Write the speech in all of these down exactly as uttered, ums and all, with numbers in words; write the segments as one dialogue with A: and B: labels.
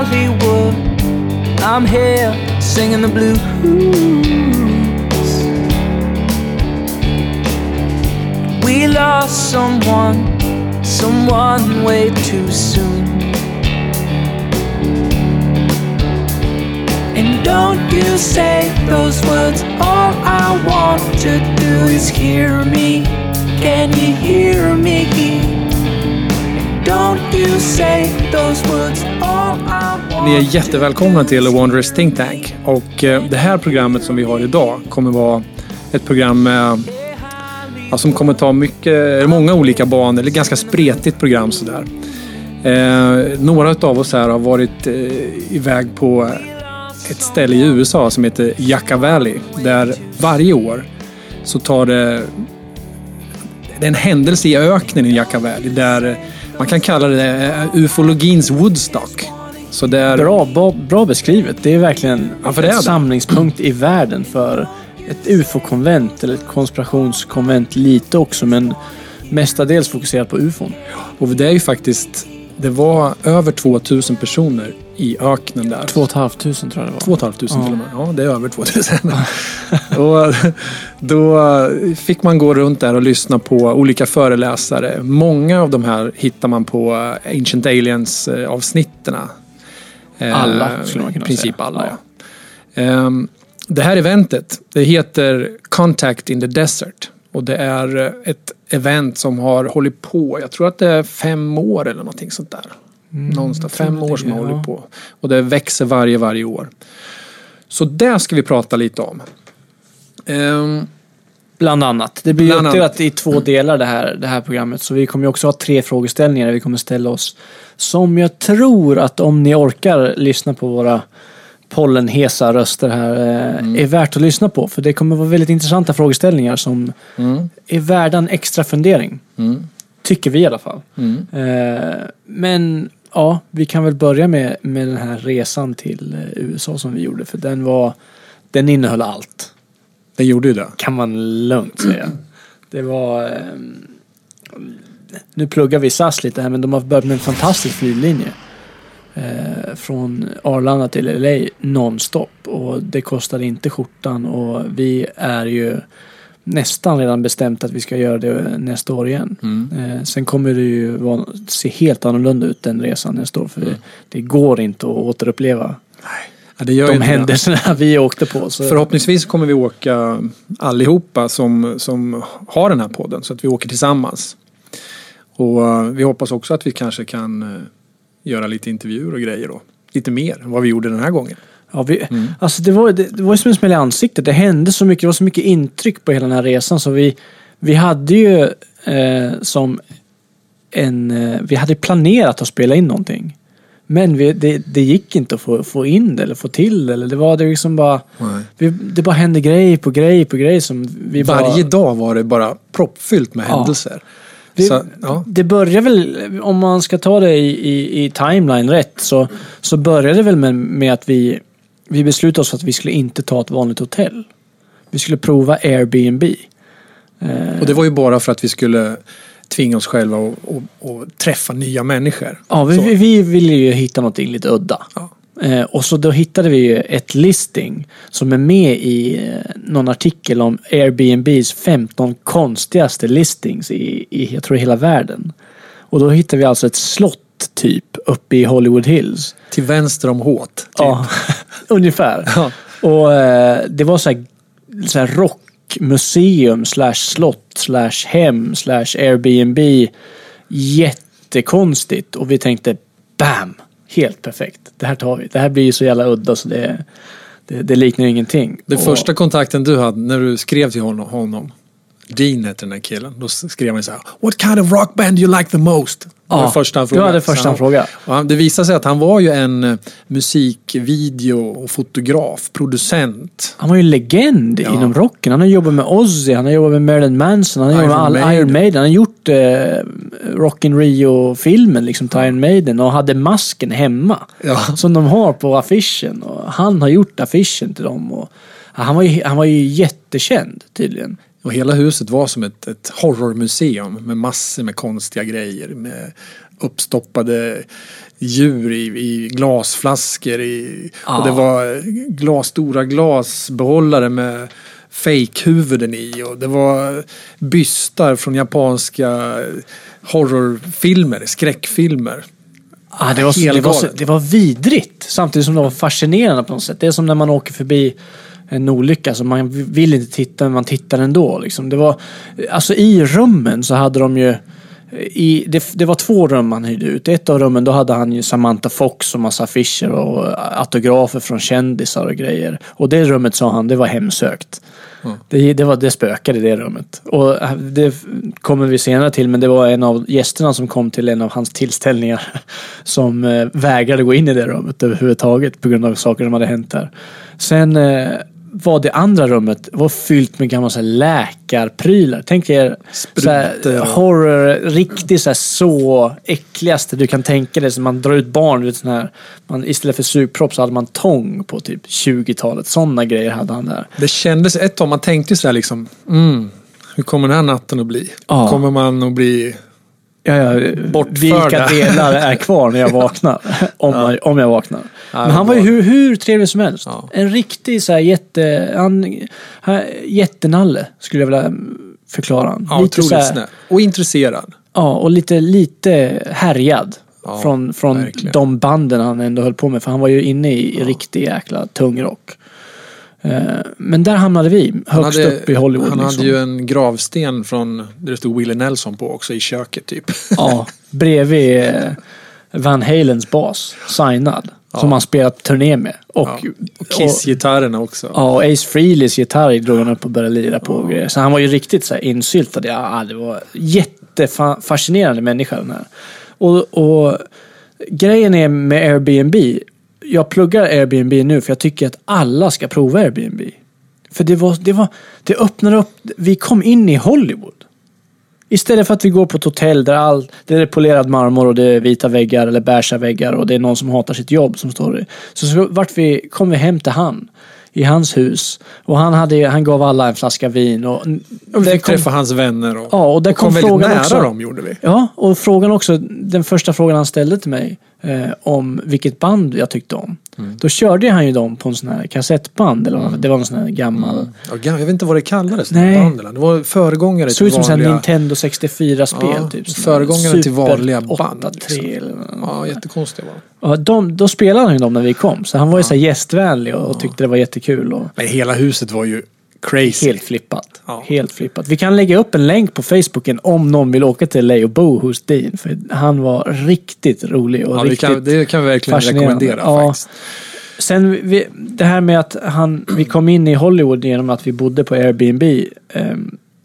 A: Hollywood. I'm here singing the blues. We lost someone, someone way too soon. And don't you say those words, all I want to do is hear me. Can you hear me? Don't you say those words, all I want.
B: Ni är jättevälkomna till Wanderers Think Tank. Och eh, det här programmet som vi har idag kommer vara ett program med, ja, som kommer ta mycket, många olika banor. Eller ganska spretigt program sådär. Eh, några av oss här har varit eh, iväg på ett ställe i U S A som heter Yucca Valley. Där varje år så tar det, det är en händelse i öknen i Yucca Valley. Där man kan kalla det ufologins Woodstock. Så det är...
C: bra, bra, bra beskrivet. Det är verkligen
B: ja, för det är
C: en
B: det.
C: samlingspunkt i världen för ett U F O-konvent eller ett konspirationskonvent lite också, men mestadels fokuserat på U F O.
B: Och det är ju faktiskt, det var över tvåtusen personer i öknen där.
C: Två och ett halvt tusen tror jag det var.
B: Två och ett halvt tusen
C: ja.
B: till och med. Ja, det är över tvåtusen. Och då fick man gå runt där och lyssna på olika föreläsare. Många av de här hittar man på Ancient Aliens avsnitterna.
C: Alla skulle man kunna
B: I princip
C: säga.
B: alla, ja. Det här eventet, det heter Contact in the Desert. Och det är ett event som har hållit på, jag tror att det är fem år eller någonting sånt där. Mm, Någonstans fem år som har ja. hållit på. Och det växer varje, varje år. Så det ska vi prata lite om. Um,
C: Bland annat. Det blir
B: Bland
C: uppdelat i två delar det här, det här programmet. Så vi kommer ju också ha tre frågeställningar. Vi kommer ställa oss, som jag tror att om ni orkar lyssna på våra pollenhesa röster här, mm. är värt att lyssna på. För det kommer vara väldigt intressanta frågeställningar som mm. är värda en extra fundering. Mm. Tycker vi i alla fall. Mm. Eh, men ja, vi kan väl börja med, med den här resan till U S A som vi gjorde. För den var, den innehöll allt.
B: Den gjorde ju det.
C: Kan man lugnt säga. Mm. Det var... Eh, nu pluggar vi S A S lite här, men de har börjat med en fantastisk flyglinje. Eh, från Arlanda till L A nonstop. Och det kostar inte skjortan. Och vi är ju nästan redan bestämt att vi ska göra det nästa år igen. Mm. Eh, sen kommer det ju vara, se helt annorlunda ut den resan nästa år. För mm. det, det går inte att återuppleva. Nej.
B: Ja, det gör
C: de händelserna det. vi åkte på. Så.
B: Förhoppningsvis kommer vi åka allihopa som, som har den här podden. Så att vi åker tillsammans. Och uh, vi hoppas också att vi kanske kan uh, göra lite intervjuer och grejer då. Lite mer än vad vi gjorde den här gången.
C: Ja, vi, mm. alltså det var, det, det var som en smäll i ansiktet. Det hände så mycket, det var så mycket intryck på hela den här resan. Så vi, vi hade ju eh, som en... Eh, vi hade planerat att spela in någonting. Men vi, det, det gick inte att få, få in det eller få till det. Eller det var det liksom bara... Vi, det bara hände grej på grej på grej som vi
B: Varje
C: bara,
B: dag var det bara proppfyllt med ja. händelser.
C: Det,
B: så, ja.
C: det börjar väl, om man ska ta det i, i, i timeline rätt, så, så började det väl med, med att vi, vi beslutade oss för att vi skulle inte ta ett vanligt hotell. Vi skulle prova Airbnb.
B: Eh, och det var ju bara för att vi skulle tvinga oss själva och, och, och träffa nya människor.
C: Ja, vi, vi, vi ville ju hitta någonting lite udda. Ja. Eh, och så då hittade vi ju ett listing som är med i eh, någon artikel om Airbnbs femton konstigaste listings i, i jag tror hela världen. Och då hittade vi alltså ett slott typ uppe i Hollywood Hills.
B: Till vänster om Håt. Typ.
C: Ja, ungefär. Ja. Och eh, det var så här, så här rockmuseum slash slott slash hem slash Airbnb. Jättekonstigt. Och vi tänkte, bam! Helt perfekt. Det här tar vi. Det här blir ju så jävla udda så det, det, det liknar ingenting.
B: Den
C: och,
B: första kontakten du hade när du skrev till honom, honom Dean heter den här killen, då skrev han så här: What kind of rock band do you like the most?
C: Ja, det var första han frågade. Det var det första han frågade.
B: Han, det visade sig att han var ju en musikvideo- och fotograf, producent.
C: Han var ju en legend ja. inom rocken. Han har jobbat med Ozzy, han har jobbat med Marilyn Manson, han har Iron jobbat med all, Iron Maiden. Han har gjort eh, Rock in Rio-filmen, liksom till Iron Maiden, och hade masken hemma. Ja. Som de har på affischen. Och han har gjort affischen till dem. Och, ja, han, var ju, han var ju jättekänd tydligen.
B: Och hela huset var som ett, ett horrormuseum med massor med konstiga grejer. Med uppstoppade djur i, i glasflaskor i,
C: Ja.
B: och det var glas, stora glasbehållare med fake-huvuden i, och det var bystar från japanska horrorfilmer, skräckfilmer.
C: Ah, det, var, så, det, var så, det var vidrigt, samtidigt som det var fascinerande på något sätt. Det är som när man åker förbi en olycka, så man vill inte titta, men man tittar ändå. Liksom. Det var, alltså i rummen så hade de ju, i, det, det var två rum man hyrde ut. Ett av rummen, då hade han ju Samantha Fox och massa affischer och autografer från kändisar och grejer. Och det rummet, sa han, det var hemsökt. Mm. Det, det var det spökade i det rummet. Och det kommer vi senare till, men det var en av gästerna som kom till en av hans tillställningar som eh, vägrade gå in i det rummet överhuvudtaget på grund av saker som hade hänt där. Sen eh, var det andra rummet var fyllt med gamla så här läkarprylar. Tänk er så här, horror, riktigt så här, så äckligaste du kan tänka dig, som man drar ut barn ut sån här, man, istället för sugpropp så hade man tång på typ tjugotalet. Sådana grejer hade han där.
B: Det kändes ett tag, man tänkte så här liksom, mm, hur kommer den här natten att bli?
C: Ja.
B: Kommer man att bli
C: Ja, ja, vilka delar är kvar när jag vaknar? om, ja. jag, om jag vaknar. Ja, men han var ju hur, hur trevlig som helst. Ja. En riktig så här jätte... Han, han, jättenalle, skulle jag vilja förklara han.
B: Ja, lite så här, snäll. Och intresserad.
C: Ja, och lite, lite härjad.
B: Ja,
C: från från de banden han ändå höll på med. För han var ju inne i ja. riktig jäkla tungrock. Men där hamnade vi högst
B: hade,
C: upp i Hollywood.
B: Han
C: liksom.
B: hade ju en gravsten från där det stod Willie Nelson på också i köket typ.
C: Ja, bredvid Van Halens bas, signad. Ja. Som han spelat turné med. Och,
B: ja. och Kiss-gitarrerna också.
C: Ja, och Ace Frehleys gitarr drog han upp och började lira på. Och grejer. Så han var ju riktigt så här insyltad. Ja, det var jättefascinerande människa den här. Och, och grejen är med Airbnb, jag pluggar Airbnb nu för jag tycker att alla ska prova Airbnb. För det var, det var, det öppnar upp, vi kom in i Hollywood. Istället för att vi går på ett hotell där all, det är polerad marmor och det är vita väggar eller beiga väggar och det är någon som hatar sitt jobb som står i. Så, så vart vi, kom vi hem till han i hans hus och han hade han gav alla en flaska vin och,
B: och vi fick kom, träffa hans vänner och,
C: ja, och där
B: och
C: kom,
B: kom väldigt
C: frågan
B: nära
C: också,
B: dem gjorde vi.
C: Ja, och frågan också, den första frågan han ställde till mig eh, om vilket band jag tyckte om. Mm. Då körde han ju dem på en sån här kassettband eller mm. det var en sån här gammal. Mm.
B: Ja, jag vet inte vad det kallades. Nej. Det var föregångare
C: till vanliga. Så ut som en Nintendo sextiofyra-spel
B: ja,
C: typ.
B: Föregångare till vanliga band.
C: Liksom. Eller,
B: ja, jättekonstiga var.
C: Ja, de, då spelade han ju dem när vi kom. Så han var ju ja. så här gästvänlig och, och tyckte det var jättekul. Och
B: men hela huset var ju crazy.
C: Helt flippat. Ja. Helt flippat. Vi kan lägga upp en länk på Facebooken om någon vill åka till L A och bo hos Dean. För han var riktigt rolig och
B: ja,
C: riktigt
B: vi kan, det kan vi verkligen rekommendera
C: ja.
B: faktiskt.
C: Sen vi, det här med att han, vi kom in i Hollywood genom att vi bodde på Airbnb eh,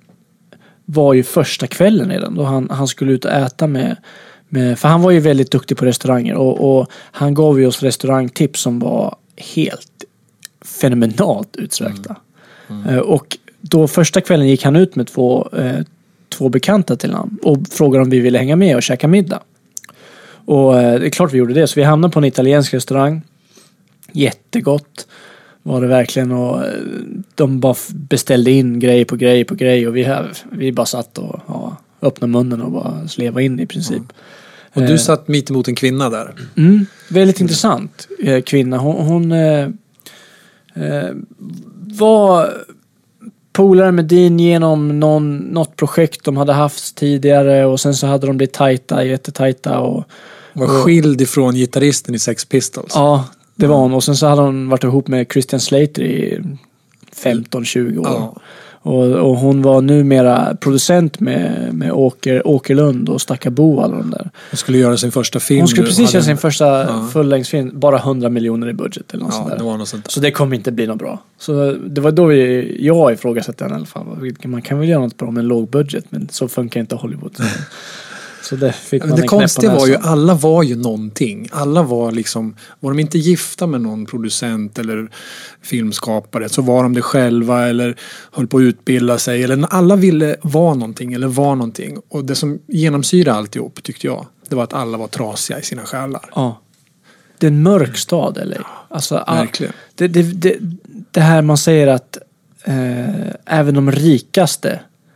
C: var ju första kvällen redan. Då han, han skulle ut och äta med, med... För han var ju väldigt duktig på restauranger. Och, och han gav ju oss restaurangtips som var helt fenomenalt utsökta. Mm. Mm. Eh, och då första kvällen gick han ut med två, eh, två bekanta till honom. Och frågade om vi ville hänga med och käka middag. Och eh, det är klart vi gjorde det. Så vi hamnade på en italiensk restaurang. Jättegott var det verkligen och de bara beställde in grej på grej på grej och vi, här, vi bara satt och ja, öppnade munnen och bara sleva in i princip. Mm.
B: Och du satt mitt emot en kvinna där?
C: Mm, väldigt mm. intressant kvinna. Hon, hon eh, eh, var polare med Dean genom någon, något projekt de hade haft tidigare och sen så hade de blivit tajta, jättetajta och
B: var skild ifrån gitarristen i Sex Pistols.
C: Ja, det var hon. Och sen så hade hon varit ihop med Christian Slater i femton tjugo år. Ja. Och, och hon var numera producent med, med Åker, Åkerlund och Stackabo och alla de där.
B: Hon skulle göra sin första film.
C: Hon skulle precis göra sin första ja. fullängdsfilm. Bara hundra miljoner i budget eller något
B: ja,
C: sånt där.
B: Det var något sånt där.
C: Så det kommer inte bli något bra. Så det var då vi, jag ifrågasatte den i alla fall. Man kan väl göra något bra med en låg budget, men så funkar inte Hollywood. Så det fick man
B: det konstiga var ju, alla var ju någonting. Alla var liksom, var de inte gifta med någon producent eller filmskapare så var de det själva eller höll på att utbilda sig. Eller alla ville vara någonting eller vara någonting. Och det som genomsyrade alltihop tyckte jag, det var att alla var trasiga i sina själar.
C: Ja. Det är en mörk stad, eller? Alltså,
B: verkligen.
C: Det, det, det, det här man säger att eh, även de rikaste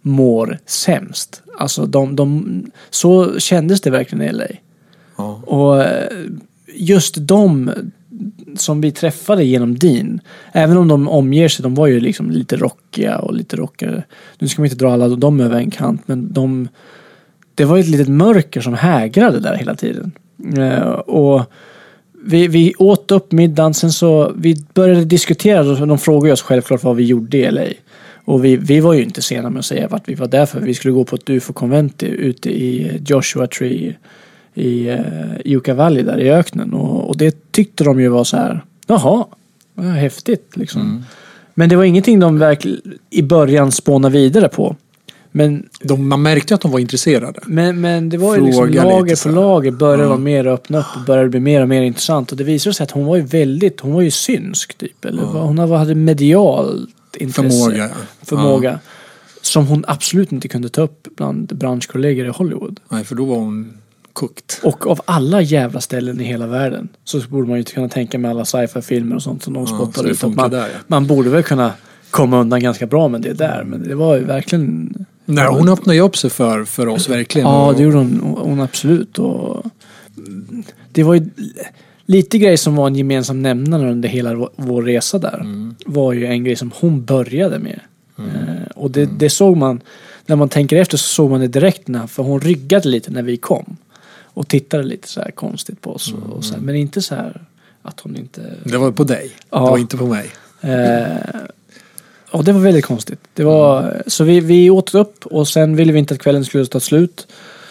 C: mår sämst. Alltså de, de, så kändes det verkligen i L A.
B: Ja.
C: Och just de som vi träffade genom Dean, även om de omger sig, de var ju liksom lite rockiga och lite rockare. Nu ska man inte dra alla dem över en kant, men de, det var ett litet mörker som hägrade där hela tiden. Och vi, vi åt upp middagen, sen så vi började diskutera och de frågade oss självklart vad vi gjorde i L A. Och vi, vi var ju inte sena med att säga vart vi var där för. Vi skulle gå på ett U F O-konvent ute i Joshua Tree i uh, Yucca Valley där i öknen. Och, och det tyckte de ju var så här, jaha, vad häftigt liksom. Mm. Men det var ingenting de verkligen i början spånade vidare på. Men
B: de, man märkte att de var intresserade.
C: Men, men det var ju liksom lager på lager började mm. vara mer öppna upp och började bli mer och mer intressant. Och det visade sig att hon var ju väldigt, hon var ju synsk typ. Eller mm. hon hade medialt intresse.
B: Förmåga.
C: Förmåga. Ja. Som hon absolut inte kunde ta upp bland branschkollegor i Hollywood.
B: Nej, för då var hon kokt.
C: Och av alla jävla ställen i hela världen så borde man ju inte kunna tänka med alla sci-fi-filmer och sånt som de spottar ja, ut. Att man, där, ja. man borde väl kunna komma undan ganska bra med det där. Men det var ju verkligen...
B: Nej, hon öppnade ju upp sig för, för oss verkligen.
C: Ja, det gjorde hon, hon absolut. Och det var ju lite grej som var en gemensam nämnare under hela vår resa där. Mm. Var ju en grej som hon började med. Mm. Eh, och det, det såg man, när man tänker efter så såg man det direkt när, för hon ryggade lite när vi kom. Och tittade lite så här konstigt på oss. Mm. Och så här, men inte så här att hon inte...
B: Det var på dig, ja. Det var inte på mig.
C: Eh, och det var väldigt konstigt. Det var, mm. Så vi, vi åt upp och sen ville vi inte att kvällen skulle ta slut.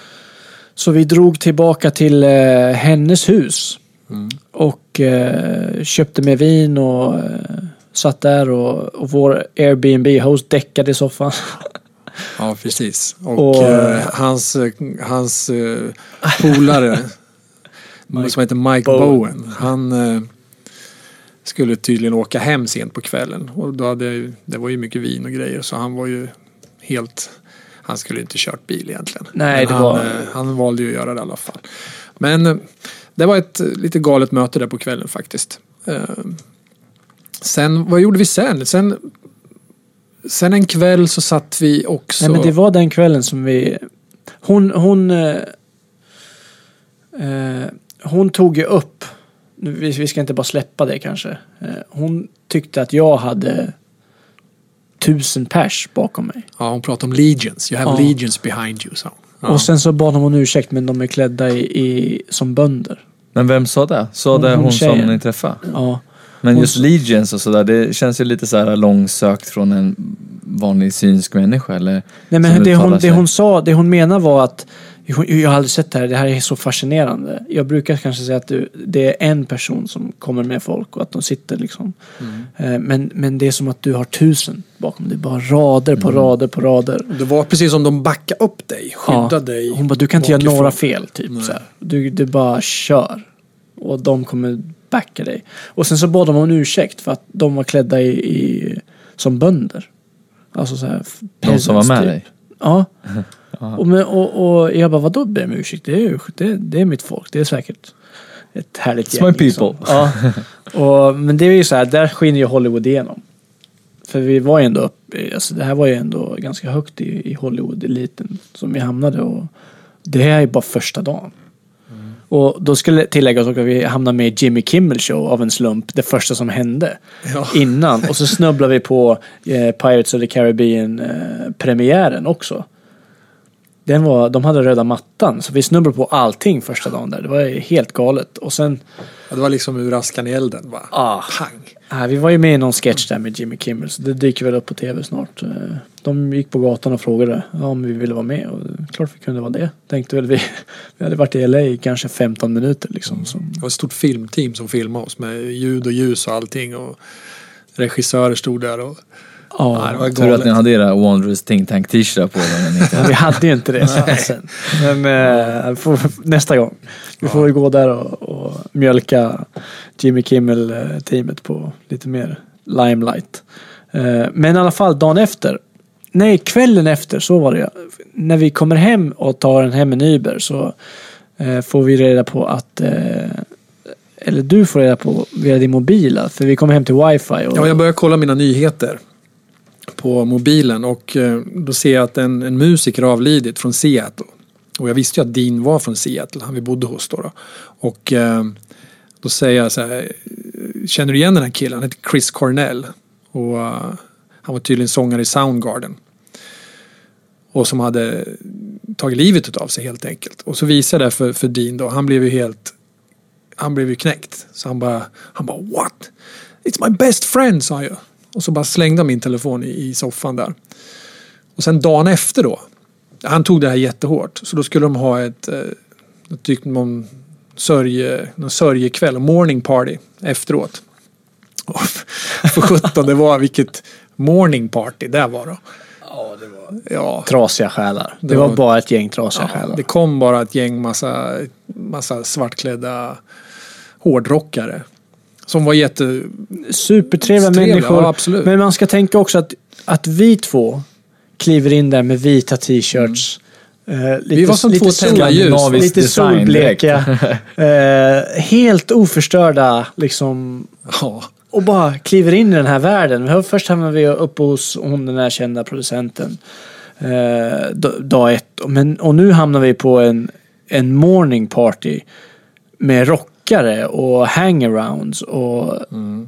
C: Så vi drog tillbaka till eh, hennes hus. Mm. Och eh, köpte med vin och eh, satt där och, och vår Airbnb-host däckade i soffan.
B: Ja, precis. Och, och eh, hans, hans eh, polare Mike, som heter Mike Bowen, Bowen han eh, skulle tydligen åka hem sent på kvällen. Och då hade, det var ju mycket vin och grejer, så han var ju helt... Han skulle inte kört bil egentligen.
C: Nej, det
B: han,
C: var...
B: eh, han valde ju att göra det i alla fall. Men eh, det var ett lite galet möte där på kvällen faktiskt. Eh, sen, vad gjorde vi sen? Sen... Sen en kväll så satt vi också...
C: Nej, men det var den kvällen som vi... Hon... Hon, eh, eh, hon tog ju upp... Vi, vi ska inte bara släppa det kanske. Eh, hon tyckte att jag hade tusen pers bakom mig.
B: Ja, hon pratade om legions. You have ja. legions behind you. So. Ja.
C: Och sen så bad hon om ursäkt, men de är klädda i, i, som bönder.
D: Men vem sa det? Sa det hon, hon som ni träffade?
C: Ja.
D: Men just legions och sådär, det känns ju lite så här långsökt från en vanlig synsk människa, eller?
C: Nej, men det hon, det hon sa, det hon menar var att jag har aldrig sett det här, det här är så fascinerande. Jag brukar kanske säga att du, det är en person som kommer med folk och att de sitter liksom. Mm. Men, men det är som att du har tusen bakom dig, bara rader på mm. rader på rader.
B: Det var precis som de backade upp dig, skyddade ja. dig.
C: Hon bara, du kan inte göra några fel typ så här. Du, du bara kör. Och de kommer backa dig. Och sen så bad de om en ursäkt för att de var klädda i, i som bönder. Alltså så här.
D: De som var med dig?
C: Ja. och, med, och, och jag bara, vadå ber jag om ursäkt? Det är, ju, det, det är mitt folk. Det är säkert ett härligt
D: gäng. It's my people.
C: Liksom. Ja. och, men det är ju så här, där skiner ju Hollywood igenom. För vi var ju ändå uppe, alltså det här var ju ändå ganska högt i, i Hollywood-eliten som vi hamnade. Och det här är ju bara första dagen. Och då skulle tilläggas att vi hamnade med Jimmy Kimmel Show av en slump, det första som hände ja. innan. Och så snubblade vi på eh, Pirates of the Caribbean eh, premiären också. Den var, de hade röda mattan, så vi snubblade på allting första dagen där. Det var helt galet. Och sen...
B: Ja, det var liksom ur askan i elden, va?
C: Ah,
B: pang.
C: Ah, vi var ju med i någon sketch där med Jimmy Kimmel, så det dyker väl upp på tv snart. De gick på gatan och frågade ja, om vi ville vara med, och klart vi kunde vara det. Tänkte väl vi, vi hade varit i L A i kanske femton minuter liksom. Som...
B: Det var ett stort filmteam som filmade oss med ljud och ljus och allting, och regissörer stod där och...
D: Ja, det var tur att ni hade era Wondrous Think Tank t-shirt på den.
C: Ja, vi hade ju inte det sen. Men äh, för, nästa gång. Vi får ju gå där och, och mjölka Jimmy Kimmel-teamet på lite mer limelight. Uh, men i alla fall dagen efter. Nej, kvällen efter så var det. När vi kommer hem och tar en hem en Uber så uh, får vi reda på att... Uh, eller du får reda på via din mobila. För vi kommer hem till wifi. Och,
B: ja, jag börjar kolla mina nyheter. på mobilen och eh, då ser jag att en, en musiker har avlidit från Seattle. Och jag visste ju att Dean var från Seattle, han vi bodde hos då. då. Och eh, då säger jag så här, känner du igen den här killen? Han heter Chris Cornell. Och uh, han var tydligen sångare i Soundgarden. Och som hade tagit livet av sig helt enkelt. Och så visade jag det för, för Dean då. Han blev ju helt, han blev ju knäckt. Så han bara, han bara, what? It's my best friend, sa jag. Och så bara slängde min telefon i, i soffan där. Och sen dagen efter då, han tog det här jättehårt. Så då skulle de ha ett, jag tyckte någon sörje, någon sörjekväll, morning party efteråt. Och för sjutton, det var vilket morning party det var då.
C: Ja, det var
B: ja.
C: trasiga själar. Det,
B: Det
C: var
B: var-
C: bara ett gäng trasiga
B: Ja,
C: själar.
B: det kom bara ett gäng massa, massa svartklädda hårdrockare. Som var jätte...
C: Supertrevliga
B: Trevliga,
C: människor.
B: ja, absolut.
C: Men man ska tänka också att, att vi två kliver in där med vita t-shirts. Eh, lite,
B: Vi var som
C: lite
B: två
C: sol-
B: tända ljus.
D: Skandinavisk
C: Lite
D: design
C: solbleka. eh, helt oförstörda liksom.
B: Ja,
C: Och bara kliver in i den här världen. Först hamnar vi uppe hos hon, den här kända producenten. Eh, d- dag ett. Men, och nu hamnar vi på en, en morning party. Med rockare och hangarounds. Och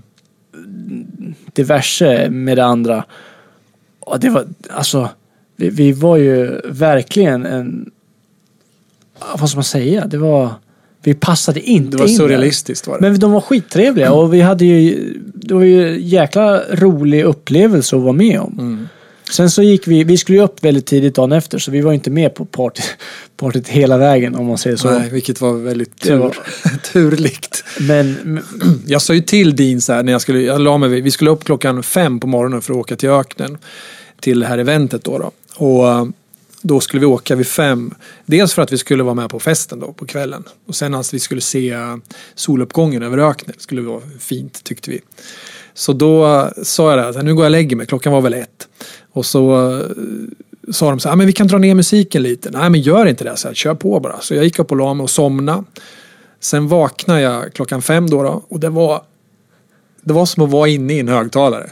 C: diverse med det andra. Och det var, alltså, vi, vi var ju verkligen en, vad ska man säga? Det var, vi passade inte
B: det var
C: in där.
B: surrealistiskt var det.
C: Men de var skittrevliga och vi hade ju, det var ju en jäkla rolig upplevelse att vara med om.
B: Mm.
C: Sen så gick vi, vi skulle ju upp väldigt tidigt dagen efter så vi var inte med på party, partyt hela vägen om man säger så.
B: Nej, vilket var väldigt
C: Det
B: tur,
C: var-
B: turligt.
C: Men, men
B: Jag sa ju till Dean så här när jag skulle, jag la mig, vi skulle upp klockan fem på morgonen för att åka till öknen till det här eventet då. då. Och eh, då skulle vi åka vid fem. Dels för att vi skulle vara med på festen då på kvällen. Och sen att vi skulle se eh, soluppgången över öknen. Det skulle vara fint tyckte vi. Så då eh, sa jag det här, nu går jag och lägger mig. Klockan var väl ett. Och så eh, sa de så här, men vi kan dra ner musiken lite. Nej, men gör inte det. Så här, kör på bara. Så jag gick upp och la mig och somna. Sen vaknade jag klockan fem då, då och det var det var som att vara inne i en högtalare.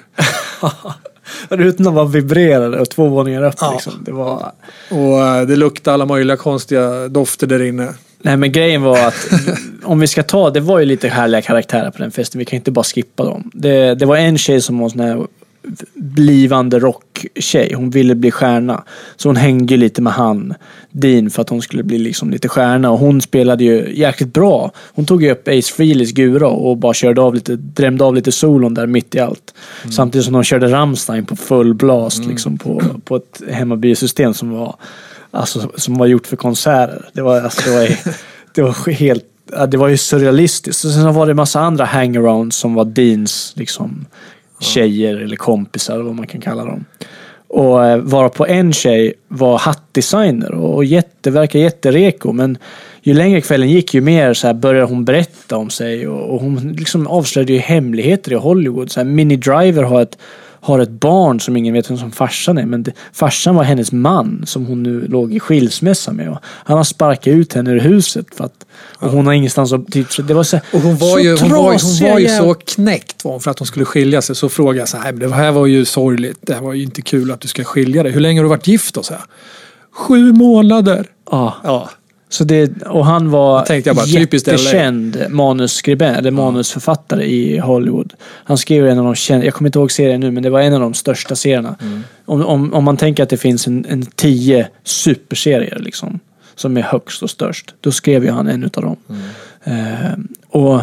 C: rutorna var vibrerade och två våningar upp
B: Ja.
C: liksom. Det var...
B: Och eh, det luktade alla möjliga konstiga dofter där inne.
C: Nej men grejen var att om vi ska ta, det var ju lite härliga karaktärer på den festen. Vi kan inte bara skippa dem. Det, det var en tjej som var sån här blivande rocktjej. Hon ville bli stjärna. Så hon hängde lite med han, Dean, för att hon skulle bli liksom lite stjärna. Och hon spelade ju jäkligt bra. Hon tog ju upp Ace Frehleys Gura och bara körde av lite, drämde av lite solon där mitt i allt. Mm. Samtidigt som de körde Rammstein på full blast mm. liksom på, på ett hemmabysystem som var alltså, som var gjort för konserter. Det var, alltså, det var, det var helt, ja, det var ju surrealistiskt. Och sen var det en massa andra hangarounds som var Deans liksom tjejer eller kompisar, vad man kan kalla dem. Och eh, vara på en tjej var hattdesigner och jätte, verkar jättereko, men ju längre kvällen gick ju mer så här började hon berätta om sig och, och hon liksom avslöjade ju hemligheter i Hollywood. Så här, Minnie Driver har ett har ett barn som ingen vet vem som farsan är, men det, farsan var hennes man som hon nu låg i skilsmässa med och han har sparkat ut henne ur huset för att och hon har ingenstans att typ, så det var så,
B: och hon var
C: så
B: ju hon var, hon var ju
C: jävla-
B: så knäckt var hon för att hon skulle skilja sig. Så frågade jag så här, det här var ju sorgligt. Det här var ju inte kul att du ska skilja dig. Hur länge har du varit gift då? Så här? Sju månader.
C: ja.
B: Ja.
C: Så det, och han var
B: tänkte jag bara, typiskt L A.
C: jättekänd manusskribent eller manusförfattare i Hollywood. Han skrev en av de kända, jag kommer inte ihåg serien nu, men det var en av de största serierna. Mm. Om, om, om man tänker att det finns en, en tio superserier liksom, som är högst och störst, då skrev ju han en utav dem. Mm. Eh, och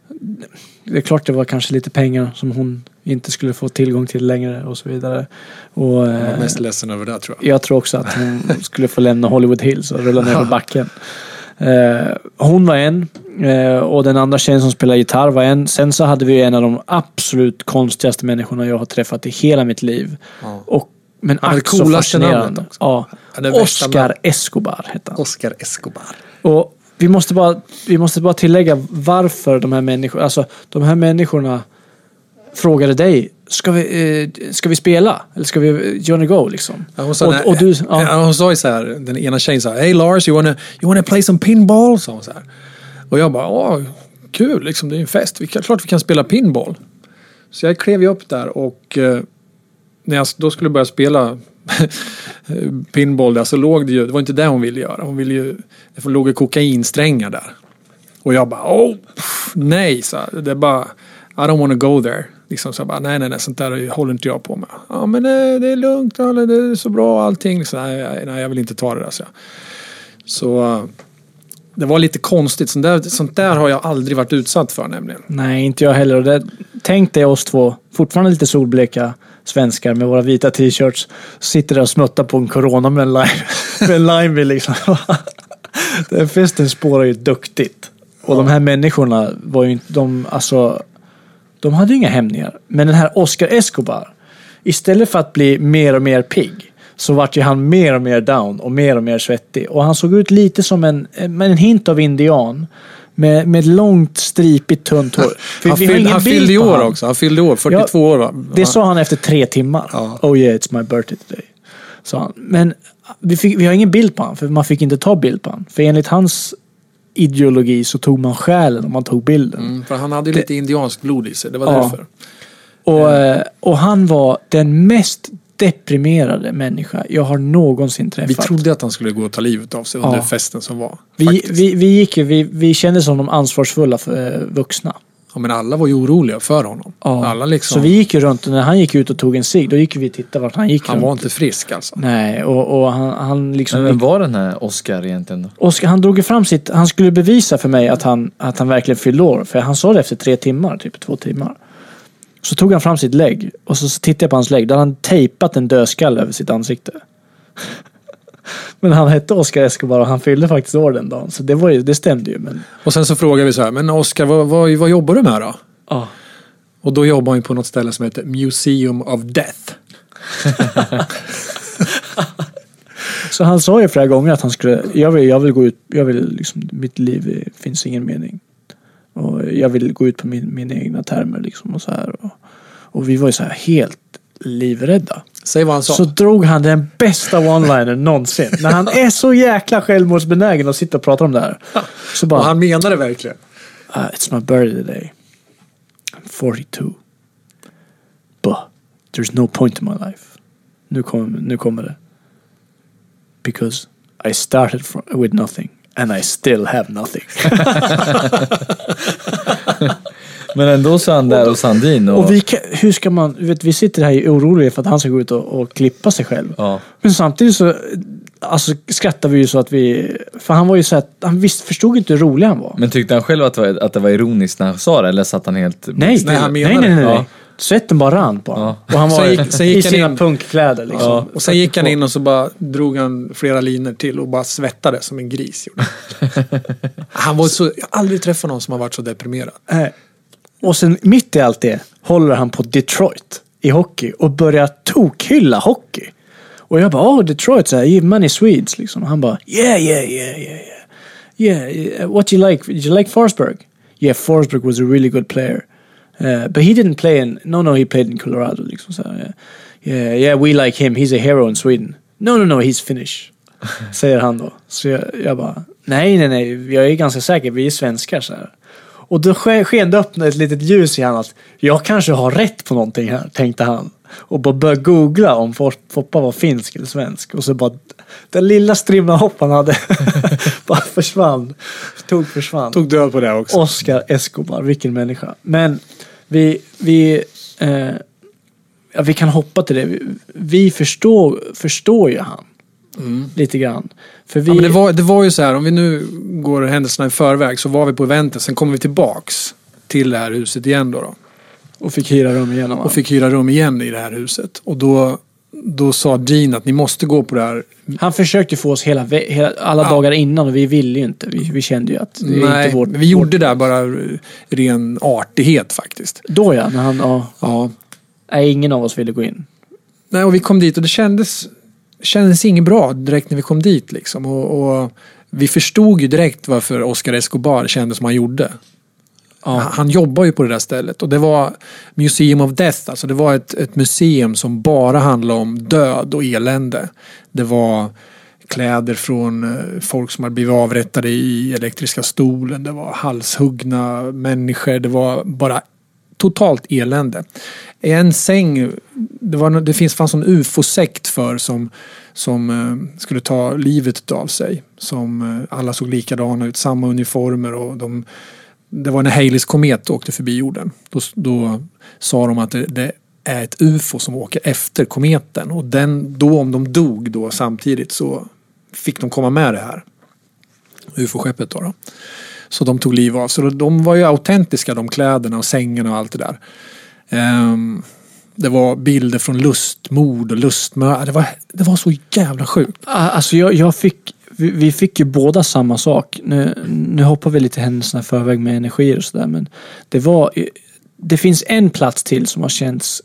C: det är klart det var kanske lite pengar som hon inte skulle få tillgång till längre och så vidare. Och,
B: Jag var
C: eh,
B: mest ledsen över det tror jag.
C: jag tror också att hon skulle få lämna Hollywood Hills och rulla ner för backen. Eh, hon var en eh, och den andra tjejen som spelar gitarr var en. Sen så hade vi en av de absolut konstigaste människorna jag har träffat i hela mitt liv. Ja. Och, men
B: han hade
C: ack så
B: coolaste
C: fascinerande.
B: namnet också.
C: Ja.
B: Ja, det värsta
C: Oscar
B: namnet.
C: Escobar hette han.
B: Oscar Escobar.
C: Och vi måste bara vi måste bara tillägga varför de här människorna, alltså de här människorna frågade dig, ska vi, eh, ska vi spela? Eller ska vi Johnny Go liksom?
B: Ja, hon sa,
C: och,
B: nej,
C: och du,
B: ja.
C: ja.
B: Hon sa ju så här, den ena tjejen sa, hey Lars, you wanna, you wanna play some pinball? Sa hon så här. Och jag bara, åh, kul, liksom, det är en fest. Vi kan, klart vi kan spela pinball. Så jag klev ju upp där och eh, när jag då skulle börja spela pinball där, så låg det ju, det var inte det hon ville göra. Hon ville ju, det låg ju kokainsträngar där. Och jag bara, åh, pff, nej, så det är bara, I don't want to go there. Liksom så bara, nej, nej, nej, sånt där håller inte jag på med. Ja, men det, det är lugnt, det är så bra allting. Så, nej, nej, jag vill inte ta det där. Så, så det var lite konstigt. Sånt där, sånt där har jag aldrig varit utsatt för nämligen.
C: Nej, inte jag heller. Och det, tänk dig oss två, fortfarande lite solbleka svenskar med våra vita t-shirts, sitter där och smuttar på en corona med en lime, med en lime liksom. Den festen spårar ju duktigt. Och ja. De här människorna var ju inte, de, alltså, de hade ju inga hämningar. Men den här Oscar Escobar, istället för att bli mer och mer pigg, så vart ju han mer och mer down och mer och mer svettig. Och han såg ut lite som en, med en hint av indian. Med, med långt, stripigt, tunt hår.
B: För han fyll, han fyllde i år också. Han fyllde år, fyrtiotvå
C: ja,
B: år va?
C: Det sa han efter tre timmar.
B: Ja.
C: Oh yeah, it's my birthday today. Sa han. Men vi, fick, vi har ingen bild på han. För man fick inte ta bild på han. För enligt hans ideologi så tog man själen om man tog bilden.
B: Mm, för han hade ju lite indianskt blod i sig. Det var
C: ja.
B: därför.
C: Och, mm. och han var den mest deprimerade människa jag har någonsin träffat.
B: Vi trodde att han skulle gå och ta livet av sig under
C: ja.
B: festen som var.
C: Vi, vi, vi, gick, vi, vi kände som de ansvarsfulla för, eh, vuxna.
B: Ja, men alla var ju oroliga för honom.
C: Ja.
B: Alla liksom...
C: Så vi gick ju runt och när han gick ut och tog en cigg, då gick vi och tittade vart han gick
B: Han
C: runt.
B: var inte frisk alltså.
C: Nej, och, och han, han liksom...
D: Men vem var den här Oscar egentligen då?
C: Oscar, han drog ju fram sitt... Han skulle bevisa för mig att han, att han verkligen fyllde år. För han sa det efter tre timmar, typ två timmar. Så tog han fram sitt lägg. Och så tittade jag på hans lägg. Där han tejpat en dödskalle över sitt ansikte. Men han hette Oscar Escobar och han fyllde faktiskt år den dagen. Så det, var ju, det stämde ju. Men...
B: Och sen så frågade vi så här, men Oscar, vad, vad, vad jobbar du med då?
C: Ja.
B: Och då jobbar han på något ställe som heter Museum of Death.
C: Så han sa ju flera gånger att han skulle, jag vill, jag vill gå ut, jag vill liksom, mitt liv finns ingen mening. Och jag vill gå ut på min, mina egna termer liksom och så här. Och, och vi var ju så här helt livrädda.
B: Säg vad han sa.
C: Så drog han den bästa one-liner någonsin. När han är så jäkla självmordsbenägen och sitter och pratar om det här. Så bara,
B: och han menar det verkligen.
C: Uh, it's my birthday today. I'm forty-two. But there's no point in my life. Nu kommer, nu kommer det. Because I started from, with nothing. And I still have nothing.
D: Men ändå så han där och Sandin. Och,
C: och vi, hur ska man, vet, vi sitter här oroliga för att han ska gå ut och, och klippa sig själv.
D: Ja.
C: Men samtidigt så alltså, skrattar vi ju så att vi, för han var ju så att han visst förstod inte hur rolig han var.
D: Men tyckte han själv att det var, att det var ironiskt när han sa det? Eller satt han helt...
C: Nej, nej,
B: han
C: nej, nej, nej, nej.
D: Ja.
C: Svetten bara rann på honom.
D: Ja.
C: Och han var
B: Sen gick- sen gick
C: i
B: han
C: sina
B: in-
C: punkkläder liksom.
B: Ja. Och sen gick han in och så bara drog han flera linjer till och bara svettade som en gris gjorde. Han var så, jag har aldrig träffat någon som har varit så deprimerad.
C: Eh, Och sen mitt i allt det håller han på Detroit i hockey och börjar tokhylla hockey. Och jag bara, oh Detroit, så här, give money Swedes liksom. Och han bara, yeah, yeah, yeah, yeah, yeah. Yeah, what you like? Did you like Forsberg? Yeah, Forsberg was a really good player. Uh, but he didn't play in, no, no, he played in Colorado liksom så här, yeah. yeah, yeah, we like him, he's a hero in Sweden. No, no, no, he's Finnish. Säger han då. Så jag, jag bara, nej, nej, nej, jag är ganska säker, vi är svenskar så här. Och då sken det upp ett litet ljus i han att jag kanske har rätt på någonting här, tänkte han. Och bara började googla om Foppa var finsk eller svensk. Och så bara, den lilla strimma hopp han hade bara försvann. Tog försvann.
B: Tog död på det också.
C: Oscar Escobar, vilken människa. Men vi, vi, eh, ja, vi kan hoppa till det. Vi, vi förstår, förstår ju han. Mm. Lite grann. För vi...
B: ja, men det, var, det var ju så här, om vi nu går händelserna i förväg så var vi på eventet, sen kommer vi tillbaks till det här huset igen då. då.
C: Och fick hyra rum igen.
B: Och fick hyra rum igen i det här huset. Och då, då sa Dean att ni måste gå på det här.
C: Han försökte få oss hela, hela alla ja. dagar innan och vi ville ju inte. Vi, vi kände ju att det är
B: Nej,
C: inte vårt...
B: vi gjorde
C: vårt...
B: det där bara ren artighet faktiskt.
C: Då ja, när han... Ja,
B: ja.
C: Nej, ingen av oss ville gå in.
B: Nej, och vi kom dit och det kändes... kändes inget bra direkt när vi kom dit liksom. Och, och vi förstod ju direkt varför Oscar Escobar kände som han gjorde. Ja. Han jobbar ju på det där stället. Och det var Museum of Death. Alltså det var ett, ett museum som bara handlade om död och elände. Det var kläder från folk som hade blivit avrättade i elektriska stolen. Det var halshuggna människor. Det var bara totalt elände. En säng, det, var, det finns fanns en U F O-sekt för som, som eh, skulle ta livet av sig. Som eh, alla såg likadana ut, samma uniformer och de, det var när Haleys komet åkte förbi jorden. Då, då sa de att det, det är ett U F O som åker efter kometen och den, då om de dog då samtidigt så fick de komma med det här U F O-skeppet då, då. Så de tog liv av. Så de var ju autentiska, de kläderna och sängarna och allt det där. Um, det var bilder från lustmord och lustmör. Det var, det var så jävla sjukt.
C: Alltså jag, jag fick, vi, vi fick ju båda samma sak. Nu, nu hoppar vi lite händelserna förväg med energier och sådär. Men det var, det finns en plats till som har känts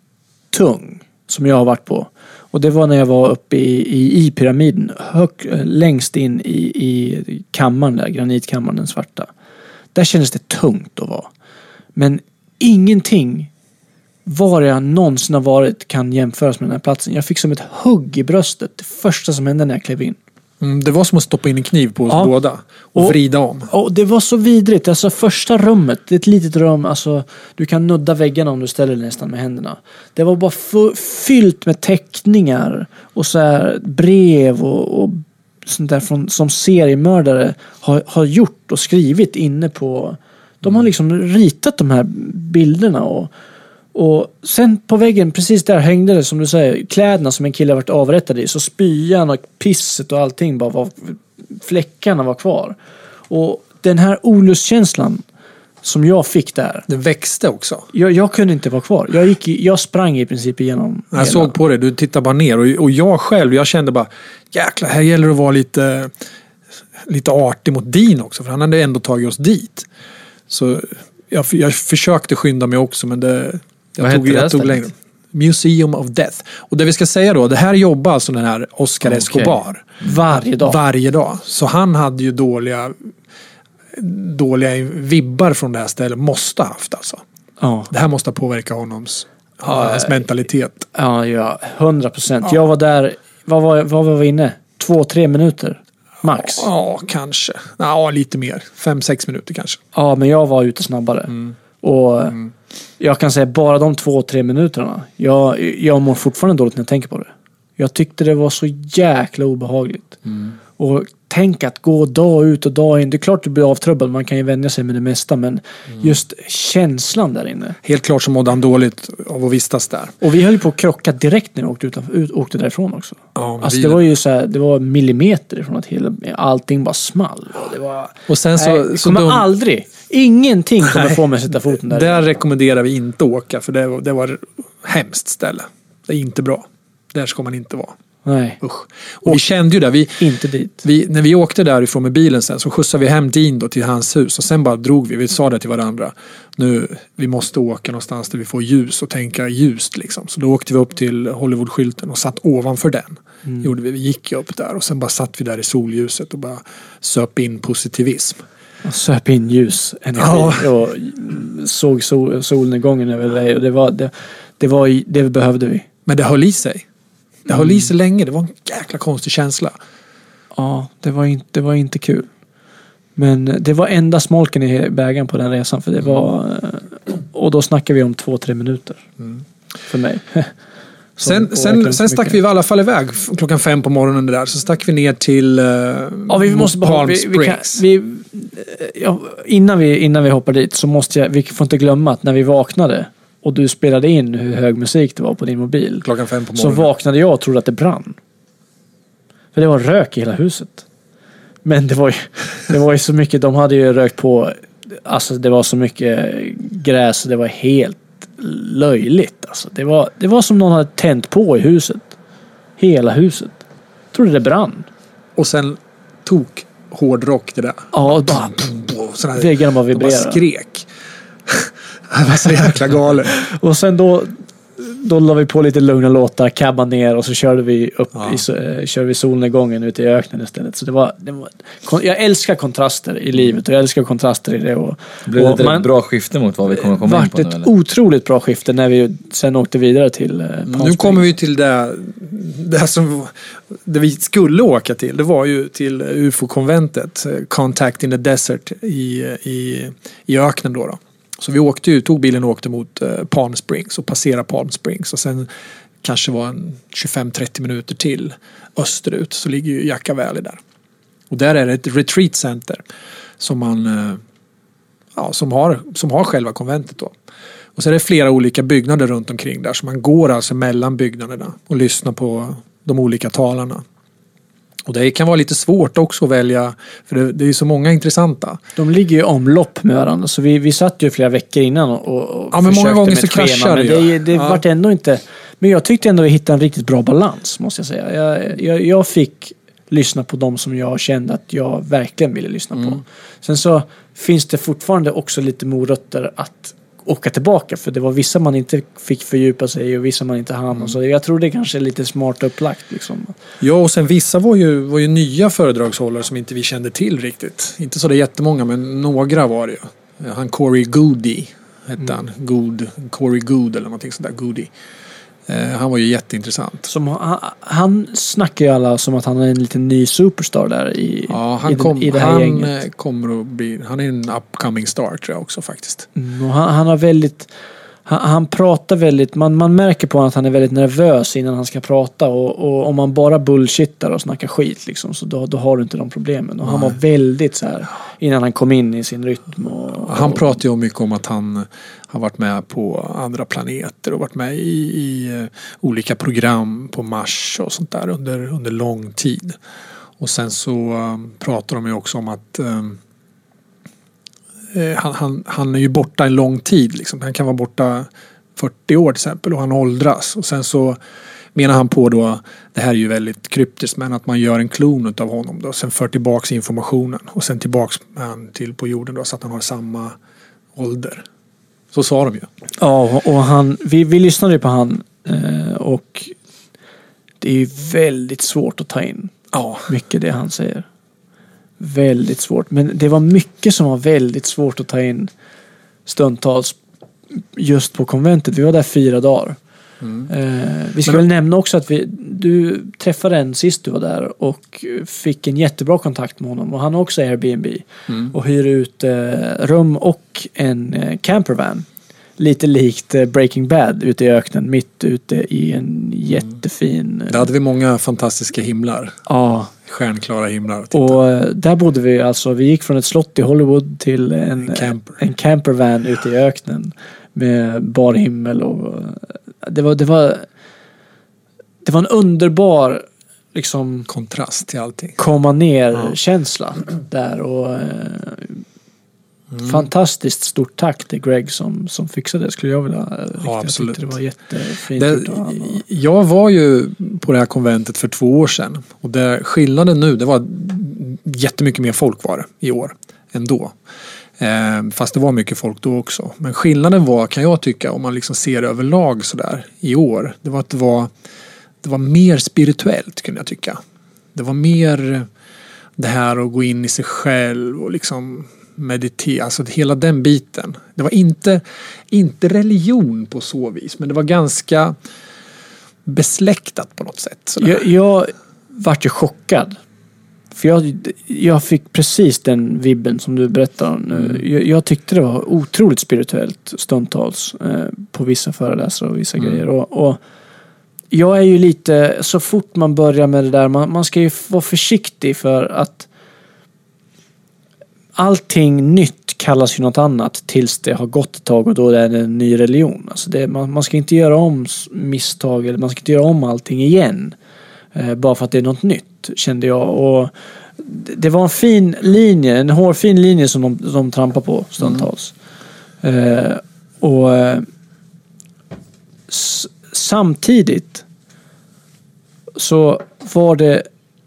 C: tung. Som jag har varit på. Och det var när jag var uppe i, i, i pyramiden. Hög, längst in i, i kammaren där, granitkammaren, den svarta. Där kändes det tungt att vara. Men ingenting var jag någonsin har varit kan jämföras med den här platsen. Jag fick som ett hugg i bröstet. Det första som hände när jag klev in.
B: Mm, det var som att stoppa in en kniv på oss ja. båda. Och, och vrida om.
C: Och det var så vidrigt. Alltså första rummet. Det är ett litet rum. Alltså, du kan nudda väggarna om du ställer dig nästan med händerna. Det var bara f- fyllt med teckningar. Och så här brev och, och sånt där från, som seriemördare har, har gjort och skrivit inne på. De har liksom ritat de här bilderna och Och sen på väggen, precis där hängde det som du säger, kläderna som en kille varit avrättad i. Så spyan och pisset och allting bara var, fläckarna var kvar. Och den här olustkänslan som jag fick där.
B: Det växte också.
C: Jag, jag kunde inte vara kvar. Jag, gick, jag sprang i princip igenom.
B: Jag hela. såg på det, du tittade bara ner. Och, och jag själv, jag kände bara, jäklar, här gäller det att vara lite, lite artig mot Dean också. För han hade ändå tagit oss dit. Så jag, jag försökte skynda mig också, men det... Jag tog, jag tog längre. Museum of Death. Och det vi ska säga då, det här jobbar alltså den här Oscar okay. Escobar.
C: Varje dag.
B: Varje dag. Så han hade ju dåliga dåliga vibbar från det här stället. Måste ha haft alltså.
C: Ja.
B: Det här måste påverka honoms ja, hans mentalitet.
C: Ja, ja. Hundra procent. Jag var där, vad var, vad var vi inne? Två, tre minuter. Max.
B: Ja, ja kanske. Ja, lite mer. Fem, sex minuter kanske.
C: Ja, men jag var ute snabbare.
B: Mm.
C: Och
B: mm.
C: jag kan säga bara de två, tre minuterna. Jag, jag mår fortfarande dåligt när jag tänker på det. Jag tyckte det var så jäkla obehagligt.
B: Mm.
C: Och tänk att gå dag ut och dag in. Det är klart du blir avtrubbad. Man kan ju vänja sig med det mesta. Men mm. just känslan där inne.
B: Helt klart så mådde han dåligt av att vistas där.
C: Och vi höll på att krocka direkt när vi åkte, utanför, ut, åkte därifrån också.
B: Ja,
C: alltså
B: vi...
C: det var ju så här, det var millimeter ifrån att hela, allting bara small. Och, det var,
B: och sen så...
C: nej,
B: så
C: kommer
B: de...
C: aldrig... Ingenting kommer få mig att sätta foten där.
B: Där rekommenderar vi inte åka. För det var, det var hemskt ställe. Det är inte bra. Där ska man inte vara.
C: Nej.
B: Usch. Och, och vi kände ju det. Vi,
C: inte dit.
B: Vi, när vi åkte därifrån med bilen sen så skjutsade vi hem Dean då till hans hus. Och sen bara drog vi. Vi sa det till varandra. Nu, vi måste åka någonstans där vi får ljus och tänka ljust liksom. Så då åkte vi upp till Hollywood-skylten och satt ovanför den. Mm. Gjorde vi. Vi gick upp där och sen bara satt vi där i solljuset och bara söp in positivism.
C: Och söp in ljus energi ja. Och såg sol, solnedgången över dig. Och det var det, det var det behövde vi.
B: Men det höll i sig. Det höll i sig länge. Det var en jäkla konstig känsla.
C: Ja, det var inte, det var inte kul. Men det var enda smolken i bägaren på den resan. För det var... Och då snackar vi om två, tre minuter. Mm. För mig.
B: Sen, sen, sen stack vi i alla fall iväg klockan fem på morgonen där. Så stack vi ner till uh,
C: ja, vi måste
B: Palm
C: vi,
B: Springs.
C: Vi kan, vi, ja, innan, vi, innan vi hoppar dit så måste jag... Vi får inte glömma att när vi vaknade... Och du spelade in hur hög musik det var på din mobil.
B: Klockan fem på morgonen.
C: Så vaknade jag och trodde att det brann. För det var rök i hela huset. Men det var ju, det var ju så mycket, de hade ju rökt på, alltså det var så mycket gräs, det var helt löjligt. Alltså det var, det var som någon hade tänt på i huset. Hela huset. Jag trodde det brann.
B: Och sen tog hårdrock det där.
C: Ja, och bara, väggarna bara vibrerade.
B: De bara skrek. Det var så jäkla galet.
C: Och sen då då la vi på lite lugna låtar, kabba ner och så körde vi upp ja. i, uh, körde vi solnedgången ute i öknen istället. Så det var, det var jag älskar kontraster i livet och jag älskar kontraster i det. Och,
D: det blev ett man, bra skifte mot vad vi kommer komma in på.
C: Det var ett otroligt bra skifte när vi sen åkte vidare till uh,
B: Palm Nu kommer vi till det, det som det vi skulle åka till. Det var ju till U F O-konventet, Contact in the Desert i, i, i öknen då, då. Så vi åkte ju, tog bilen och åkte mot eh, Palm Springs och passerade Palm Springs. Och sen kanske var en tjugofem till trettio minuter till österut så ligger ju Yucca Valley där. Och där är det ett retreat center som man eh, ja, som har, som har själva konventet då. Och så är det flera olika byggnader runt omkring där. Så man går alltså mellan byggnaderna och lyssnar på de olika talarna. Och det kan vara lite svårt också att välja, för det, det är ju så många intressanta.
C: De ligger ju omlopp med varandra, så vi, vi satt ju flera veckor innan och, och
B: ja, men många gånger så kraschar det.
C: Men det, det
B: ja.
C: vart ändå inte... Men jag tyckte ändå att vi hittade en riktigt bra balans, måste jag säga. Jag, jag, jag fick lyssna på dem som jag kände att jag verkligen ville lyssna på.
B: Mm.
C: Sen så finns det fortfarande också lite morötter att åka tillbaka, för det var vissa man inte fick fördjupa sig i och vissa man inte hann. Mm. Så jag tror det kanske är lite smart upplagt liksom.
B: Ja, och sen vissa var ju, var ju nya föredragshållare som inte vi kände till riktigt. Inte så det är jättemånga, men några var det ju. Han Corey Goody hette mm. han. God, Corey Good eller någonting sådär, Goody. Eh, han var ju jätteintressant.
C: Som, han, han snackar ju alla som att han är en liten ny superstar där i,
B: ja, han
C: i,
B: kom,
C: den, i det här
B: han
C: gänget.
B: Kommer att bli, han är en upcoming star tror jag också faktiskt.
C: Mm, och han, han har väldigt han, han pratar väldigt, man, man märker på honom att han är väldigt nervös innan han ska prata, och, och om man bara bullshittar och snackar skit liksom, så då, då har du inte de problemen. Och han var väldigt så här innan han kom in i sin rytm. Och, och,
B: han pratar ju mycket om att han har varit med på andra planeter och varit med i, i uh, olika program på Mars och sånt där under, under lång tid. Och sen så uh, pratar de ju också om att um, Han, han, han är ju borta en lång tid. Liksom. Han kan vara borta fyrtio år till exempel och han åldras. Och sen så menar han på då, det här är ju väldigt kryptiskt, men att man gör en klon av honom då. Sen för tillbaks informationen och sen tillbaks han till på jorden då, så att han har samma ålder. Så sa de ju.
C: Ja, och han, vi, vi lyssnade på han eh, och det är ju väldigt svårt att ta in. Ja, mycket det han säger. Väldigt svårt. Men det var mycket som var väldigt svårt att ta in stundtals just på konventet. Vi var där fyra dagar. Mm. Eh, vi ska Men... väl nämna också att vi, du träffade en sist du var där och fick en jättebra kontakt med honom. Och han har också Airbnb. Mm. Och hyr ut eh, rum och en eh, campervan. Lite likt eh, Breaking Bad ute i öknen, mitt ute i en jättefin...
B: Eh... Där hade vi många fantastiska himlar.
C: Ja.
B: Stjärnklara himlar.
C: Och där bodde vi alltså, vi gick från ett slott i Hollywood till en, en, camper. en campervan ute i öknen med bar himmel och det var det var det var en underbar liksom
B: kontrast till allting.
C: Komma ner
B: ja. känsla
C: där och mm. fantastiskt stort tack till Greg som som fixade det, skulle jag vilja riktigt.
B: Ja, absolut.
C: Det var jättefint.
B: Det, jag var ju på det här konventet för två år sedan och där skillnaden nu, det var jättemycket mer folk var det i år ändå. Eh, fast det var mycket folk då också. Men skillnaden var, kan jag tycka, om man liksom ser överlag sådär i år, det var att det var det var mer spirituellt, kunde jag tycka. Det var mer det här att gå in i sig själv och liksom meditera, alltså hela den biten. Det var inte, inte religion på så vis, men det var ganska besläktat på något sätt.
C: Jag, jag vart ju chockad. För jag, jag fick precis den vibben som du berättar om nu. Mm. Jag, jag tyckte det var otroligt spirituellt stundtals eh, på vissa föreläsare och vissa mm. grejer. Och, och jag är ju lite, så fort man börjar med det där, man, man ska ju vara försiktig för att allting nytt kallas ju något annat tills det har gått ett tag och då är det en ny religion. Alltså det, man, man ska inte göra om misstag eller man ska inte göra om allting igen eh, bara för att det är något nytt, kände jag. Och det var en fin linje, en hårfin linje som de, de trampar på stundtals. Mm. Eh, och eh, s- samtidigt så var det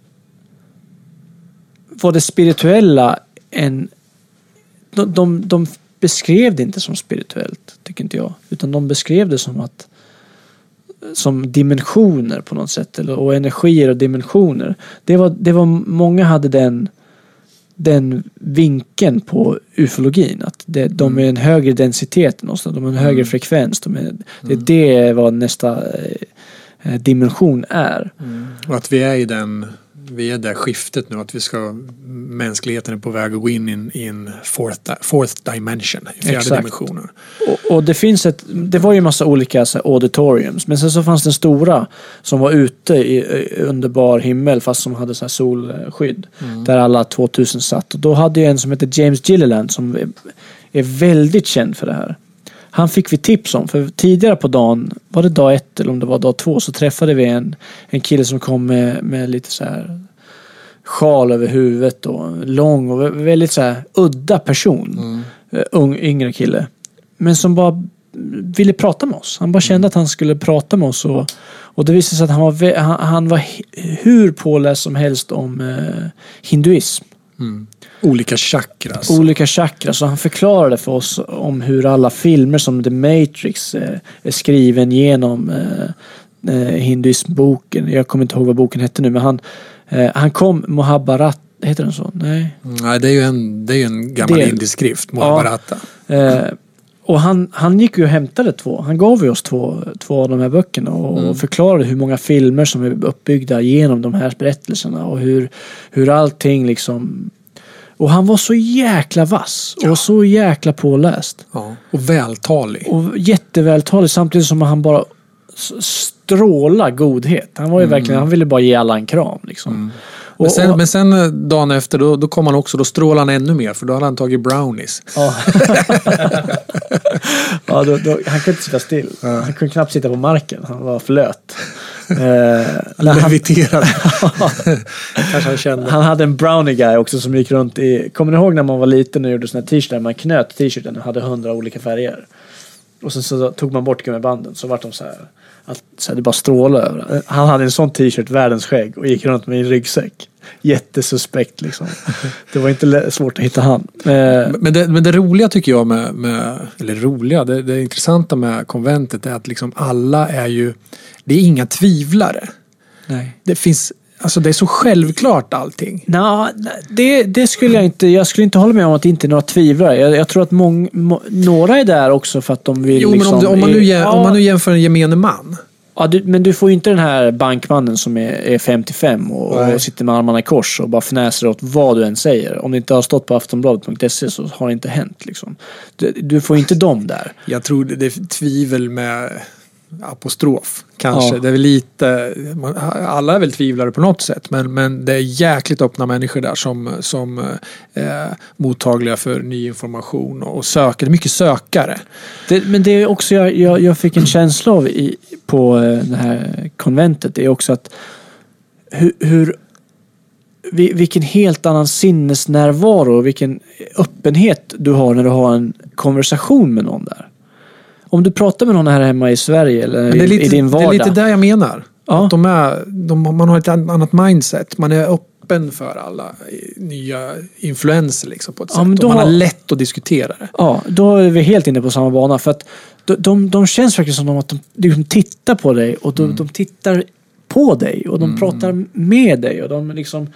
C: var det spirituella en de, de, de beskrev det inte som spirituellt, tycker inte jag, utan de beskrev det som att som dimensioner på något sätt, eller, och energier och dimensioner. Det var, det var många hade den den vinkeln på ufologin, att det, de är en högre densitet någonstans, de har en högre mm. frekvens, de är, det,
B: mm.
C: det är vad nästa eh, dimension är.
B: Mm. Och att vi är i den vi är där skiftet nu, att vi ska, mänskligheten är på väg att gå in i en, i en fourth, fourth dimension, fjärde
C: Exakt.
B: dimensionen.
C: Och, och det finns ett, det var ju en massa olika så här, auditoriums, men sen så fanns den stora som var ute i, i underbar himmel fast som hade så här solskydd mm. där alla tvåtusen satt. Och då hade jag en som heter James Gilliland som är, är väldigt känd för det här. Han fick vi tips om, för tidigare på dagen, var det dag ett eller om det var dag två, så träffade vi en, en kille som kom med, med lite så här sjal över huvudet och lång och väldigt så här udda person. Mm. Ung, yngre kille. Men som bara ville prata med oss. Han bara kände att han skulle prata med oss och, och det visade sig att han var, han, han var hur påläst som helst om eh, hinduism. Mm.
B: Olika chakras.
C: Olika chakras. Så han förklarade för oss om hur alla filmer som The Matrix eh, är skriven genom eh, eh, hinduismboken. Jag kommer inte ihåg vad boken hette nu, men han, eh, han kom, Mahabharata, heter den så? Nej.
B: Nej, det är ju en, det är ju en gammal det, indisk skrift, Mahabharata.
C: Ja, eh, och han, han gick ju och hämtade två. Han gav ju oss två, två av de här böckerna och, mm. och förklarade hur många filmer som är uppbyggda genom de här berättelserna och hur, hur allting liksom... Och han var så jäkla vass och ja. så jäkla påläst.
B: Ja, och vältalig.
C: Och jättevältalig samtidigt som han bara strålar godhet. Han var ju mm. verkligen, han ville bara ge alla en kram liksom. Mm.
B: Men sen, och, men sen dagen efter då, då kom han också, då strålade han ännu mer för då hade han tagit brownies.
C: Ja, ja då, då, han kunde inte sitta still. Ja. Han kunde knappt sitta på marken. Han var flöt.
B: eh, Leviterad. Kanske han kände.
C: Han hade en brownie guy också som gick runt i, kommer ni ihåg när man var liten och gjorde såna här t-shirtar, man knöt t-shirten och hade hundra olika färger. Och sen så tog man bort gummibanden så vart de så här, att, så här det bara strålade över. Han hade en sån t-shirt, världens skägg, och gick runt med en ryggsäck. Jättesuspekt liksom. Det var inte svårt att hitta han.
B: Men, men, det, men det roliga tycker jag med, med eller roliga, det, det intressanta med konventet är att liksom alla är ju, det är inga tvivlare.
C: Nej.
B: Det finns, alltså det är så självklart allting.
C: Nå, det, det skulle jag inte, jag skulle inte hålla med om att det inte är några tvivlare. Jag, jag tror att mång, må, några är där också för att de vill
B: jo,
C: liksom...
B: men om, du, om, man nu,
C: ja,
B: om man nu jämför en gemene man.
C: Ja, du, men du får ju inte den här bankmannen som är, är femtiofem och, och sitter med armarna i kors och bara fnäser åt vad du än säger. Om det inte har stått på aftonbladet punkt se så har det inte hänt liksom. Du, du får inte dem där.
B: Jag tror det är tvivel med apostrof kanske.
C: Ja.
B: Det är väl lite, alla är väl tvivlare på något sätt, men, men det är jäkligt öppna människor där som, som är mottagliga för ny information och söker, det är mycket sökare.
C: Det, men det är också, jag, jag, jag fick en känsla av i, på det här konventet, det är också att hur, hur vilken helt annan sinnesnärvaro och vilken öppenhet du har när du har en konversation med någon där. Om du pratar med någon här hemma i Sverige eller
B: det är lite,
C: i din vardag.
B: Det är lite där jag menar.
C: Ja.
B: Att de är, de, man har ett annat mindset. Man är öppen för alla nya influenser liksom, på ett
C: ja,
B: sätt.
C: då,
B: och man har lätt att diskutera det.
C: Ja, då är vi helt inne på samma bana. För att de, de, de känns verkligen som att de, de tittar på dig och de, mm. de tittar på dig och de mm. pratar med dig och de liksom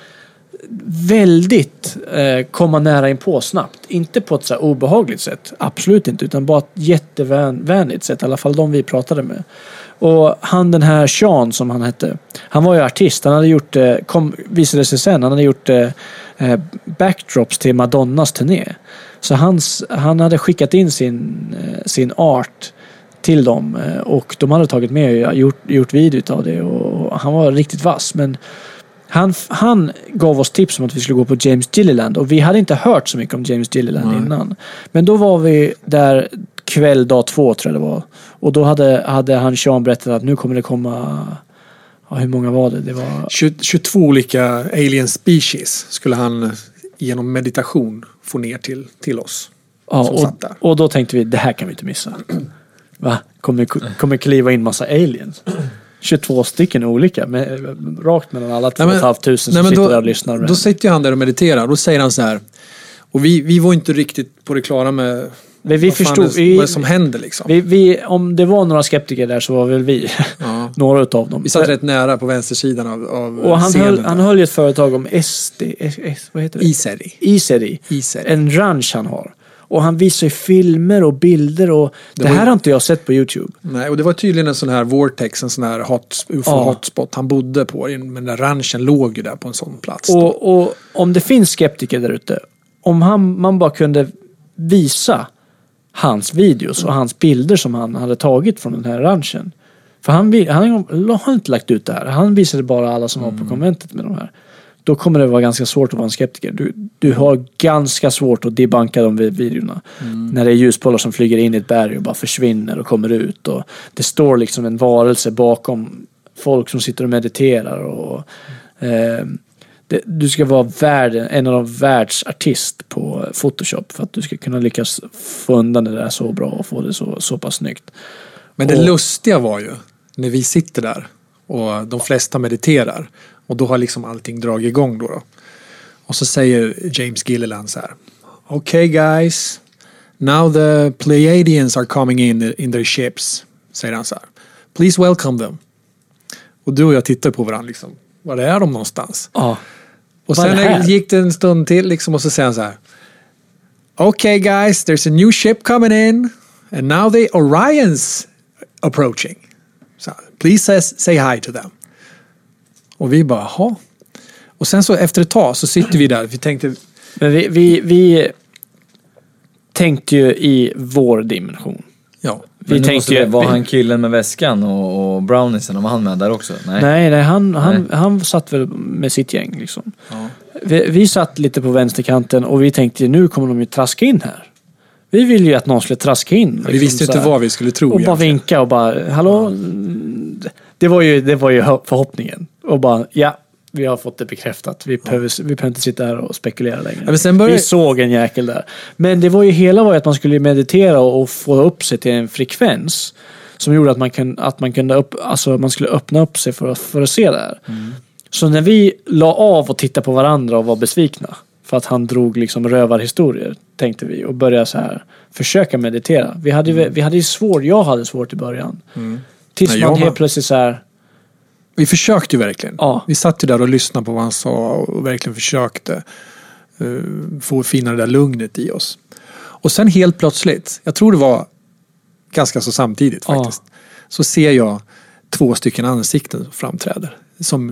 C: väldigt eh, komma nära in på snabbt. Inte på ett så här obehagligt sätt. Absolut inte. Utan bara ett jättevänligt sätt. I alla fall de vi pratade med. Och han den här Sean som han hette. Han var ju artist. Han hade gjort, eh, kom, visade sig sen. Han hade gjort eh, backdrops till Madonnas turné. Så hans, han hade skickat in sin, eh, sin art till dem. Eh, och de hade tagit med och gjort, gjort video av det. Och han var riktigt vass. Men Han, han gav oss tips om att vi skulle gå på James Gilliland och vi hade inte hört så mycket om James Gilliland Nej. innan. Men då var vi där kväll dag två tror jag det var. Och då hade, hade han Sean berättat att nu kommer det komma, ja, hur många var det? Det var
B: tjugo, tjugotvå olika alien species skulle han genom meditation få ner till, till oss.
C: Ja, och, och då tänkte vi, det här kan vi inte missa. Va? Kommer, kommer kliva in massa aliens? tjugotvå stycken olika med, rakt mellan alla två och ett halvt tusen som sitter
B: då,
C: där och lyssnar.
B: Då sitter han där och mediterar och då säger han så här, och vi, vi var inte riktigt på det klara med
C: vi, vi
B: vad,
C: förstod,
B: det,
C: vi,
B: vad det som hände liksom.
C: Vi, vi, om det var några skeptiker där så var väl vi
B: ja.
C: några utav dem.
B: Vi satt rätt nära på vänstersidan av, av
C: och han
B: scenen.
C: Höll, han höll ju ett företag om S D, S, vad heter det?
B: Iseri.
C: Iseri.
B: Iseri.
C: En ranch han har. Och han visar ju filmer och bilder och det, det här ju... har inte jag sett på YouTube.
B: Nej, och det var tydligen en sån här vortex, en sån här hot, U F O ja. hotspot han bodde på. Men den där ranchen låg ju där på en sån plats.
C: Och, och om det finns skeptiker där ute, om han, man bara kunde visa hans videos och hans bilder som han hade tagit från den här ranchen. För han, han, han har inte lagt ut det här. Han visade bara alla som mm. var på konventet med de här. Då kommer det vara ganska svårt att vara en skeptiker. Du, du har ganska svårt att debunka de videorna. Mm. När det är ljusbollar som flyger in i ett berg och bara försvinner och kommer ut. Och det står liksom en varelse bakom folk som sitter och mediterar. Och, eh, det, du ska vara världen, en av de världsartist på Photoshop för att du ska kunna lyckas få undan det där så bra och få det så, så pass snyggt.
B: Men det
C: och,
B: lustiga var ju när vi sitter där och de flesta mediterar. Och då har liksom allting dragit igång då, då. Och så säger James Gilliland så här: Okay guys, now the Pleiadians are coming in in their ships. Säger han så här. Please welcome them. Och du och jag tittar på varandra liksom. Var är de någonstans?
C: Ja.
B: Och sen gick det en stund till liksom, och så säger han så här: Okay guys, there's a new ship coming in. And now the Orions approaching. So, please say, say hi to them. Och vi bara, ha. Och sen så efter ett tag så sitter vi där. Vi tänkte...
C: Men vi, vi, vi tänkte ju i vår dimension.
B: Ja.
D: Vi tänkte ju, var han killen med väskan och, och browniesen, var han med där också? Nej,
C: nej, nej, han, nej. Han, han satt väl med sitt gäng liksom. Ja. Vi, vi satt lite på vänsterkanten och vi tänkte, nu kommer de ju traska in här. Vi ville ju att någon skulle traska in. Liksom,
B: vi visste inte vad vi skulle tro.
C: Och egentligen. Bara vinka och bara, hallå? Ja. Det var ju, det var ju förhoppningen. Och bara, ja, vi har fått det bekräftat. Vi, ja. behöver, vi behöver inte sitta här och spekulera längre. Ja, men sen började... Vi såg en jäkel där. Men det var ju hela var ju att man skulle meditera och, och få upp sig till en frekvens som gjorde att man, kan, att man kunde upp, alltså man skulle öppna upp sig för att, för att se det här. Mm. Så när vi la av och tittade på varandra och var besvikna för att han drog liksom rövarhistorier, tänkte vi, och började så här försöka meditera. Vi hade, mm. vi hade ju svårt, jag hade svårt i början. Mm. Tills Nej, man helt plötsligt så här...
B: Vi försökte ju verkligen.
C: Ja.
B: Vi satt ju där och lyssnade på vad han sa och verkligen försökte uh, få finna det där lugnet i oss. Och sen helt plötsligt, jag tror det var ganska så samtidigt faktiskt, ja. Så ser jag två stycken ansikten som framträder. Som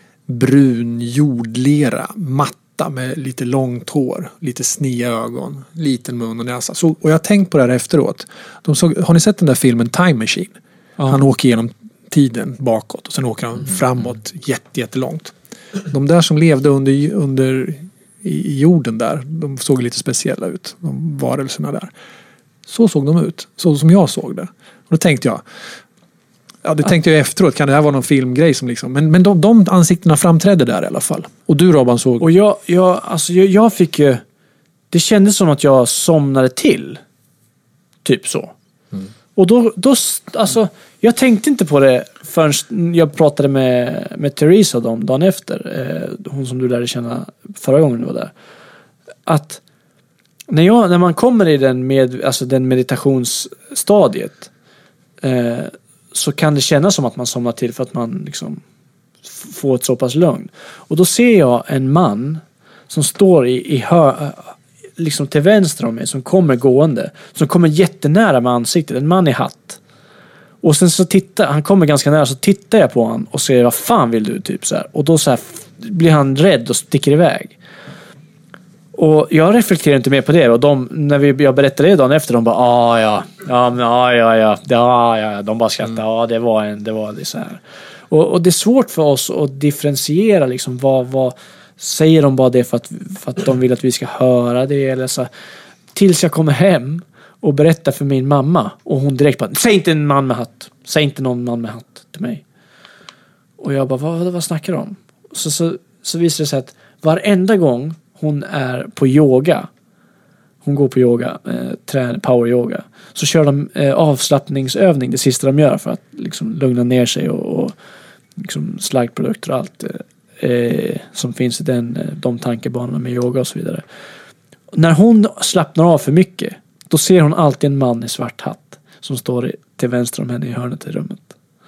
B: brun jordlera, matta med lite långt hår, lite sneda ögon, liten mun och näsa. Så, och jag har tänkt på det här efteråt. De såg, har ni sett den där filmen Time Machine? Ja. Han åker igenom tiden bakåt och sen åker han framåt jätte, jättelångt. De där som levde under, under i jorden där, de såg lite speciella ut. De varelserna där. Så såg de ut. Så som jag såg det. Och då tänkte jag, ja det tänkte jag efteråt, kan det här vara någon filmgrej som liksom, men, men de, de ansiktena framträdde där i alla fall. Och du Robban såg...
C: Och jag, jag, alltså jag, jag fick ju, det kändes som att jag somnade till. Typ så. Mm. Och då, då, alltså, jag tänkte inte på det förrän jag pratade med, med Teresa dem dagen efter. Eh, hon som du lärde känna förra gången du var där. Att när, jag, när man kommer i den, med, alltså den meditationsstadiet eh, så kan det kännas som att man somnar till för att man liksom får ett så pass lugn. Och då ser jag en man som står i, i hö, liksom till vänster om mig, som kommer gående, som kommer jättenära med ansiktet, en man i hatt. Och sen så tittar, han kommer ganska nära, så tittar jag på han och säger, vad fan vill du, typ så här. Och då så här blir han rädd och sticker iväg. Och jag reflekterar inte mer på det, och de, när vi, jag berättade det dagen efter, de bara, ah, ja, ja, men, ah, ja, ja, ja, ja, de bara skrattade, ja, mm. det var en, det var det så här. Och, och det är svårt för oss att differentiera liksom, vad, vad säger de bara det för att, för att de vill att vi ska höra det, eller så. Tills jag kommer hem och berättar för min mamma, och hon direkt bara, säg inte en man med hatt, säg inte någon man med hatt till mig. Och jag bara, vad, vad snackar de om? Så, så, så visar det sig att varenda gång hon är på yoga, hon går på yoga, eh, trän, power yoga, så kör de eh, avslappningsövning, det sista de gör för att liksom lugna ner sig, och, och liksom slaggprodukter och allt eh, som finns i den, de tankebanorna med yoga och så vidare. När hon slappnar av för mycket, då ser hon alltid en man i svart hatt som står till vänster om henne i hörnet i rummet.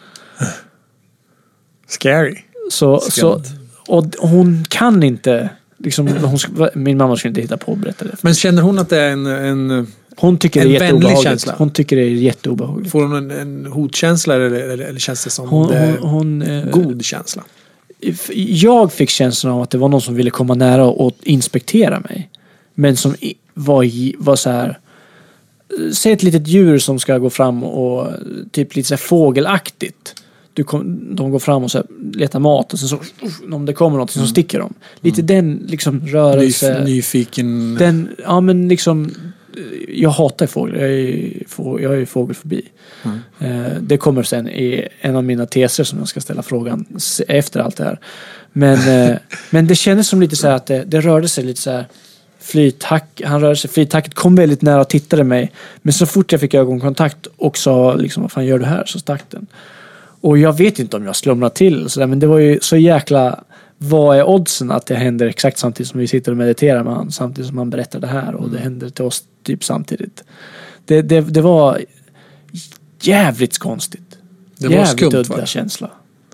B: Scary.
C: Så, så, och hon kan inte liksom, hon, sk- min mamma skulle inte hitta på att berätta det.
B: Men känner hon att det är en, en,
C: Hon tycker
B: en
C: det är
B: vänlig
C: jätteobehagligt.
B: känsla?
C: Hon tycker det är jätteobehagligt.
B: Får hon en, en hotkänsla eller, eller, eller känns det som
C: Hon,
B: det är
C: hon, hon, eh,
B: god känsla?
C: Jag fick känslan av att det var någon som ville komma nära och inspektera mig. Men som i- var, i- var så här. Säg ett litet djur som ska gå fram och typ lite så här fågelaktigt. Du kom, de går fram och så här, letar mat och sen så om det kommer något så sticker de. Lite den liksom rörelse.
B: Nyf- nyfiken...
C: Den, ja men liksom jag hatar fåglar. Jag är, få, jag är fågelfobi.
B: Mm.
C: Eh, det kommer sen i en av mina teser som jag ska ställa frågan s- efter allt det här. Men, eh, men det kändes som lite så här att det, det rörde sig lite så här flythack, han rörde sig flythacket, kom väldigt nära och tittade mig. Men så fort jag fick ögonkontakt och sa liksom, vad fan gör du här? Så stack den. Och jag vet inte om jag slumrar till så där, men det var ju så jäkla, vad är oddsen att det händer exakt samtidigt som vi sitter och mediterar med han, samtidigt som han berättar det här och det händer till oss typ samtidigt. Det, det, det var jävligt konstigt.
B: Det var
C: jävligt
B: skumt,
C: udda
B: va?
C: känsla.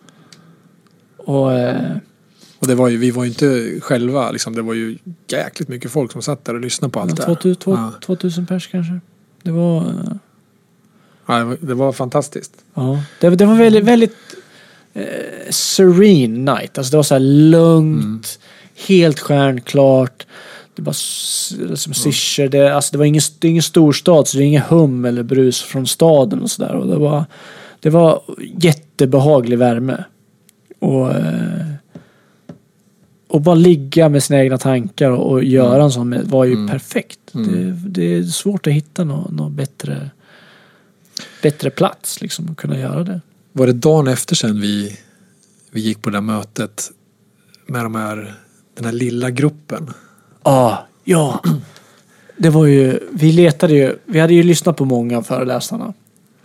C: Och eh,
B: Och det var ju, vi var ju inte själva, liksom, det var ju jäkligt mycket folk som satt där och lyssnade på allt det här.
C: tvåtusen, två-
B: Ja.
C: tvåtusen pers kanske. Det var eh,
B: Ja, det var, det var fantastiskt.
C: ja, det, det var väldigt, väldigt eh, serene night. Alltså det var så här lugnt,
B: Mm.
C: helt stjärnklart. Det var s- som syrsor. Det, alltså det var ingen, det är ingen storstad så det är ingen hum eller brus från staden och sådär. Och det var, det var jättebehaglig värme. Och, eh, och bara ligga med sina egna tankar och, och göra en sån med, var ju
B: Mm.
C: perfekt.
B: Mm.
C: Det, det är svårt att hitta något nå bättre bättre plats liksom att kunna göra det.
B: Var det dagen efter sen vi, vi gick på det där mötet med de här, den här lilla gruppen?
C: Ah, ja, det var ju, vi letade ju, vi hade ju lyssnat på många av föreläsarna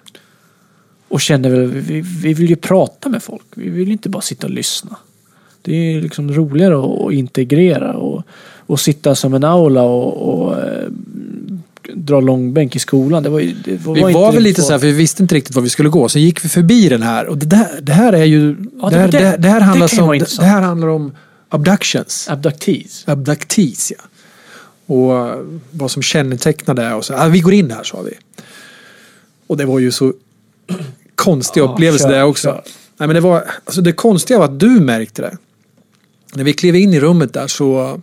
C: och kände väl, vi, vi vill ju prata med folk, vi vill ju inte bara sitta och lyssna. Det är ju liksom roligare att, att integrera och, och sitta som en aula och, och eh, dra långbänk i skolan. Det var, ju- det var
B: Vi var,
C: inte
B: väl
C: riktigt
B: lite så här, för vi visste inte riktigt var vi skulle gå. Så gick vi förbi den här. Och det, där, det här är ju...
C: Ja,
B: det,
C: det-
B: här,
C: det-
B: det, det här
C: det
B: handlar
C: kan ju
B: om,
C: vara
B: det,
C: intressant.
B: det här handlar om abductions.
C: abductees.
B: Abductees, ja. Och uh, vad som kännetecknar det. Och så, ah, vi går in här, sa vi. Och det var ju så konstig
C: Ja,
B: upplevelse
C: kör,
B: där också.
C: kör.
B: Nej, men det var, alltså det konstiga var att du märkte det. När vi klev in i rummet där så...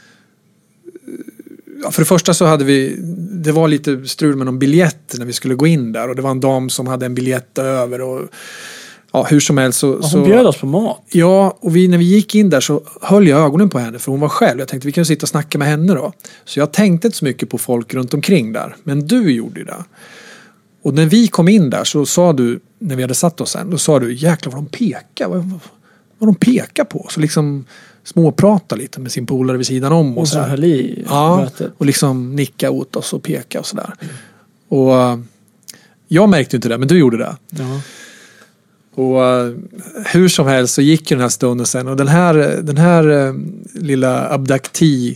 B: Ja, för det första så hade vi, det var lite strul med någon biljett när vi skulle gå in där och det var en dam som hade en biljett över och ja, hur som helst så...
C: Ja, hon
B: så
C: bjöd oss på mat.
B: ja, och vi, när vi gick in där så höll jag ögonen på henne för hon var själv. Jag tänkte vi kan sitta och snacka med henne då. Så jag tänkte inte så mycket på folk runt omkring där. Men du gjorde det. Och när vi kom in där så sa du, när vi hade satt oss sen, då sa du jäklar vad de pekar. Vad, vad, vad de pekar på. Så liksom småprata lite med sin polare vid sidan om.
C: Hon
B: Och så
C: som
B: här.
C: höll i
B: Ja,
C: mötet.
B: och liksom nicka åt oss och peka och sådär. Och uh, jag märkte inte det, men du gjorde det.
C: Ja.
B: Och uh, hur som helst så gick ju den här stunden sen. Och den här, den här uh, lilla abductee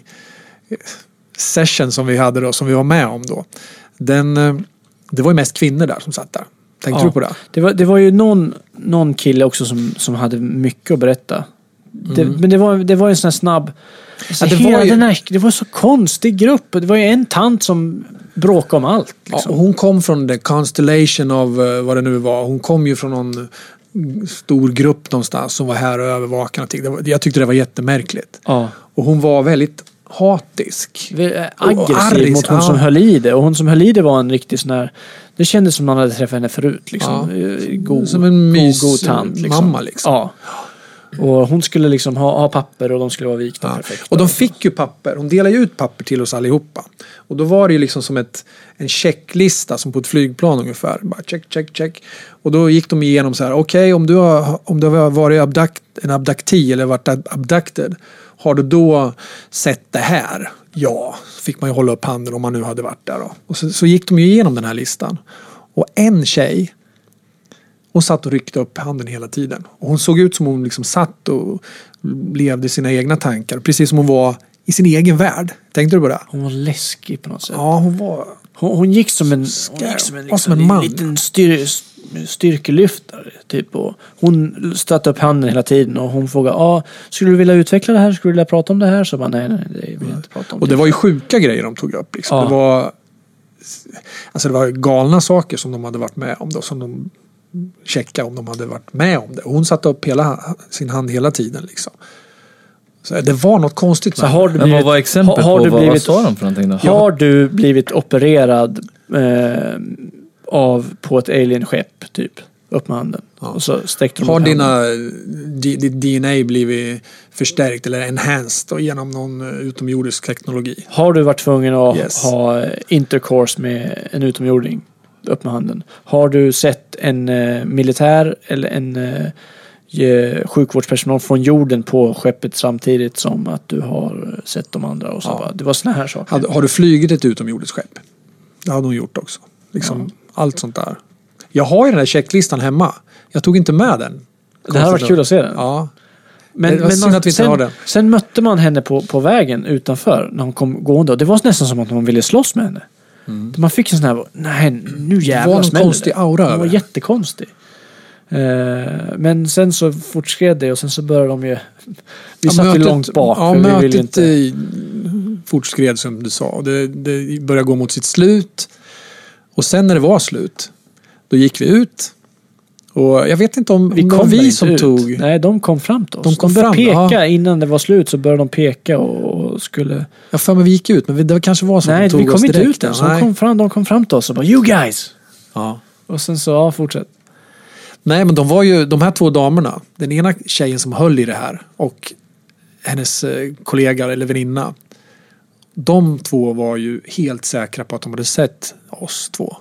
B: session som vi hade då, som vi var med om då. Den, uh, det var ju mest kvinnor där som satt där. Tänkte
C: Ja.
B: du på det?
C: Det var, det var ju någon, någon kille också som, som hade mycket att berätta. Det, men det var, det var en sån här snabb... Alltså
B: Ja, det
C: hela
B: var ju-
C: den här, det var en så konstig grupp. Det var ju en tant som bråkade om allt.
B: Ja,
C: Liksom.
B: och hon kom från the constellation of uh, vad det nu var. Hon kom ju från någon stor grupp någonstans som var här och övervakade någonting. Det var, jag tyckte det var jättemärkligt.
C: Ja.
B: Och hon var väldigt hatisk.
C: Aggressiv
B: arg,
C: mot hon
B: ja.
C: som höll i det. Och hon som höll i det var en riktig sån här... Det kändes som man hade träffat henne förut. Liksom.
B: Ja.
C: Eh, God,
B: Som en mys-
C: god, god tant. Liksom.
B: mamma, liksom.
C: Ja. Och hon skulle liksom ha, ha papper och de skulle vara vikta
B: Ja.
C: perfekt.
B: Och de fick ju papper. Hon delade ju ut papper till oss allihopa. Och då var det ju liksom som ett, en checklista som på ett flygplan ungefär. Bara check, check, check. Och då gick de igenom så här. Okej, okay, om du har, om du har varit abduct, en abductee eller varit abducted. Har du då sett det här? Ja, så fick man ju hålla upp handen om man nu hade varit där då. Och så, så gick de ju igenom den här listan. Och en tjej, hon satt och ryckte upp handen hela tiden. Och hon såg ut som hon liksom satt och levde sina egna tankar. Precis som hon var i sin egen värld. Tänkte du på det?
C: Hon var läskig på något sätt.
B: Ja, hon var...
C: Hon, hon gick som en, hon
B: Ska-
C: gick som en,
B: var som
C: liksom,
B: en man.
C: liten styr, styrkelyftare. Typ. Och hon stötte upp handen hela tiden och hon frågade, ah, skulle du vilja utveckla det här? Skulle du vilja prata om det här? Så bara, nej, nej, det vill jag inte prata om.
B: Och det var ju sjuka grejer de tog upp. Liksom.
C: Ja.
B: Det var alltså det var galna saker som de hade varit med om. Då, som de checkade om de hade varit med om det. Och hon satte upp hela, sin hand hela tiden. Liksom. Så det var något konstigt
C: Så
B: med
C: har du
D: Men
C: blivit,
D: vad var exempel
C: har, har
D: på?
C: du
D: Vad,
C: blivit,
D: vad sa de för någonting då?
C: Har du blivit opererad eh, av på ett alien-skepp typ? Upp med handen.
B: Ja.
C: Och så sträckte de
B: Har
C: upp
B: dina,
C: handen.
B: di- ditt D N A blivit förstärkt eller enhanced då, genom någon eh, utomjordisk teknologi?
C: Har du varit tvungen att
B: Yes.
C: ha intercourse med en utomjording? Upp med handen. Har du sett en eh, militär eller en eh, sjukvårdspersonal från jorden på skeppet samtidigt som att du har sett de andra? Och så
B: Ja.
C: bara, det var såna här saker.
B: Har, har du flugit ett utomjordiskt skepp? Det hade hon gjort också. Liksom, allt sånt där. Jag har ju den där checklistan hemma. Jag tog inte med den.
C: Det här har varit kul att se den.
B: Ja.
C: Men,
B: Det var
C: men
B: synd
C: man,
B: att vi inte
C: sen,
B: har den.
C: sen mötte man henne på, på vägen utanför när hon kom gående. Och det var nästan som att man ville slåss med henne.
B: Mm.
C: Man fick en sån här, nej nu jävlar
B: någon
C: smäller
B: konstig
C: det.
B: aura
C: Den var
B: över det.
C: jättekonstig. Eh, men sen så fortskred det och sen så började de ju... Vi
B: Ja,
C: satt ju
B: mötet-
C: långt bak.
B: Ja,
C: för vi
B: mötet
C: ville ju inte...
B: eh, fortskred som du sa. Och Det, det började gå mot sitt slut. Och sen när det var slut, då gick vi ut. Och jag vet inte om,
C: Vi
B: om det var
C: kom
B: vi
C: inte
B: som
C: ut.
B: tog...
C: Nej, de kom fram till oss.
B: De kom
C: började
B: fram,
C: peka
B: ja.
C: innan det var slut så började de peka och skulle...
B: Jag för mig vi gick ut, men vi- det kanske var så
C: Nej,
B: att de
C: vi
B: tog
C: kom
B: oss
C: inte
B: direkt.
C: ut än. Så
B: Nej.
C: de kom fram, de kom fram till oss och bara, you guys!
B: Ja.
C: Och sen så, ja, fortsätt.
B: Nej, men de var ju, de här två damerna, den ena tjejen som höll i det här och hennes eh, kollega eller väninna, de två var ju helt säkra på att de hade sett oss två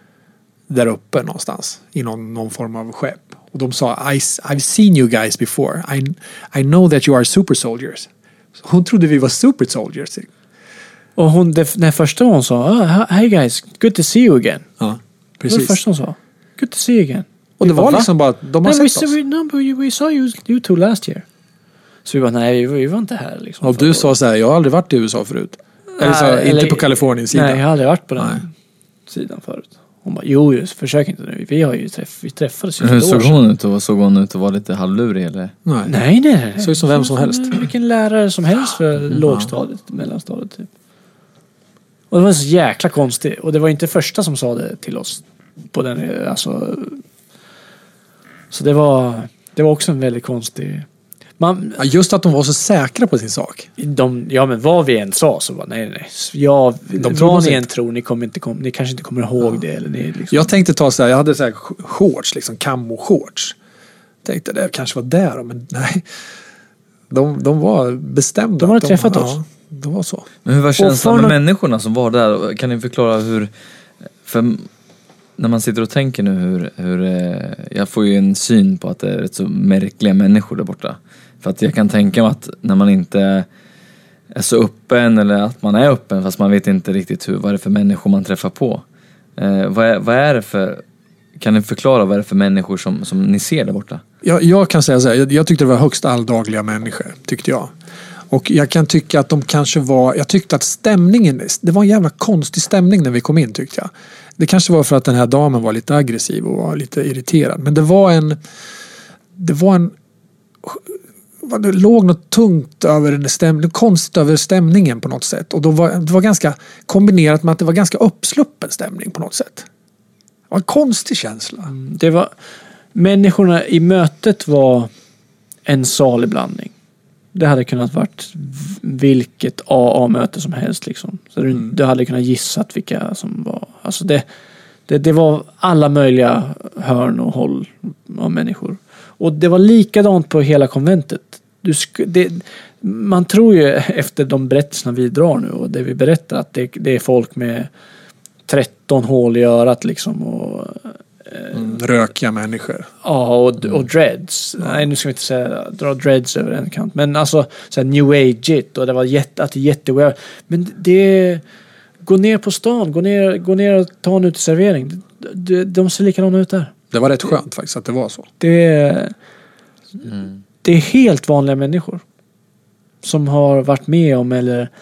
B: där uppe någonstans i någon, någon form av skepp. Och de sa, I, I've seen you guys before. I, I know that you are super soldiers. Så hon trodde vi var super soldiers.
C: Och hon, det, när första hon sa, oh, hi guys, good to see you again.
B: Ja,
C: Det var det
B: precis.
C: första hon sa. Good to see you again.
B: Och det
C: Vi bara,
B: var
C: va?
B: liksom bara, de har
C: Nej, we,
B: sett oss.
C: we, no, but we, we saw you, you two last year. Så vi bara, nej, vi, vi var inte här liksom.
B: Och du sa så här, jag har aldrig varit i U S A förut. Eller så,
C: Nej,
B: inte
C: eller-
B: på Kaliforniens sida.
C: Nej, jag har aldrig varit på den
B: Nej.
C: sidan förut. Hon bara, jo, just, försök inte nu. Vi har ju träff, vi träffades ju
D: Men hur
C: för ett år
D: såg
C: sedan.
D: hon ut? Och såg hon ut och var lite halvlurig eller?
B: Nej.
C: Nej, nej, nej.
B: Såg ut som vem som helst.
C: Vilken lärare som helst för lågstadiet, mellanstadiet typ. Och det var så jäkla konstigt. Och det var inte första som sa det till oss. På den, alltså... Så det var, det var också en väldigt konstig... Man,
B: Ja, just att de var så säkra på sin sak.
C: de, ja men vad vi än sa så var nej nej. Ja,
B: De tror
C: vad
B: på
C: ni
B: sig.
C: än tror, ni, kommer inte kom, ni kanske inte kommer ihåg det. Eller ni, liksom.
B: Jag tänkte ta så här, jag hade så här shorts, liksom camo-shorts. Tänkte det kanske var där, men nej. De, de var bestämda.
C: De hade träffat oss.
B: Ja, det var så.
D: Men hur var känslan
C: för
D: med
C: nå-
D: människorna som var där? Kan ni förklara hur... För när man sitter och tänker nu hur... hur eh, jag får ju en syn på att det är rätt så märkliga människor där borta. För att jag kan tänka mig att när man inte är så öppen eller att man är öppen fast man vet inte riktigt hur, vad det är för människor man träffar på. Eh, vad, är, vad är det för... Kan ni förklara vad det är för människor som, som ni ser där borta?
B: Jag, jag kan säga så här, jag, jag tyckte det var högst alldagliga människor, tyckte jag. Och jag kan tycka att de kanske var, jag tyckte att stämningen, det var en jävla konstig stämning när vi kom in, tyckte jag. Det kanske var för att den här damen var lite aggressiv och var lite irriterad. Men det var en, det var en, det låg något tungt över den stämningen, konstigt över stämningen på något sätt. Och då var, det var ganska kombinerat med att det var ganska uppsluppen stämning på något sätt. Det var en konstig känsla.
C: Det var, människorna i mötet var en salig blandning. Det hade kunnat varit vilket A A-möte som helst liksom. Så du,
B: Mm.
C: du hade kunnat gissat vilka som var, alltså det, det, det var alla möjliga hörn och håll av människor. Och det var likadant på hela konventet. Du sk- det, man tror ju efter de berättelserna vi drar nu och det vi berättar att det, det är folk med tretton hål i örat liksom och
B: Mm, rökiga människor.
C: ja, och, och dreads. Nej, nu ska vi inte säga dra dreads över en kant. Men alltså så här new age-igt och det var jätte, att det är jätteweird. Men det... Gå ner på stan, gå ner, gå ner och ta en uteservering. De, de, de ser likadana ut där.
B: Det var rätt skönt faktiskt att det var så.
C: Det är, det är helt vanliga människor. Som har varit med om eller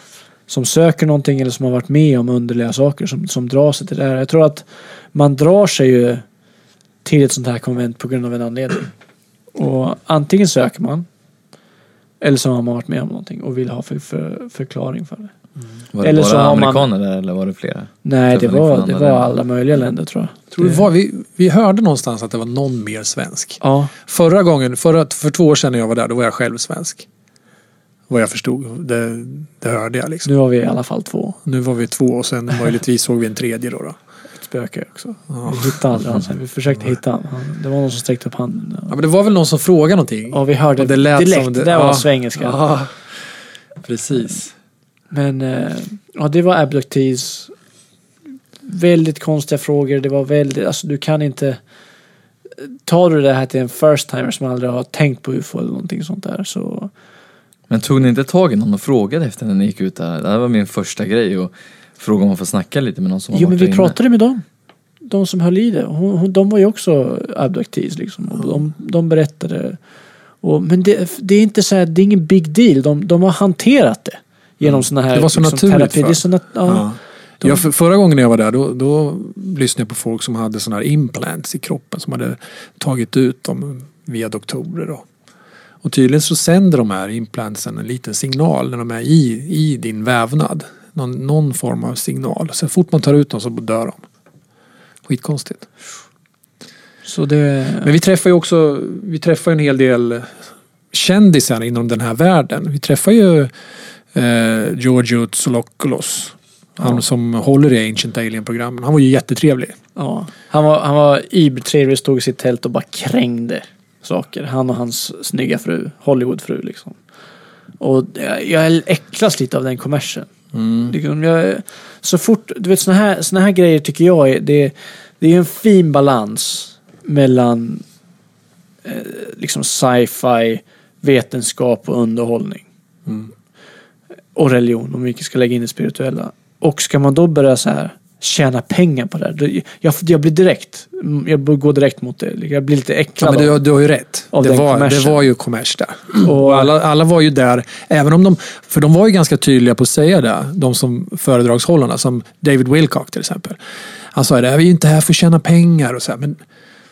C: som söker någonting eller som har varit med om underliga saker som, som drar sig till det här. Jag tror att man drar sig ju till ett sånt här konvent på grund av en anledning. Och antingen söker man eller så har man varit med om någonting och vill ha för, för, förklaring för det.
D: Mm. Var det
C: eller
D: bara
C: så har
D: amerikaner
C: man...
D: där eller var det flera?
C: Nej, det var, det var
D: länder?
C: alla möjliga länder tror jag.
B: Tror det var, vi, vi hörde någonstans att det var någon mer svensk.
C: Ja.
B: Förra gången, förra, för två år sedan när jag var där, då var jag själv svensk. Vad jag förstod, det, det hörde jag liksom.
C: Nu har vi i alla fall två.
B: Nu var vi två och sen möjligtvis såg vi en tredje då. då.
C: Ett spöke också.
B: Ja.
C: Vi hittade aldrig han sen. Vi försökte hitta han. Det var någon som sträckte upp handen.
B: Ja, men det var väl någon som frågade någonting.
C: Ja, vi hörde
B: och det lät
C: direkt.
B: som det,
C: det där
B: ja.
C: var svengelska.
B: Ja, precis.
C: Men eh, ja, det var abductees. Väldigt konstiga frågor. Det var väldigt, alltså du kan inte tar du det här till en first timer som aldrig har tänkt på U F O eller någonting sånt där så.
D: Men tog ni inte tag i någon och frågade efter när ni gick ut där? Det här var min första grej och fråga om man får snacka lite med någon som
C: Jo,
D: har
C: men
D: varit
C: vi
D: inne.
C: pratade med dem. De som höll i det. Hon, hon, de var ju också abductees liksom. Och de, de berättade. Och, men det, det är inte så här, det är ingen big deal. De, de har hanterat det genom såna här
B: Det var så
C: liksom,
B: naturligt
C: terapi.
B: för.
C: Det är så nat- ja.
B: Ja.
C: De-
B: Ja, för, förra gången jag var där då, då lyssnade jag på folk som hade såna här implants i kroppen som hade tagit ut dem via doktorer då. Och tydligen så sänder de här implantsen en liten signal när de är i, i din vävnad. Någon, någon form av signal. Så fort man tar ut dem så dör de. Skitkonstigt.
C: Så det...
B: Men vi träffar ju också vi träffar en hel del kändisar inom den här världen. Vi träffar ju eh, Giorgio Tsoukalos. Han
C: Ja.
B: som håller i Ancient Alien-programmen. Han var ju jättetrevlig.
C: Ja. Han var, han var ibertrevlig, stod i sitt tält och bara krängde saker. Han och hans snygga fru, Hollywoodfru liksom. Och jag, jag äcklas lite av den kommersen.
B: Mm.
C: Liksom, jag, så fort, du vet såna här, såna här grejer tycker jag är, det, det är en fin balans mellan eh, liksom sci-fi, vetenskap och underhållning.
B: Mm.
C: Och religion, om vi inte ska lägga in det spirituella. Och ska man då börja så här tjäna pengar på det här, då, jag, jag blir direkt jag går direkt mot det. Jag blir lite äcklad.
B: Ja, men du, du har ju rätt.
C: Av
B: Det
C: den
B: var, det
C: kommersen.
B: var ju kommers där.
C: Och-
B: Och alla, alla var ju där, även om de, för de var ju ganska tydliga på att säga det, de som föredragshållarna, som David Wilcock till exempel. Han sa det, vi är ju inte här för att tjäna pengar och så här, men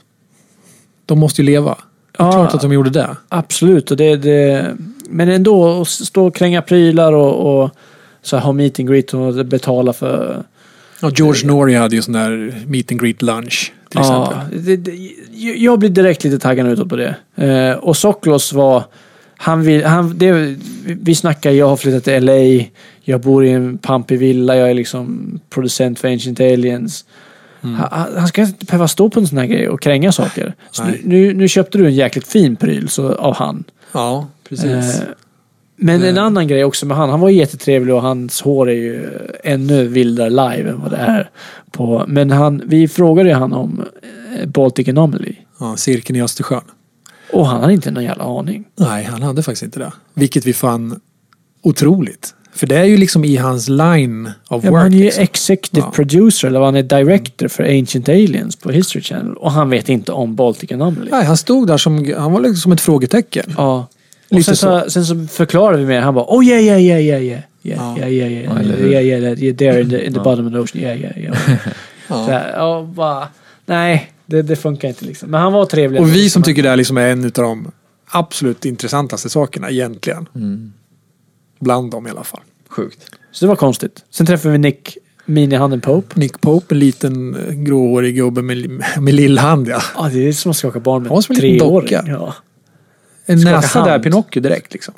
B: de måste ju leva. Det är
C: Ja.
B: klart att de gjorde det.
C: Absolut, och det, det, men ändå att stå och kränga prylar och, och så här, ha meet and greet och betala för.
B: Och George Norrie hade ju sån där meet and greet lunch till
C: Ja,
B: exempel.
C: det, det, jag blir direkt lite taggad utåt på det. Eh, och Tsoukalos var han vill, han, det, vi snackar, jag har flyttat till L A, jag bor i en pampig villa, jag är liksom producent för Ancient Aliens.
B: Mm.
C: Han, han ska inte behöva stå på en sån här grej och kränga saker. Så
B: Nej.
C: nu, nu köpte du en jäkligt fin pryl så, av han.
B: Ja, precis.
C: Eh, men en
B: Eh.
C: annan grej också med han, han var jättetrevlig och hans hår är ju ännu vildare live än vad det är på. Men han, vi frågade ju han om eh, Baltic Anomaly
B: Ja, cirkeln i Östersjön.
C: och han hade inte någon jävla aning.
B: Nej, han hade faktiskt inte det. Vilket vi fann otroligt. För det är ju liksom i hans line of
C: Ja,
B: work.
C: han är ju
B: liksom.
C: executive
B: Ja.
C: producer eller han är director för Ancient Aliens på History Channel och han vet inte om Baltic Anomaly.
B: Nej, han stod där som, han var liksom som ett frågetecken.
C: Ja. Och
B: Lite
C: sen så, sen så förklarade vi mer. Han bara, oh yeah, yeah, yeah, yeah, yeah.
B: Ja.
C: Yeah, yeah, yeah,
D: Ja, eller
C: yeah.
D: hur?
C: Yeah, yeah, yeah, yeah, there in the, in the
D: Ja.
C: bottom of the ocean. Yeah, yeah, yeah.
B: Ja.
C: Så här, ja, bara, nej, det, det funkar inte liksom. Men han var trevlig.
B: Och vi som tycker det här liksom är en av de absolut intressantaste sakerna egentligen.
D: Mm.
B: Bland dem i alla fall.
D: Sjukt.
C: Så det var konstigt. Sen träffade vi Nick Minihanden Pope.
B: Nick Pope, en liten eh, gråhårig gubbe med, med lillhand, ja.
C: Ja, det är som att skaka barn med
B: Han var som en liten
C: treåring.
B: docka.
C: Ja.
B: En
C: Skaka
B: näsa
C: hand.
B: där, Pinocchio direkt liksom.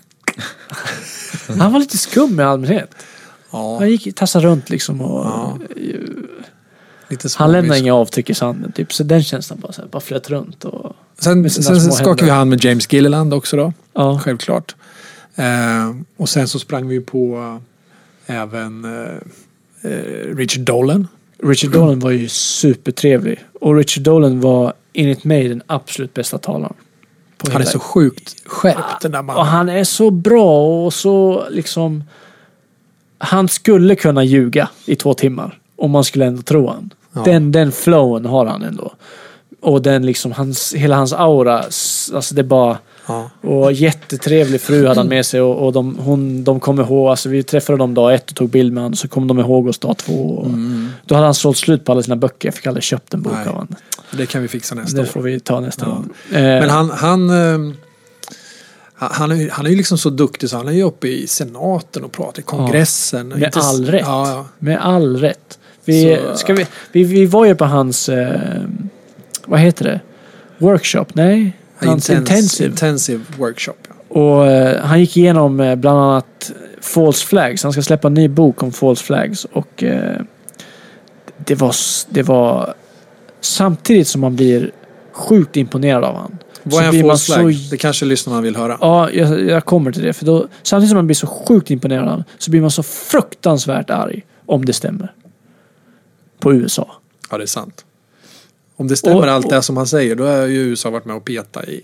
C: Han var lite skum i allmänhet.
B: Ja,
C: Han gick tassade runt liksom och
B: Ja. lite
C: han lämnade
B: småvis.
C: inga avtryck i sanden. Typ. Så den känslan bara, så här, bara flöt runt. Och,
B: Sen,
C: med sina
B: sen
C: små
B: skakade vi
C: händer.
B: hand med James Gilliland också då.
C: ja.
B: Självklart. Eh, och sen så sprang vi på eh, även eh, eh, Richard Dolan.
C: Richard Dolan var ju supertrevlig. Och Richard Dolan var enligt mig den absolut bästa talaren. På
B: Han är
C: hela-
B: så sjukt skärpt den där
C: Och
B: mannen.
C: han är så bra och så liksom... Han skulle kunna ljuga i två timmar. Om man skulle ändå tro han.
B: Ja.
C: Den, den flowen har han ändå. Och den liksom, hans, hela hans aura, s- alltså det bara...
B: Ja.
C: Och jättetrevlig fru hade han med sig. Och, och de, hon, de kom ihåg, alltså vi träffade dem dag ett och tog bild med honom. Så kom de ihåg oss dag två. Och
B: Mm.
C: då hade han sålt slut på alla sina böcker. Jag fick aldrig köpt en bok
B: Nej.
C: av honom.
B: Det kan vi fixa nästa
C: Det
B: år.
C: får vi ta nästa
B: Ja.
C: gång.
B: Men
C: Eh,
B: han, han, eh, han, är, han är ju liksom så duktig så han är ju uppe i senaten och pratar i kongressen.
C: Med
B: Inte s-
C: all rätt.
B: Ja, ja.
C: Med all rätt. Vi,
B: Så-
C: ska vi, vi, vi var ju på hans, eh, vad heter det? Workshop? Nej? Hans
B: Intense-
C: intensive.
B: intensive workshop. Ja.
C: Och eh, han gick igenom eh, bland annat false flags. Han ska släppa en ny bok om false flags. Och eh, det var, s- det var samtidigt som man blir sjukt imponerad av han.
B: Vad är
C: blir
B: en
C: man
B: false flag?
C: så-
B: Det kanske lyssnarna vill höra.
C: Ja, jag, jag kommer till det. För då, samtidigt som man blir så sjukt imponerad av han, så blir man så fruktansvärt arg om det stämmer. På U S A.
B: Ja, det är sant. Om det stämmer
C: Och-
B: allt det som han säger, då har ju U S A varit med och peta i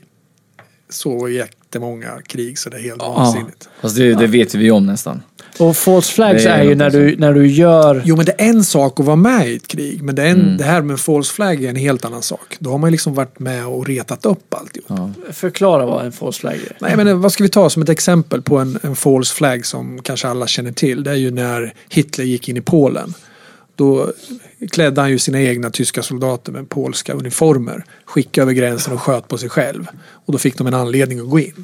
B: så jättemånga krig så det är helt vansinnigt.
D: Fast det, det vet vi om nästan.
C: Och false flags
D: Det är
C: är, ju när
D: någonting
C: du, när du gör...
B: Jo, men det är en sak att vara med i ett krig, men det, är en,
D: Mm.
B: det här med false flag är en helt annan sak. Då har man ju liksom varit med och retat upp alltihop.
D: Ja.
C: Förklara vad en false flag är.
B: Nej, men vad ska vi ta som ett exempel på en, en false flag som kanske alla känner till? Det är ju när Hitler gick in i Polen. Då klädde han ju sina egna tyska soldater med polska uniformer, skickade över gränsen och sköt på sig själv. Och då fick de en anledning att gå in.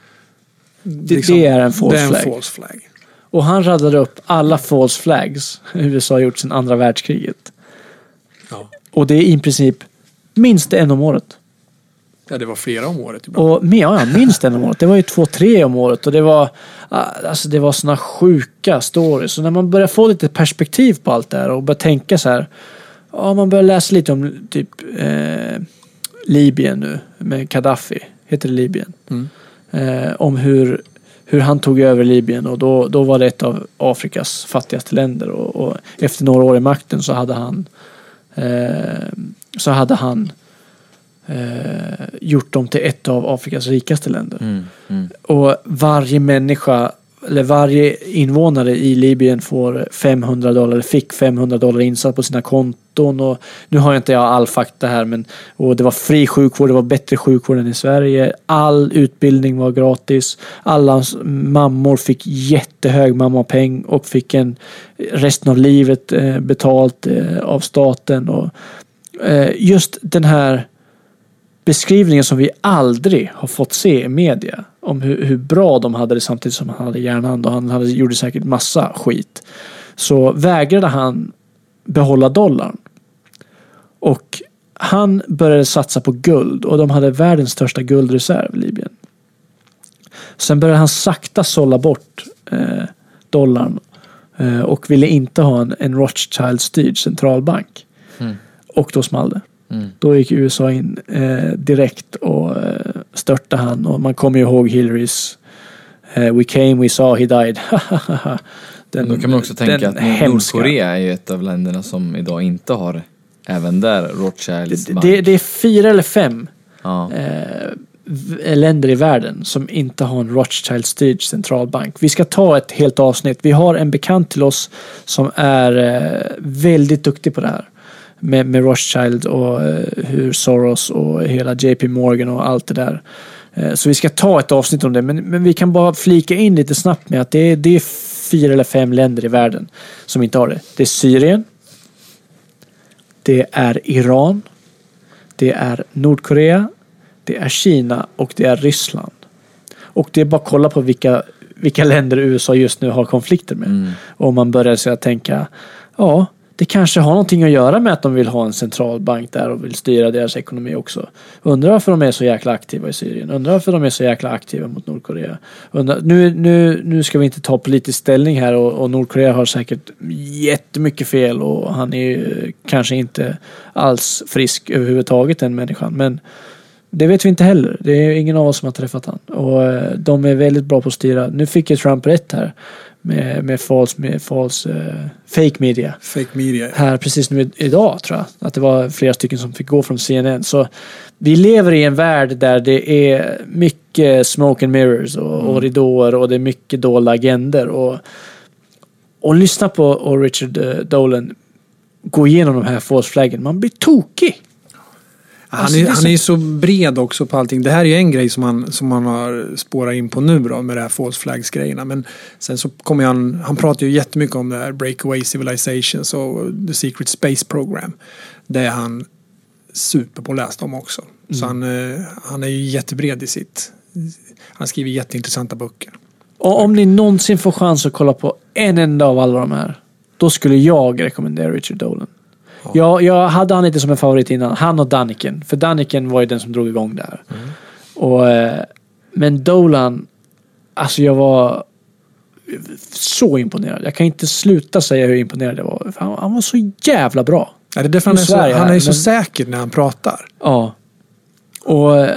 C: Det, det är en false
B: det är en
C: flag.
B: false flag.
C: Och han radade upp alla false flags U S A har gjort sedan andra världskriget.
B: Ja.
C: Och det är i princip minst en om året.
B: Ja, det var flera om året ibland.
C: Och men, ja, ja, minst en om året. Det var ju två, tre om året. Och det var, alltså det var såna sjuka stories. Så när man börjar få lite perspektiv på allt det här och börjar tänka så här. Ja, man börjar läsa lite om typ eh, Libyen nu med Gaddafi. Heter det Libyen?
B: Mm.
C: Eh, om hur, hur han tog över Libyen. Och då, då var det ett av Afrikas fattigaste länder. Och, och efter några år i makten så hade han eh, så hade han Eh, gjort dem till ett av Afrikas rikaste länder.
D: Mm, mm.
C: Och varje människa eller varje invånare i Libyen får femhundra dollar, fick femhundra dollar insatt på sina konton. Och nu har jag inte jag all fakta här, men och det var fri sjukvård, det var bättre sjukvård än i Sverige. All utbildning var gratis. Alla mammor fick jättehög mammapeng och fick en resten av livet eh, betalt eh, av staten. Och eh, just den här beskrivningen som vi aldrig har fått se i media om hur, hur bra de hade det samtidigt som han hade järnhand och han hade, gjorde säkert massa skit, så vägrade han behålla dollarn och han började satsa på guld och de hade världens största guldreserv i Libyen. Sen började han sakta sålla bort eh, dollarn eh, och ville inte ha en, en Rothschild-styrd centralbank.
D: Mm.
C: Och då small det.
D: Mm.
C: Då gick U S A in eh, direkt och eh, störtade han. Och man kommer ju ihåg Hillarys eh, We came, we saw, he died. den,
D: Då kan man också tänka
C: den
D: att
C: hemska.
D: Nordkorea är ju ett av länderna som idag inte har även där Rothschilds
C: Det,
D: bank.
C: det, det är fyra eller fem
D: Ja.
C: eh, v- länder i världen som inte har en Rothschild-styrd centralbank. Vi ska ta ett helt avsnitt. Vi har en bekant till oss som är eh, väldigt duktig på det här. Med, med Rothschild och eh, hur Soros och hela J P Morgan och allt det där. Eh, så vi ska ta ett avsnitt om det. Men, men vi kan bara flika in lite snabbt med att det är, det är fyra eller fem länder i världen som inte har det. Det är Syrien. Det är Iran. Det är Nordkorea. Det är Kina och det är Ryssland. Och det är bara att kolla på vilka, vilka länder U S A just nu har konflikter med.
D: Mm.
C: Och man börjar så att tänka, ja, det kanske har någonting att göra med att de vill ha en centralbank där och vill styra deras ekonomi också. Undrar varför de är så jäkla aktiva i Syrien. Undrar varför de är så jäkla aktiva mot Nordkorea. Undrar, nu, nu, nu ska vi inte ta politisk ställning här och, och Nordkorea har säkert jättemycket fel och han är ju kanske inte alls frisk överhuvudtaget, den människan. Men det vet vi inte heller. Det är ingen av oss som har träffat han. Och eh, de är väldigt bra på att styra. Nu fick ju Trump rätt här. Med, med false, med false uh, fake media.
B: Fake media.
C: Här precis nu idag tror jag. Att det var flera stycken som fick gå från C N N. Så vi lever i en värld där det är mycket smoke and mirrors. Och, mm. och ridåer. Och det är mycket dolda agender. Och, och lyssna på och Richard uh, Dolan gå igenom de här false flaggen. Man blir tokig.
B: Han,
C: Alltså,
B: är,
C: det är
B: han
C: så-
B: är ju så bred också på allting. Det här är ju en grej som han, som han har spårat in på nu då, med det här false flags-grejerna. Men sen så kommer han, han pratar ju jättemycket om det här Breakaway Civilizations och The Secret Space Program. Det är han superpåläst om också. Så han, eh, han är ju jättebred i sitt... Han skriver jätteintressanta böcker.
C: Och om ni någonsin får chans att kolla på en enda av alla de här, då skulle jag rekommendera Richard Dolan.
B: Ja.
C: Jag, jag hade han lite som en favorit innan. Han och Daniken. För Daniken var ju den som drog igång det här.
B: Mm.
C: Och, eh, men Dolan, alltså jag var så imponerad. Jag kan inte sluta säga hur imponerad jag var. Han, han var så jävla bra.
B: Ja, det är därför han är, så,
C: Sverige
B: han är
C: här,
B: ju så
C: men-
B: säker när han pratar.
C: Ja. Och eh,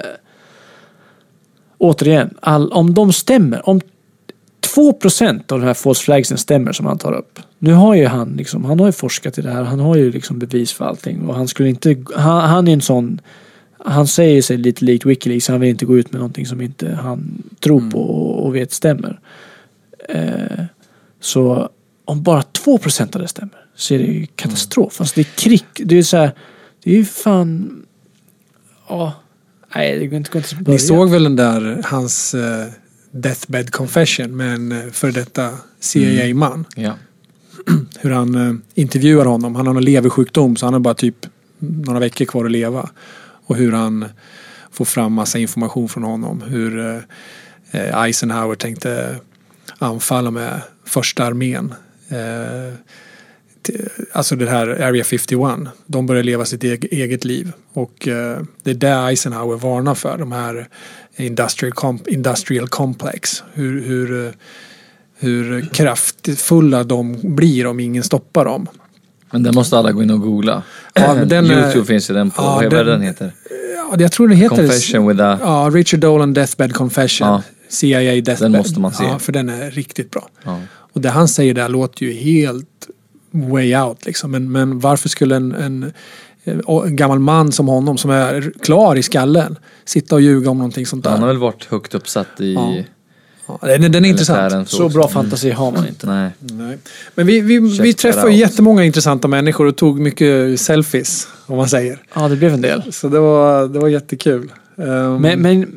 C: återigen, all, om de stämmer, om två procent av de här false flagsen stämmer som han tar upp. Nu har ju han liksom, han har ju forskat i det här, han har ju liksom bevis för allting och han skulle inte, han, han är en sån, han säger sig lite likt WikiLeaks, han vill inte gå ut med någonting som inte han tror på och, och vet stämmer. Eh, så om bara två procent av det stämmer så är det ju katastrof. Alltså det är krig, det är så här, det är ju fan, ja, nej det går inte, går inte att börja.
B: Ni såg väl den där, hans eh, deathbed confession med en eh, för detta C I A-man.
D: Ja.
B: Hur han eh, intervjuar honom. Han har en leversjukdom så han har bara typ några veckor kvar att leva. Och hur han får fram massa information från honom. Hur eh, Eisenhower tänkte anfalla med första armén. Eh, t- alltså det här Area femtioett. De börjar leva sitt eg- eget liv. Och eh, det är där Eisenhower varnar för. De här industrial, comp- industrial complex. Hur... hur eh, hur kraftfulla de blir om ingen stoppar dem.
D: Men den måste alla gå in och googla.
B: Ja, men den,
D: YouTube finns ju den på,
B: ja,
D: vad är
B: den-
D: den heter?
B: Ja, jag tror det heter...
D: Confession with a...
B: Ja, Richard Dolan Deathbed Confession.
D: Ja.
B: C I A Deathbed.
D: Den måste man se.
B: Ja, för den är riktigt bra.
D: Ja.
B: Och det han säger där låter ju helt way out liksom. Men, men varför skulle en, en, en gammal man som honom, som är klar i skallen, sitta och ljuga om någonting sånt där?
D: Han har väl varit högt uppsatt i...
B: Ja. Ja, den, den är
D: militären
B: intressant.
C: Så
D: också.
C: bra fantasi har man inte.
D: Nej.
B: Nej. Men vi, vi, vi
D: Check
B: träffade
D: that out.
B: jättemånga intressanta människor och tog mycket selfies, om man säger.
C: Ja, det blev en del.
B: Så det var, det var jättekul. Um,
C: Men, men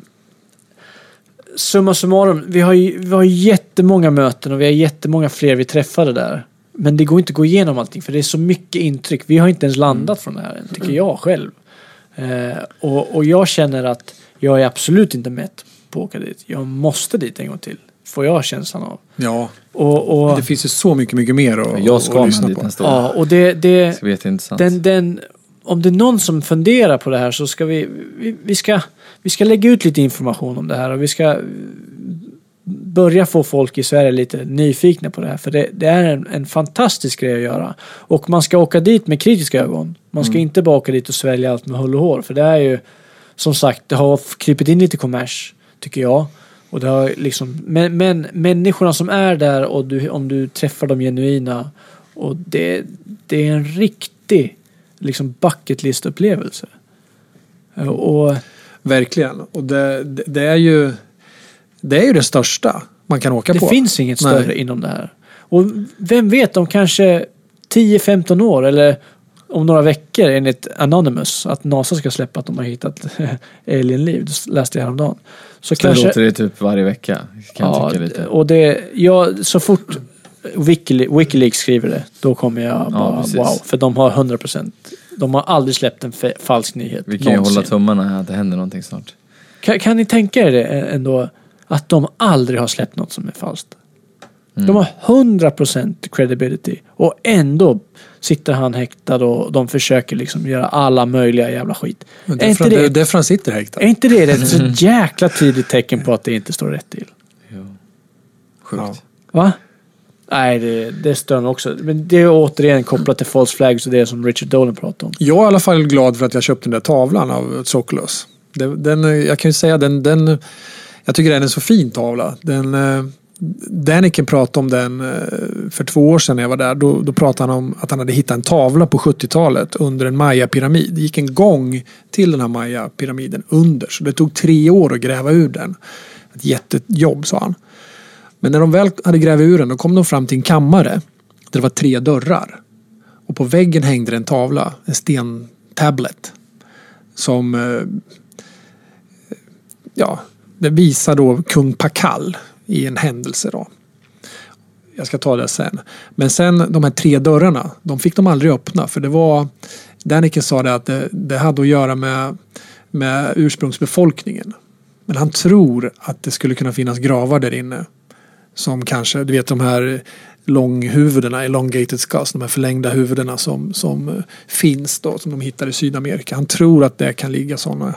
C: summa summarum, vi har ju vi har jättemånga möten och vi har jättemånga fler vi träffade där. Men det går inte att gå igenom allting för det är så mycket intryck. Vi har inte ens landat från det här än, tycker jag själv. Eh, och, och jag känner att jag är absolut inte mätt på att åka dit. Jag måste dit en gång till. Får jag känslan av.
B: ja,
C: Och, och,
B: det finns ju så mycket, mycket mer att,
D: Jag ska
B: att lyssna
D: med dit
B: på.
D: nästa år.
C: ja, och det, det,
D: Det ska bli jätteintressant.
C: den, den, om det är någon som funderar på det här så ska vi, vi, vi, ska, vi ska lägga ut lite information om det här och vi ska börja få folk i Sverige lite nyfikna på det här. För det, det är en, en fantastisk grej att göra. Och man ska åka dit med kritiska ögon. Man ska
D: Mm.
C: inte bara åka dit och svälja allt med hull och hår. För det är ju, som sagt, det har krypit in lite kommers, tycker jag. Och det har liksom, men, men människorna som är där och du, om du träffar de genuina, och det, det är en riktig liksom bucket list upplevelse. Och
B: Verkligen. Och det, det, det är ju det är ju det största man kan åka
C: det
B: på.
C: finns inget
B: Nej.
C: större inom det här. Och vem vet, om kanske tio femton år eller om några veckor enligt Anonymous att NASA ska släppa att de har hittat alienliv. Det läste jag häromdagen. Så
D: Så
C: kanske,
D: låter det typ varje vecka. Kan jag
C: ja,
D: tycka lite.
C: och det, ja, så fort Wikile, Wikileaks skriver det, då kommer jag bara
D: precis.
C: wow. För de har hundra procent. De har aldrig släppt en fe- falsk nyhet.
D: Vi kan ju
C: någonsin.
D: hålla tummarna att det händer någonting snart.
C: Kan, kan ni tänka er det ändå? Att de aldrig har släppt något som är falskt.
D: Mm.
C: De har hundra procent credibility. Och ändå sitter han häktad och de försöker liksom göra alla möjliga jävla skit.
B: Men
C: Är
B: därför,
C: inte
B: det,
C: det,
B: därför han sitter häktad.
C: är inte det ett så jäkla tydligt tecken på att det inte står rätt till?
D: Jo. Sjukt.
B: Ja.
C: Va? Nej, det, det stör mig också. Men det är återigen kopplat till false flags och det som Richard Dolan pratade om.
B: Jag är i alla fall glad för att jag köpte den där tavlan av Tsoukalos. Den, den, jag kan ju säga den, den jag tycker den är en så fin tavla. Den, eh, Daniken pratade om den eh, för två år sedan när jag var där. Då, då pratade han om att han hade hittat en tavla på sjuttiotalet under en Maya-pyramid. Det gick en gång till den här Maya-pyramiden under. Så det tog tre år att gräva ur den. Ett jättejobb, sa han. Men när de väl hade grävt ur den, då kom de fram till en kammare där det var tre dörrar. Och på väggen hängde en tavla, en stentablet, som eh, ja, det visar då kung Pakal i en händelse då. Jag ska ta det sen. Men sen de här tre dörrarna, de fick de aldrig öppna, för det var, Däniken sa det att det, det hade att göra med, med ursprungsbefolkningen. Men han tror att det skulle kunna finnas gravar där inne som kanske, du vet de här långhuvudena, elongated skulls, de här förlängda huvudena som, som finns då, som de hittar i Sydamerika. Han tror att det kan ligga sådana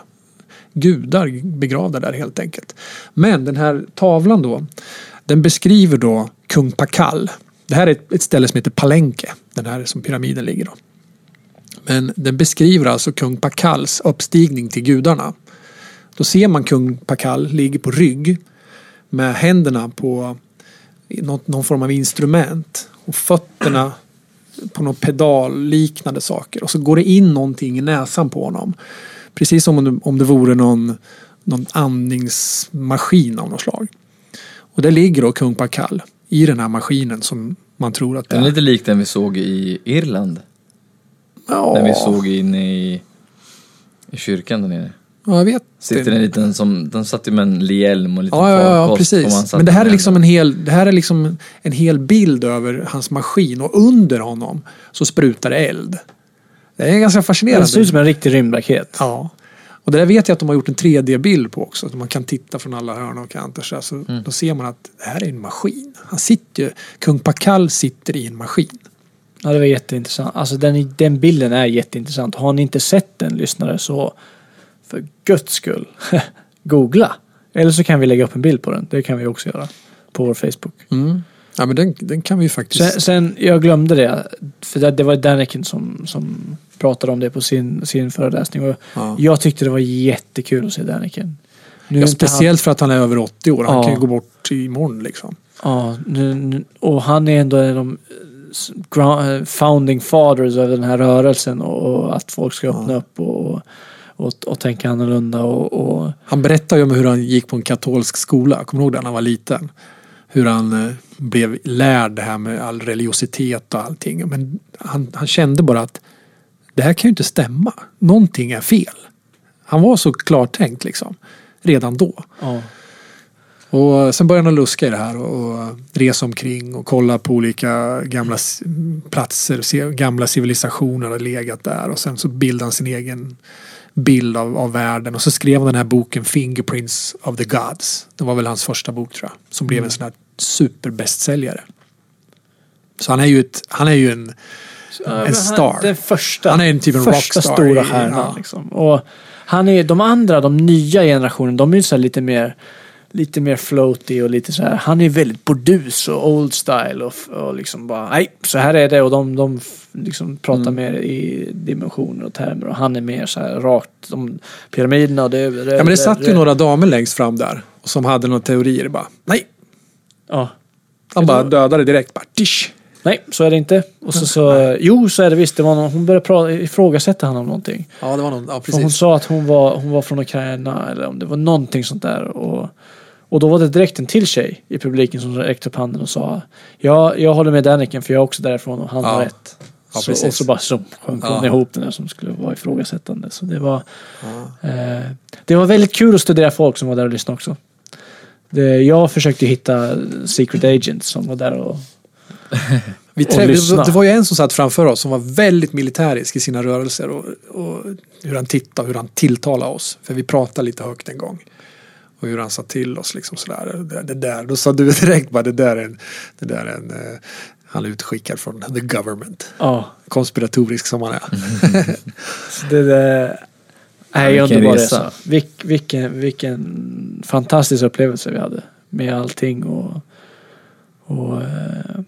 B: gudar begravda där helt enkelt. Men den här tavlan då, den beskriver då kung Pakal. Det här är ett, ett ställe som heter Palenque, den här som pyramiden ligger då. Men den beskriver alltså kung Pakals uppstigning till gudarna. Då ser man kung Pakal ligger på rygg med händerna på något, någon form av instrument och fötterna på någon pedal liknande saker. Och så går det in någonting i näsan på honom. Precis som om det, om det vore någon, någon andningsmaskin av något slag. Och där ligger då kung Pakal i den här maskinen som man tror att det är.
D: Den är lite lik den vi såg i Irland.
B: Ja.
D: Den vi såg inne i, i kyrkan där nere.
B: Ja, jag vet.
D: Sitter en liten som, de satt ju med en hjälm och lite
B: ja, ja, ja,
D: farkost.
B: precis. Men det här är liksom en hel, det här är liksom en hel bild över hans maskin, och under honom så sprutar det eld. Det är ganska fascinerande.
C: Det ser ut som en riktig rymdraket.
B: Ja. Och det där vet jag att de har gjort en tre D-bild på också. Man kan titta från alla hörn och kanter. Så alltså, mm. Då ser man att det här är en maskin. Han sitter ju, kung Pakal sitter i en maskin.
C: Ja, det var jätteintressant. Alltså den, den bilden är jätteintressant. Har ni inte sett den, lyssnare, så för guds skull googla. Eller så kan vi lägga upp en bild på den. Det kan vi också göra på vår Facebook.
B: Mm. Ja, men den, den kan vi faktiskt...
C: Sen, sen jag glömde det. För det, det var Däniken som, som pratade om det på sin, sin föreläsning. Och
B: ja.
C: Jag tyckte det var jättekul att se Däniken.
B: Ja, speciellt han... för att han är över åttio år. Han
C: ja.
B: kan ju gå bort imorgon liksom.
C: Ja, nu, nu, och han är ändå en av de founding fathers av den här rörelsen. Och, och att folk ska öppna ja. upp och... Och, och tänka annorlunda. Och, och...
B: Han berättar ju om hur han gick på en katolsk skola. Kommer du ihåg det när han var liten? Hur han eh, blev lärd det här med all religiositet och allting. Men han, han kände bara att det här kan ju inte stämma. Någonting är fel. Han var så klartänkt liksom. Redan då.
C: Ja.
B: Och sen började han luska i det här. Och, och resa omkring och kolla på olika gamla platser. Gamla civilisationer har legat där. Och sen så bildade han sin egen bild av, av världen, och så skrev han den här boken Fingerprints of the Gods. Det var väl hans första bok, tror jag, som blev en sån här superbästsäljare. Så han är ju ett, han är ju en,
C: ja,
B: en star.
C: Den första,
B: han är en typ en
C: första
B: rockstar
C: stora
B: i,
C: stjärnan
B: ja.
C: liksom. Och han är, de andra, de nya generationen, de är ju så här lite mer lite mer floaty och lite så här. Han är väldigt bordus och old style och, och liksom bara, nej, så här är det, och de, de liksom pratar mm. mer i dimensioner och termer, och han är mer så här rakt som pyramiderna och det, det,
B: ja, men det satt
C: det,
B: ju några damer längst fram där som hade några teorier bara, nej.
C: Ja.
B: Han bara dödade direkt, bara tisch.
C: Nej, så är det inte. Och så, så jo, så är det visst. Det var någon, hon började prata, ifrågasätta han om någonting.
B: Ja, det var någon, ja, precis.
C: Och hon sa att hon var, hon var från Ukraina, eller om det var någonting sånt där. Och, och då var det direkt en till tjej i publiken som räckte upp handen och sa, ja, jag håller med Däniken, för jag är också därifrån och han ja. har rätt.
B: Ja,
C: så, och så bara så sjönk hon ja. ihop den där som skulle vara ifrågasättande. Så det var
B: ja.
C: eh, det var väldigt kul att studera folk som var där och lyssnade också. Det, jag försökte hitta secret agents som var där och
B: Vi träffade, det var ju en som satt framför oss som var väldigt militärisk i sina rörelser och, och hur han tittade, hur han tilltalade oss. För vi pratade lite högt en gång. Och hur han sa till oss liksom sådär. Det, det där, då sa du direkt bara, det där är en, det där är en uh, han är utskickad från the government.
C: Ja.
B: Konspiratorisk som han är.
C: Mm. det där är ju underbar resa. Vilk, vilken, vilken fantastisk upplevelse vi hade med allting och, och uh,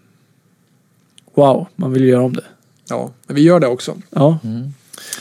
C: wow, man vill göra om det.
B: Ja, men vi gör det också.
C: Ja.
D: Mm.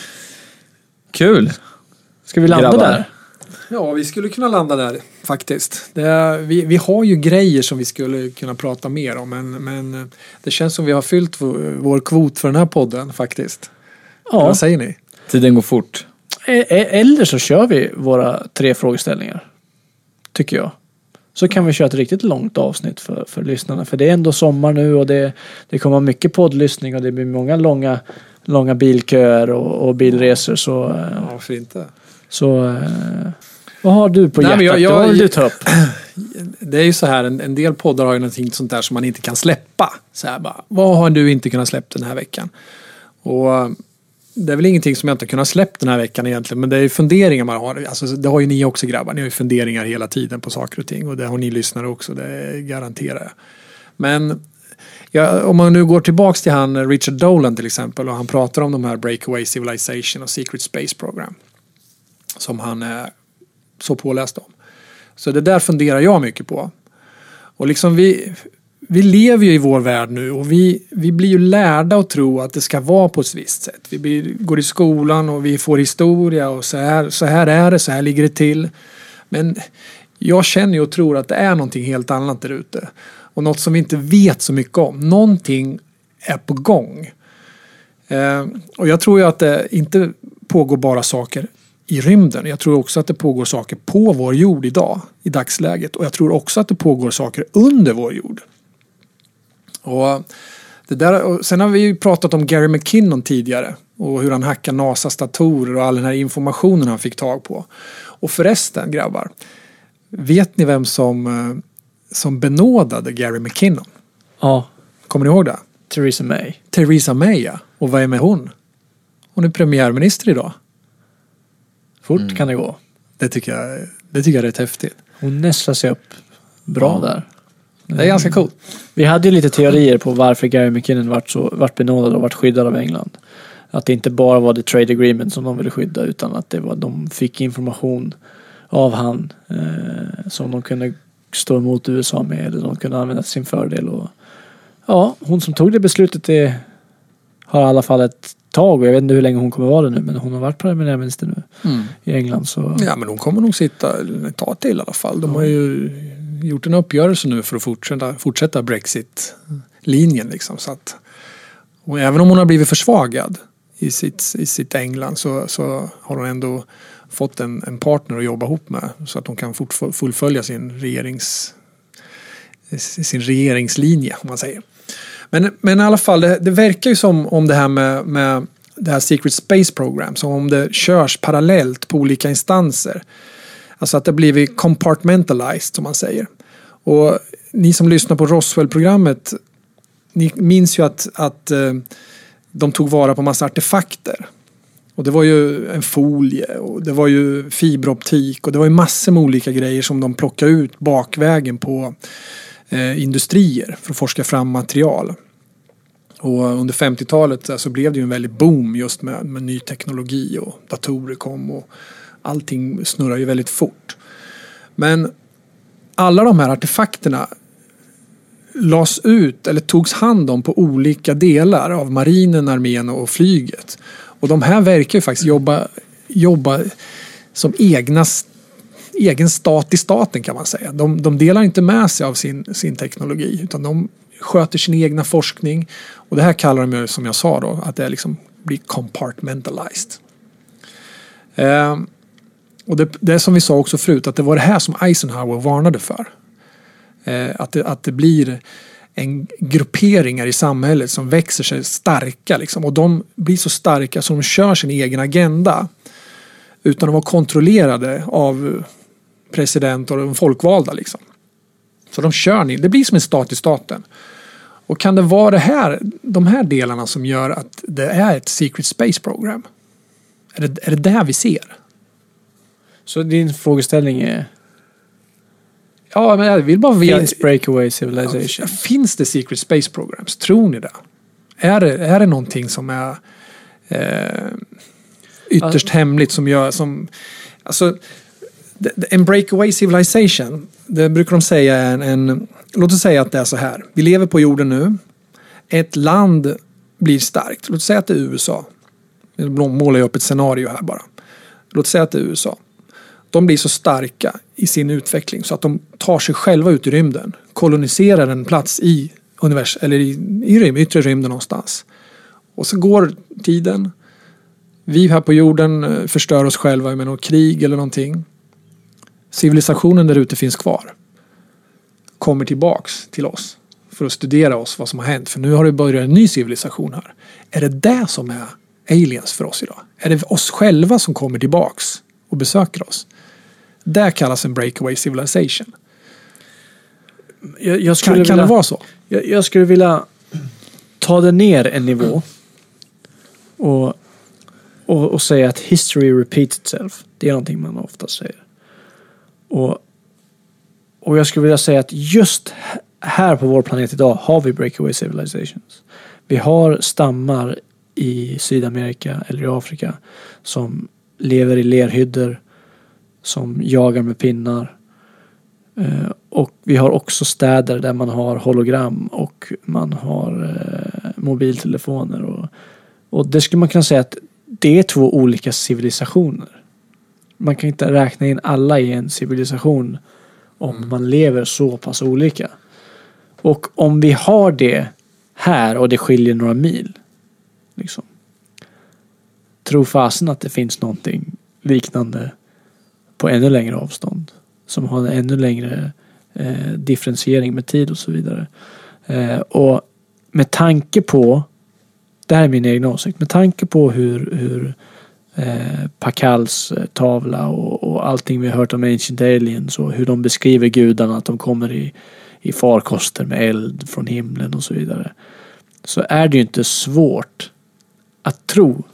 D: Kul.
C: Ska vi landa
D: Grabbar.
C: där?
B: Ja, vi skulle kunna landa där faktiskt. Det är, vi, vi har ju grejer som vi skulle kunna prata mer om, men, men det känns som vi har fyllt vår, vår kvot för den här podden faktiskt.
C: Ja.
B: Vad säger ni?
D: Tiden går fort.
C: Eller så kör vi våra tre frågeställningar. Tycker jag. Så kan vi köra ett riktigt långt avsnitt för, för lyssnarna. För det är ändå sommar nu och det, det kommer mycket poddlyssning och det blir många långa långa bilköer och, och bilresor så... Eh,
B: Ja, varför inte?
C: Så... Eh, vad har du på
B: Nej,
C: hjärtat?
B: men jag- jag-
C: Vad vill du ta upp?
B: Det är ju så här, en, en del poddar har ju någonting sånt där som man inte kan släppa. Så här bara, vad har du inte kunnat släppa den här veckan? Och eh, det är väl ingenting som jag inte har kunnat släppa den här veckan egentligen, men det är ju funderingar man har. Alltså, det har ju ni också, grabbar. Ni har ju funderingar hela tiden på saker och ting, och det har ni lyssnare också, det garanterar jag. Men ja, om man nu går tillbaks till han Richard Dolan till exempel, och han pratar om de här Breakaway Civilization och Secret Space Program som han är så påläst om. Så det där funderar jag mycket på. Och liksom vi, vi lever ju i vår värld nu, och vi, vi blir ju lärda att tro att det ska vara på ett visst sätt. Vi blir, går i skolan och vi får historia och så här, så här är det, så här ligger det till. Men jag känner ju och tror att det är någonting helt annat där ute. Och något som vi inte vet så mycket om. Någonting är på gång. Eh, och jag tror ju att det inte pågår bara saker i rymden. Jag tror också att det pågår saker på vår jord idag, i dagsläget. Och jag tror också att det pågår saker under vår jord. Och det där, och sen har vi ju pratat om Gary McKinnon tidigare. Och hur han hackar NASAs datorer och all den här informationen han fick tag på. Och förresten, grabbar. Vet ni vem som, som benådade Gary McKinnon?
C: Ja,
B: Kommer ni ihåg det?
C: Theresa May.
B: Theresa May, ja. Och vad är med hon? Hon är premiärminister idag.
C: Fort
D: Mm.
C: kan det gå.
B: Det tycker jag, det tycker jag är rätt häftigt.
C: Hon nästlar sig upp bra
B: Ja.
C: där.
B: Det är ganska coolt.
C: Vi hade ju lite teorier på varför Gary McKinnon vart, så, vart benådad och vart skyddad av England. Att det inte bara var the trade agreement som de ville skydda, utan att det var, de fick information av han eh, som de kunde stå emot U S A med, eller de kunde använda till sin fördel. Och, ja, hon som tog det beslutet det har i alla fall ett tag, och jag vet inte hur länge hon kommer vara det nu, men hon har varit premiärminister nu
B: Mm.
C: i England. Så
B: Ja, men hon kommer nog sitta ett tag till i alla fall. De har ju gjort en uppgörelse nu för att fortsätta, fortsätta Brexit-linjen liksom. Så att, och även om hon har blivit försvagad i sitt, i sitt England, så, så har hon ändå fått en, en partner att jobba ihop med, så att hon kan fort, fullfölja sin regerings sin regeringslinje, om man säger. Men, men i alla fall, det, det verkar ju som om det här med, med det här Secret Space Program, som om det körs parallellt på olika instanser. Alltså att det blivit compartmentalized, som man säger. Och ni som lyssnar på Roswell-programmet, ni minns ju att, att eh, de tog vara på massa artefakter. Och det var ju en folie, och det var ju fiberoptik, och det var ju massor med olika grejer som de plockade ut bakvägen på eh, industrier för att forska fram material. Och under femtiotalet så blev det ju en väldig boom just med, med ny teknologi, och datorer kom och allting snurrar ju väldigt fort. Men alla de här artefakterna lades ut eller togs hand om på olika delar av marinen, armén och flyget. Och de här verkar ju faktiskt jobba, jobba som egna, egen stat i staten, kan man säga. De, de delar inte med sig av sin, sin teknologi, utan de sköter sin egna forskning. Och det här kallar de ju, som jag sa då, att det liksom blir compartmentalized. Eh, och det, det är som vi sa också förut, att det var det här som Eisenhower varnade för. Eh, att, det, att det blir en grupperingar i samhället som växer sig starka liksom, och de blir så starka så de kör sin egen agenda utan att vara kontrollerade av president och de folkvalda liksom. Så de kör ni, det blir som en stat i staten. Och kan det vara det här, de här delarna som gör att det är ett Secret Space Program? Är det, är det där vi ser?
C: Så din frågeställning är:
B: Ja, men jag vill bara veta.
C: finns Breakaway Civilization?
B: Finns det Secret Space Programs? Tror ni det? Är det, är det någonting som är eh, ytterst
C: Alltså,
B: hemligt som gör som alltså en Breakaway Civilization, det brukar de säga en, en låt oss säga att det är så här. Vi lever på jorden nu. Ett land blir starkt. Låt oss säga att det är U S A. Jag målar upp ett scenario här bara. Låt oss säga att det är U S A. De blir så starka i sin utveckling så att de tar sig själva ut i rymden. Koloniserar en plats i univers eller i, i rym, yttre rymden någonstans. Och så går tiden. Vi här på jorden förstör oss själva med något krig eller någonting. Civilisationen där ute finns kvar. Kommer tillbaks till oss. för att studera oss, vad som har hänt. För nu har det börjat en ny civilisation här. Är det det som är aliens för oss idag? Är det oss själva som kommer tillbaks och besöker oss? Det kallas en breakaway civilization.
C: Jag, jag skulle
B: Kan, kan
C: vilja,
B: det vara så?
C: Jag, jag skulle vilja ta det ner en nivå och, och, och säga att history repeats itself. Det är någonting man ofta säger. Och, och jag skulle vilja säga att just här på vår planet idag har vi breakaway civilizations. Vi har stammar i Sydamerika eller i Afrika som lever i lerhyddor, som jagar med pinnar. Uh, och vi har också städer där man har hologram och man har uh, mobiltelefoner. Och, och det skulle man kunna säga att det är två olika civilisationer. Man kan inte räkna in alla i en civilisation om mm. man lever så pass olika. Och om vi har det här och det skiljer några mil, liksom, tror fasen att det finns någonting liknande på ännu längre avstånd som har en ännu längre eh, differentiering med tid och så vidare. Eh, och med tanke på, det här är min egen åsikt, med tanke på hur, hur eh, Pakals eh, tavla och, och allting vi har hört om Ancient Aliens och hur de beskriver gudarna, att de kommer i, i farkoster med eld från himlen och så vidare, så är det ju inte svårt att tro,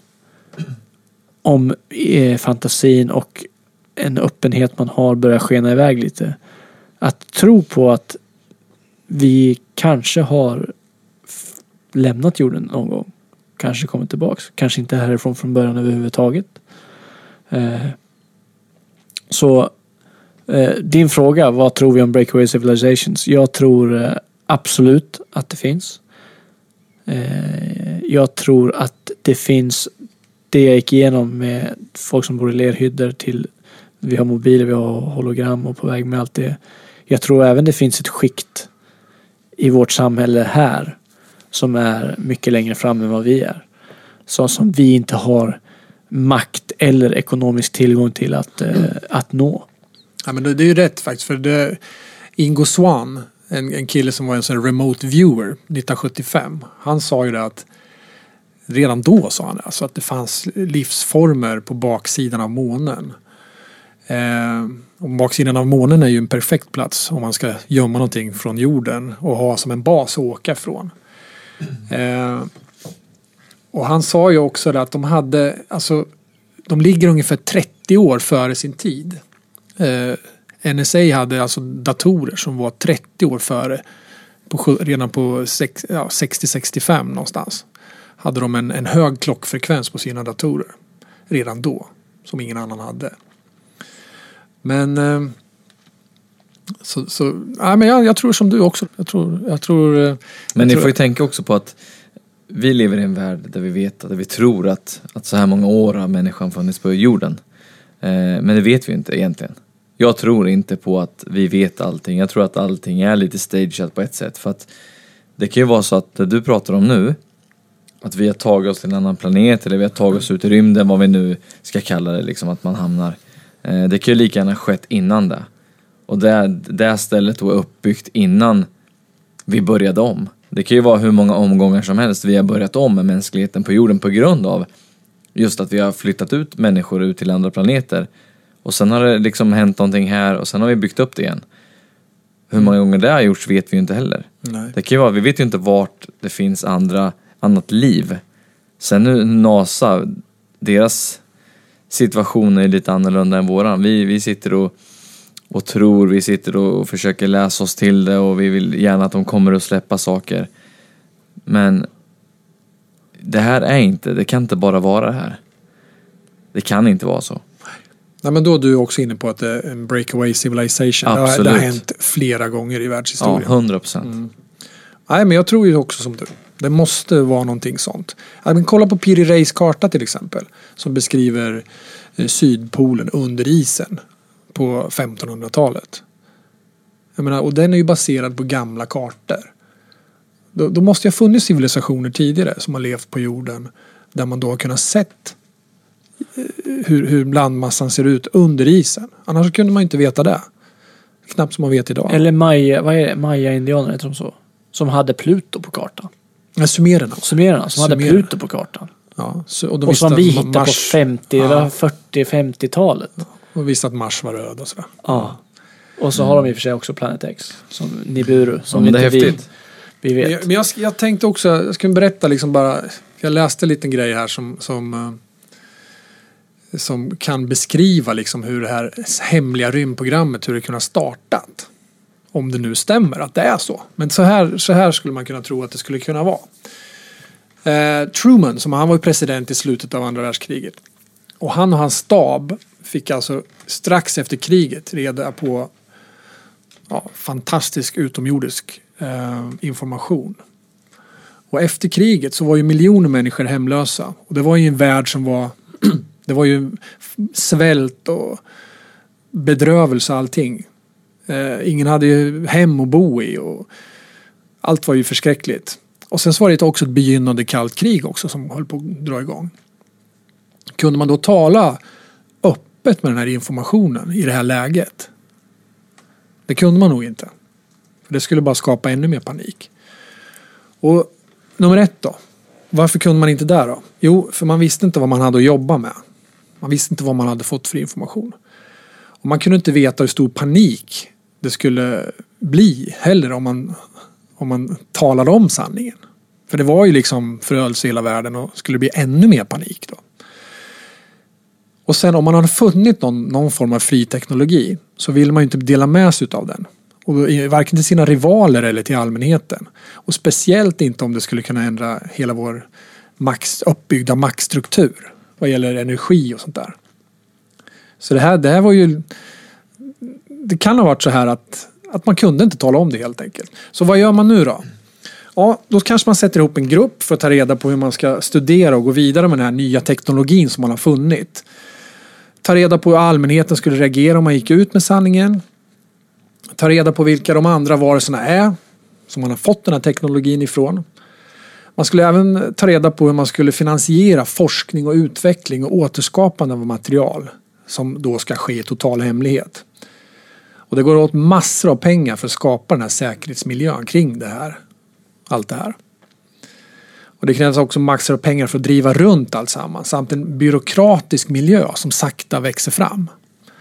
C: om eh, fantasin och en öppenhet man har börjar skena iväg lite, att tro på att vi kanske har f- lämnat jorden någon gång, kanske kommit tillbaks, kanske inte härifrån från början överhuvudtaget. Eh, så eh, din fråga, vad tror vi om breakaway civilizations? Jag tror eh, absolut att det finns. Eh, jag tror att det finns, det jag gick igenom med folk som bor i lerhyddor till vi har mobiler, vi har hologram och på väg med allt det. Jag tror även det finns ett skikt i vårt samhälle här som är mycket längre fram än vad vi är. Så som vi inte har makt eller ekonomisk tillgång till att, eh, att nå.
B: Ja, men det, det är ju rätt faktiskt, för det, Ingo Swann, en, en kille som var en sån remote viewer nittonhundrasjuttiofem, han sa ju det att redan då sa han det, alltså att det fanns livsformer på baksidan av månen. Eh, och baksidan av månen är ju en perfekt plats om man ska gömma någonting från jorden och ha som en bas att åka från. Eh, och han sa ju också att de hade, alltså de ligger ungefär trettio år före sin tid. Eh, N S A hade alltså datorer som var trettio år före, på, redan på sex, ja, sextio sextiofem någonstans. Hade de en, en hög klockfrekvens på sina datorer redan då, som ingen annan hade. Men eh, så, så ja, men jag, jag tror som du också. Jag tror, jag tror, eh,
D: men ni
B: tror,
D: får ju tänka också på att vi lever i en värld där vi vet, där vi tror att, att så här många år har människan funnits på jorden. Eh, men det vet vi inte egentligen. Jag tror inte på att vi vet allting. Jag tror att allting är lite stageat på ett sätt. För att det kan ju vara så att det du pratar om nu, att vi har tagit oss till en annan planet eller vi har tagit oss ut i rymden, vad vi nu ska kalla det, liksom att man hamnar. Eh, det kan ju lika gärna skett innan det. Och det, det stället var uppbyggt innan vi började om. Det kan ju vara hur många omgångar som helst vi har börjat om med mänskligheten på jorden på grund av just att vi har flyttat ut människor ut till andra planeter. Och sen har det liksom hänt någonting här och sen har vi byggt upp det igen. Hur många gånger det har gjorts vet vi ju inte heller.
B: Nej.
D: Det kan ju vara, vi vet ju inte vart det finns andra, annat liv. Sen nu NASA, deras situation är lite annorlunda än våran. Vi, vi sitter och, och tror, vi sitter och försöker läsa oss till det och vi vill gärna att de kommer att släppa saker. Men det här är inte, det kan inte bara vara det här. Det kan inte vara så.
B: Nej, men då är du också inne på att det är en breakaway civilization. Det har, det har hänt flera gånger i världshistorien.
D: Ja, hundra procent.
B: Mm. Nej, men jag tror ju också som du. Det måste vara någonting sånt. Ja, men kolla på Piri Reis karta till exempel. Som beskriver eh, Sydpolen under isen på femtonhundratalet. Jag menar, och den är ju baserad på gamla kartor. Då, då måste ju ha funnits civilisationer tidigare som har levt på jorden. Där man då har kunnat sett hur, hur landmassan ser ut under isen. Annars kunde man inte veta det. Knappt som man vet idag.
C: Eller Maya, vad är det? Maya-indianer heter de så? som hade Pluto på kartan.
B: Ja, sumererna.
C: Sumererna som
B: Sumerer.
C: hade Pluto på kartan.
B: Ja, så, och de
C: Och
B: visste
C: som
B: att
C: vi
B: Ma-
C: hittade på
B: Mars,
C: femtio,
B: Ja.
C: fyrtio-femtiotalet.
B: och visste att Mars var röd och sådär.
C: Ja. Och så har de i och för sig också Planet X. Som Nibiru. Som
D: Ja, men det är
C: inte vi,
D: häftigt.
C: vi
B: Men
C: vet.
B: jag, men jag, jag tänkte också, jag skulle berätta liksom bara, jag läste en liten grej här som, som, eh, som kan beskriva liksom hur det här hemliga rymdprogrammet, hur det kunde ha startat. Om det nu stämmer att det är så. Men så här, så här skulle man kunna tro att det skulle kunna vara. Eh, Truman, som han var ju president i slutet av andra världskriget. Och han och hans stab fick alltså strax efter kriget reda på ja, fantastisk utomjordisk eh, information. Och efter kriget så var ju miljoner människor hemlösa. Och det var ju en värld som var det var ju svält och bedrövelse och allting. Eh, ingen hade ju hem att bo i och allt var ju förskräckligt. Och sen så var det också ett begynnande kallt krig också som höll på att dra igång. Kunde man då tala öppet med den här informationen i det här läget? Det kunde man nog inte. För det skulle bara skapa ännu mer panik. Och nummer ett då. Varför kunde man inte där då? Jo, för man visste inte vad man hade att jobba med. Man visste inte vad man hade fått för information. Och man kunde inte veta hur stor panik det skulle bli heller om man, om man talade om sanningen. För det var ju liksom förödelse i hela världen och skulle bli ännu mer panik då. Och sen om man hade funnit någon, någon form av fri teknologi så vill man ju inte dela med sig av den. Och varken till sina rivaler eller till allmänheten. Och speciellt inte om det skulle kunna ändra hela vår max, uppbyggda maktstruktur vad gäller energi och sånt där. Så det här, det här var ju... Det kan ha varit så här att, att man kunde inte tala om det helt enkelt. Så vad gör man nu då? Ja, då kanske man sätter ihop en grupp för att ta reda på hur man ska studera och gå vidare med den här nya teknologin som man har funnit. Ta reda på hur allmänheten skulle reagera om man gick ut med sanningen. Ta reda på vilka de andra varelserna är som man har fått den här teknologin ifrån. Man skulle även ta reda på hur man skulle finansiera forskning och utveckling och återskapande av material som då ska ske i total hemlighet. Och det går åt massor av pengar för att skapa den här säkerhetsmiljön kring det här. Allt det här. Och det krävs också massor av pengar för att driva runt allt samman. Samt en byråkratisk miljö som sakta växer fram.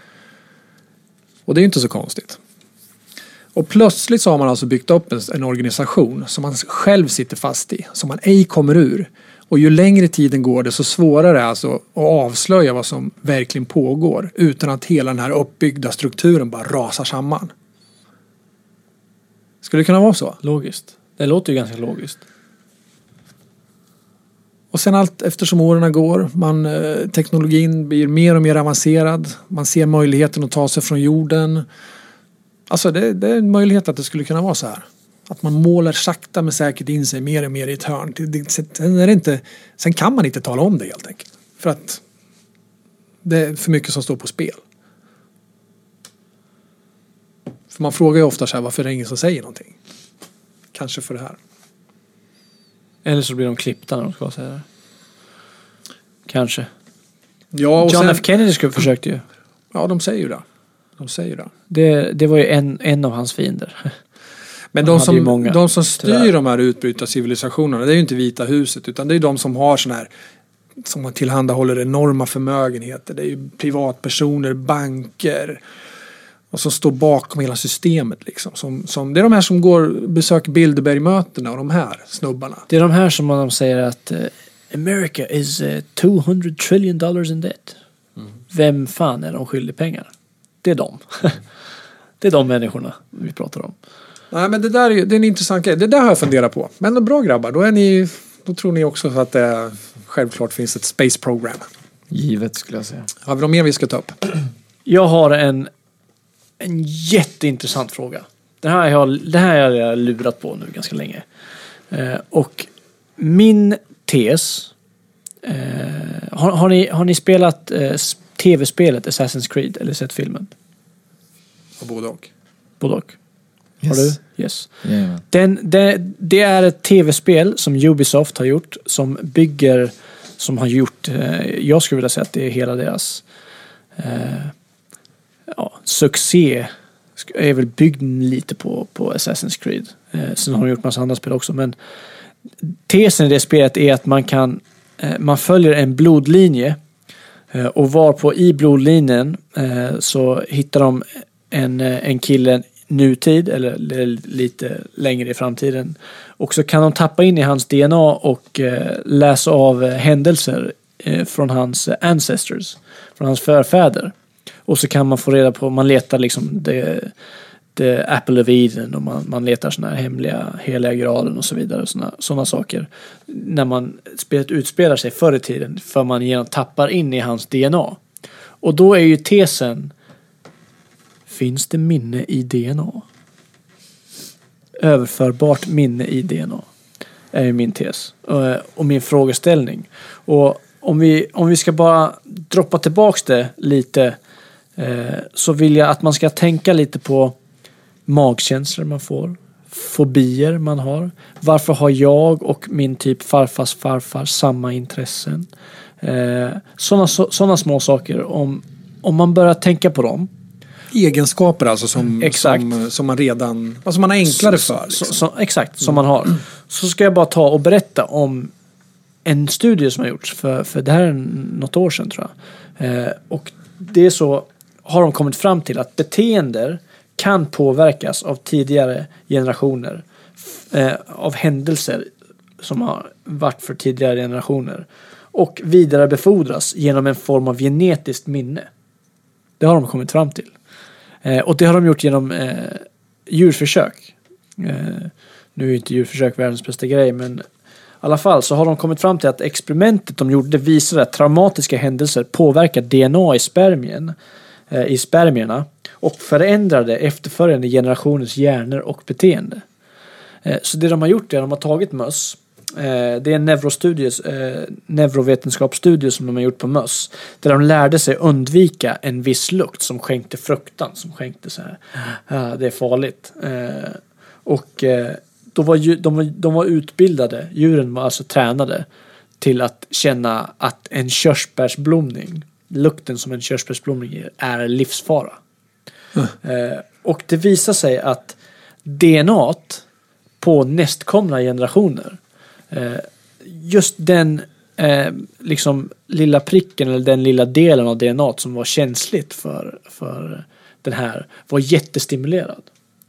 B: Och det är ju inte så konstigt. Och plötsligt så har man alltså byggt upp en, en organisation som man själv sitter fast i. Som man ej kommer ur. Och ju längre tiden går det så svårare är det alltså att avslöja vad som verkligen pågår. Utan att hela den här uppbyggda strukturen bara rasar samman. Skulle det kunna vara så?
C: Logiskt. Det låter ju ganska logiskt.
B: Och sen allt eftersom åren går, man, eh, teknologin blir mer och mer avancerad. Man ser möjligheten att ta sig från jorden. Alltså det, det är en möjlighet att det skulle kunna vara så här. Att man målar sakta men säkert in sig mer och mer i ett hörn. Det, det, sen, är det inte, sen kan man inte tala om det helt enkelt. För att det är för mycket som står på spel. För man frågar ju ofta så här, varför är det ingen som säger någonting? Kanske för det här.
C: Eller så blir de klippta när de ska säga det. Kanske.
B: Ja, och
C: John
B: sen,
C: F. Kennedy skulle försökte ju.
B: Ja, de säger ju det. De säger det.
C: Det, det var ju en, en av hans fiender.
B: Men
C: Han
B: de
C: hade ju
B: som,
C: många,
B: de som styr
C: tyvärr.
B: de här utbryta civilisationerna, det är ju inte Vita huset utan det är de som har sån här som tillhandahåller enorma förmögenheter. Det är ju privatpersoner, banker och som står bakom hela systemet liksom. Som, som, det är de här som går besöker Bilderbergmötena och de här snubbarna.
C: Det är de här som de säger att uh, America is uh, two hundred trillion dollars in debt. Mm. Vem fan är de skyldig pengar? Det är de. Det är de människorna vi pratar om.
B: Nej, men det där är, det är en intressant grej. Det där har jag funderat på. Men bra grabbar, då, är ni, då tror ni också att det självklart finns ett space program.
D: Givet skulle jag säga.
B: Har vi något mer vi ska ta upp?
C: Jag har en, en jätteintressant fråga. Det här, har jag, det här har jag lurat på nu ganska länge. Eh, och min tes... Eh, har, har, ni, har ni spelat eh, tv-spelet Assassin's Creed eller sett filmen?
B: Och både och.
C: Både och.
D: Yes.
C: Har du? Yes.
D: Yeah.
C: Den, det, det är ett tv-spel som Ubisoft har gjort som bygger, som har gjort, eh, jag skulle vilja säga att det är hela deras eh, ja, succé är väl byggd lite på, på Assassin's Creed. Eh, sen har de gjort massa andra spel också. Men tesen i det spelet är att man kan eh, man följer en blodlinje eh, och var på i blodlinjen eh, så hittar de en, en kille nutid eller, eller lite längre i framtiden. Och så kan de tappa in i hans D N A och eh, läsa av eh, händelser eh, från hans ancestors, från hans förfäder. Och så kan man få reda på, man letar liksom det, det Apple of Eden och man, man letar såna här hemliga heliga graalen och så vidare och såna, såna saker. När man spelet utspelar sig förr i tiden för man genom tappar in i hans D N A. Och då är ju tesen, finns det minne i D N A? Överförbart minne i D N A är ju min tes och, och min frågeställning. Och om vi, om vi ska bara droppa tillbaks det lite eh, så vill jag att man ska tänka lite på magkänslor man får, fobier man har. Varför har jag och min typ farfars farfar samma intressen? Eh, sådana så, såna små saker. Om, om man börjar tänka på dem.
B: Egenskaper alltså som,
C: exakt.
B: som, som man redan, alltså man har enklare för. Liksom.
C: Så, så, exakt, som man har. Så ska jag bara ta och berätta om en studie som har gjorts för, för det här är något år sedan tror jag. Eh, och det är så, har de kommit fram till att beteenden kan påverkas av tidigare generationer. Eh, av händelser som har varit för tidigare generationer. Och vidare befordras genom en form av genetiskt minne. Det har de kommit fram till. Eh, och det har de gjort genom eh, djurförsök. Eh, nu är inte djurförsök världens bästa grej, men i alla fall så har de kommit fram till att experimentet de gjorde visade att traumatiska händelser påverkar D N A i spermien, eh, i spermierna och förändrade efterföljande generationers hjärnor och beteende. Eh, så det de har gjort är att de har tagit möss. Eh, det är en neurostudies, eh, neurovetenskapsstudie som de har gjort på möss. Där de lärde sig undvika en viss lukt som skänkte fruktan. Som skänkte så här, ah, det är farligt. Eh, och eh, då var ju, de, var, de var utbildade, djuren var alltså tränade till att känna att en körsbärsblomning, lukten som en körsbärsblomning ger, är livsfara. Mm. Eh, och det visar sig att D N A-t på nästkommande generationer, eh, just den eh, liksom lilla pricken eller den lilla delen av D N A-t som var känsligt för, för den här var jättestimulerad.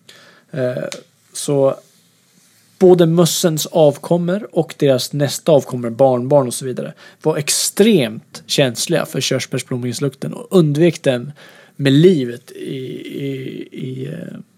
C: Eh, så både mössens avkommer och deras nästa avkommer, barnbarn och så vidare, var extremt känsliga för körsbärsblomningslukten och undvek den med livet i, i, i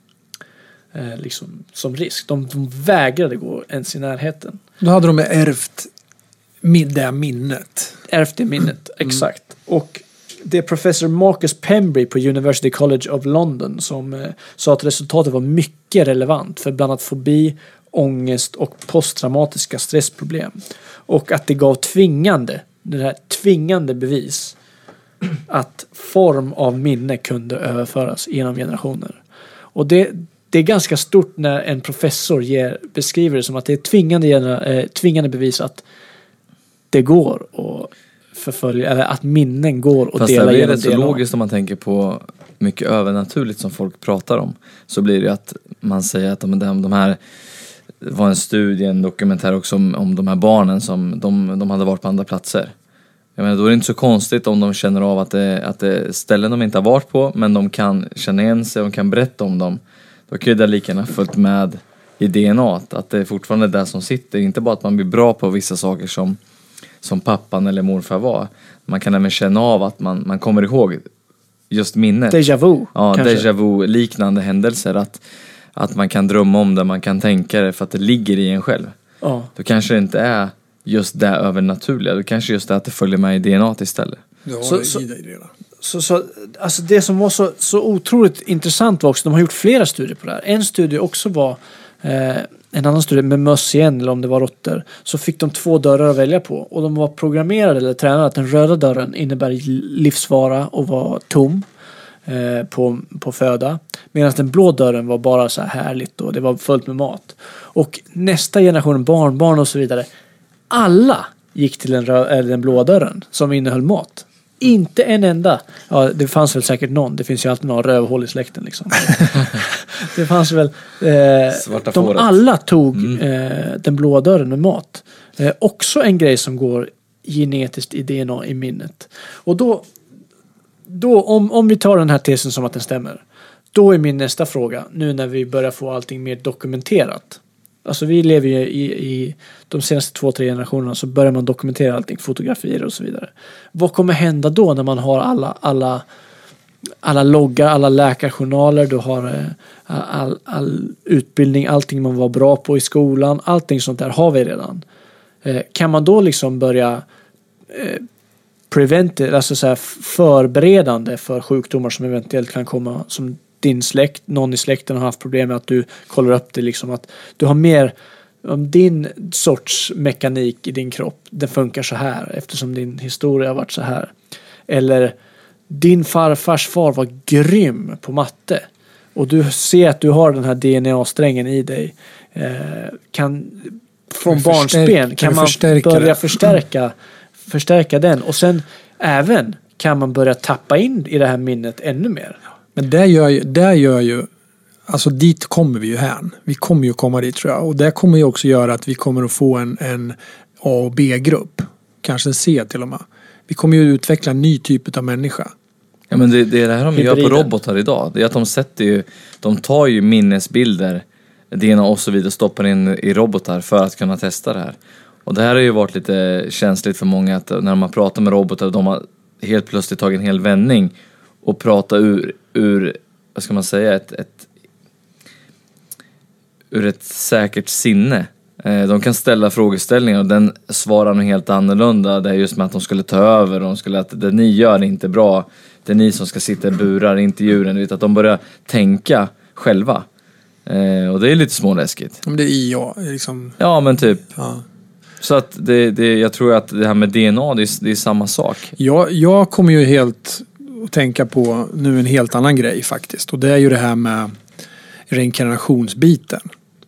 C: eh, liksom som risk. De, de vägrade gå ens i närheten.
B: Då hade de ärvt det minnet.
C: Ärvt det minnet, mm. exakt. Och det är professor Marcus Pembry på University College of London som eh, sa att resultatet var mycket relevant för bland annat fobi, ångest och posttraumatiska stressproblem. Och att det gav tvingande, det här tvingande bevis att form av minne kunde överföras genom generationer. Och det, det är ganska stort när en professor ger, beskriver det som att det är tvingande, eh, tvingande bevis att det går att förfölja, eller att minnen går att dela genom D N A.
D: Fast det är rätt så logiskt om man tänker på mycket övernaturligt som folk pratar om. Så blir det att man säger att de, de här var en studie, en dokumentär också om, om de här barnen som de, de hade varit på andra platser. Jag menar, då är det inte så konstigt om de känner av att det, att det är ställen de inte har varit på, men de kan känna igen sig och kan berätta om dem. Då kan ju det lika gärna följt med i D N A, att det är fortfarande det som sitter. Inte bara att man blir bra på vissa saker som, som pappan eller morfar var. Man kan även känna av att man, man kommer ihåg just minnet.
C: Déjà vu.
D: Ja,
C: kanske.
D: déjà vu, liknande händelser. Att, att man kan drömma om det, man kan tänka det för att det ligger i en själv.
C: Ja.
D: Då kanske det inte är just det övernaturliga. Då kanske just det att det följer med i D N A istället.
B: Ja,
C: så,
B: det
C: så,
B: i dig redan.
C: så, så, alltså det som var så, så otroligt intressant var också, de har gjort flera studier på det här. En studie också var eh, en annan studie med möss igen, eller om det var råttor. Så fick de två dörrar att välja på. Och de var programmerade eller tränade att den röda dörren innebär livsfara och var tom eh, på, på föda. Medan den blå dörren var bara så här härligt och det var fullt med mat. Och nästa generation, barnbarn och så vidare, alla gick till den, rö- eller den blå dörren som innehöll mat. Inte en enda. Ja, det fanns väl säkert någon. Det finns ju alltid några rövhål i släkten liksom. Det fanns väl... Eh,
D: Svarta
C: de
D: fåret.
C: alla tog
D: Mm.
C: eh, den blåa dörren med mat. Eh, också en grej som går genetiskt i D N A i minnet. Och då... då om, om vi tar den här tesen som att den stämmer. Då är min nästa fråga, nu när vi börjar få allting mer dokumenterat. Alltså vi lever ju i, i de senaste två, tre generationerna, så börjar man dokumentera allting, fotografier och så vidare. Vad kommer hända då när man har alla, alla, alla loggar, alla läkarjournaler, du har eh, all, all utbildning, allting man var bra på i skolan, allting sånt där har vi redan. Eh, kan man då liksom börja eh, preventive, alltså så här förberedande för sjukdomar som eventuellt kan komma, som din släkt, någon i släkten har haft problem med, att du kollar upp det liksom, att du har mer om din sorts mekanik i din kropp, den funkar så här eftersom din historia har varit så här. Eller din farfars far var grym på matte och du ser att du har den här D N A-strängen i dig, eh, kan från
B: Kan
C: barnsben kan,
B: kan
C: man
B: förstärka
C: börja
B: det.
C: förstärka förstärka den, och sen även kan man börja tappa in i det här minnet ännu mer.
B: Men det gör ju, det gör ju, alltså dit kommer vi ju här. Vi kommer ju komma dit tror jag. Och det kommer ju också göra att vi kommer att få en, en A- och B-grupp. Kanske en C till och med. Vi kommer ju utveckla en ny typ av människa.
D: Ja, men det, det är det här de gör
C: Hybriden.
D: på robotar idag. Det är att de sätter ju, de tar ju minnesbilder, D N A och så vidare, stoppar in i robotar för att kunna testa det här. Och det här har ju varit lite känsligt för många, att när man pratar med robotar, de har helt plötsligt tagit en hel vändning och pratar ur, ur vad ska man säga, ett, ett ur ett säkert sinne. De kan ställa frågeställningar och den svarar något helt annorlunda. Det är just med att de skulle ta över, de skulle, att det ni gör är inte bra, det är ni som ska sitta i burar, inte djuren. Vet, att de börjar tänka själva. Och det är lite småläskigt.
B: Om det är I A liksom.
D: Ja, men typ.
B: Ja.
D: Så att det, det, jag tror att det här med D N A, det är, det är samma sak.
B: Jag, jag kommer ju helt att tänka på nu en helt annan grej faktiskt. Och det är ju det här med reinkarnationsbiten.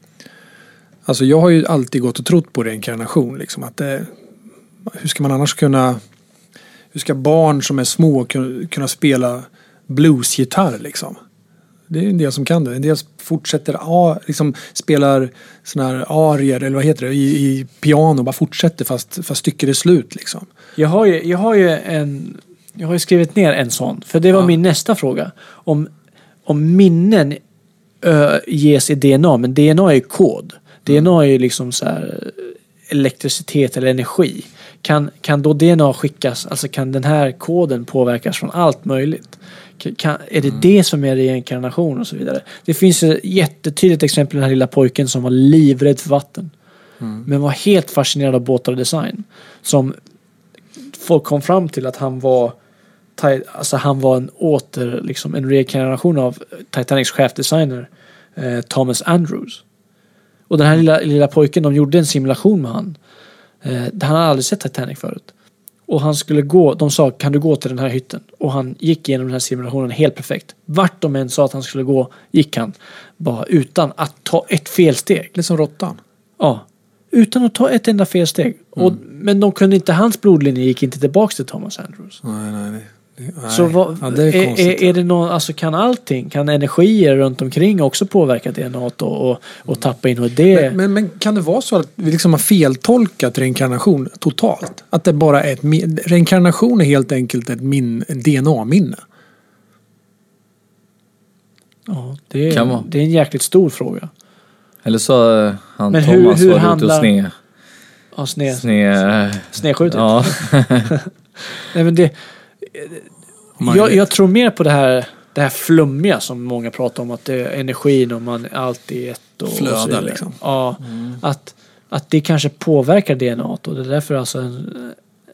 B: Alltså jag har ju alltid gått och trott på reinkarnation. Liksom, att det, hur ska man annars kunna... Hur ska barn som är små kunna, kunna spela bluesgitarr liksom? Det är en del som kan det. En del fortsätter, ja, liksom spelar såna här arier, eller vad heter det, i, i piano, bara fortsätter fast, fast stycket är slut liksom.
C: Jag har ju, jag har ju en jag har ju skrivit ner en sån, för det var
B: Ja.
C: min nästa fråga. Om, om minnen ö, ges i D N A, men D N A är ju kod. D N A är ju liksom så här elektricitet eller energi. Kan, kan då D N A skickas, alltså kan den här koden påverkas från allt möjligt? Kan, är det mm. det som är reinkarnation och så vidare? Det finns ett jättetydligt exempel, den här lilla pojken som var livrädd för vatten. Mm. Men var helt fascinerad av båtar och design. Som folk kom fram till att han var alltså han var en åter, liksom en reinkarnation av Titanics chefdesigner eh, Thomas Andrews. Och den här lilla, lilla pojken, de gjorde en simulation med han. Eh, han hade aldrig sett Titanic förut. Och han skulle gå, de sa, kan du gå till den här hytten? Och han gick igenom den här simulationen helt perfekt. Vart de än sa att han skulle gå, gick han. Bara utan att ta ett felsteg.
B: Lite som råttan.
C: Ja. Utan att ta ett enda felsteg. Mm. Och, men de kunde inte, hans blodlinje gick inte tillbaka till Thomas Andrews.
B: Nej, nej, nej. nej.
C: Så vad,
B: ja, det är,
C: är,
B: konstigt,
C: är, är det någon, alltså kan allting, kan energier runt omkring också påverka D N A och, och, och tappa in och det...
B: Men, men, men kan det vara så att vi liksom har feltolkat reinkarnation totalt? Att det bara är ett... Reinkarnation är helt enkelt ett min, en D N A-minne.
C: Ja, det är,
D: Kan vara.
C: det är en jäkligt stor fråga.
D: Eller så uh, han
C: Men hur-
D: Thomas
C: hur
D: var ute
C: handlar-
D: och sne,
C: Ja, sne,
D: sne,
C: snedskjutet.
D: ja.
C: Nej, men det,
B: Man-
C: jag, jag tror mer på det här, det här flummiga som många pratar om, att det är energin och man alltid är ett och,
B: Flödar,
C: och så vidare.
B: liksom.
C: Ja, att, att det kanske påverkar D N A och det är därför alltså en,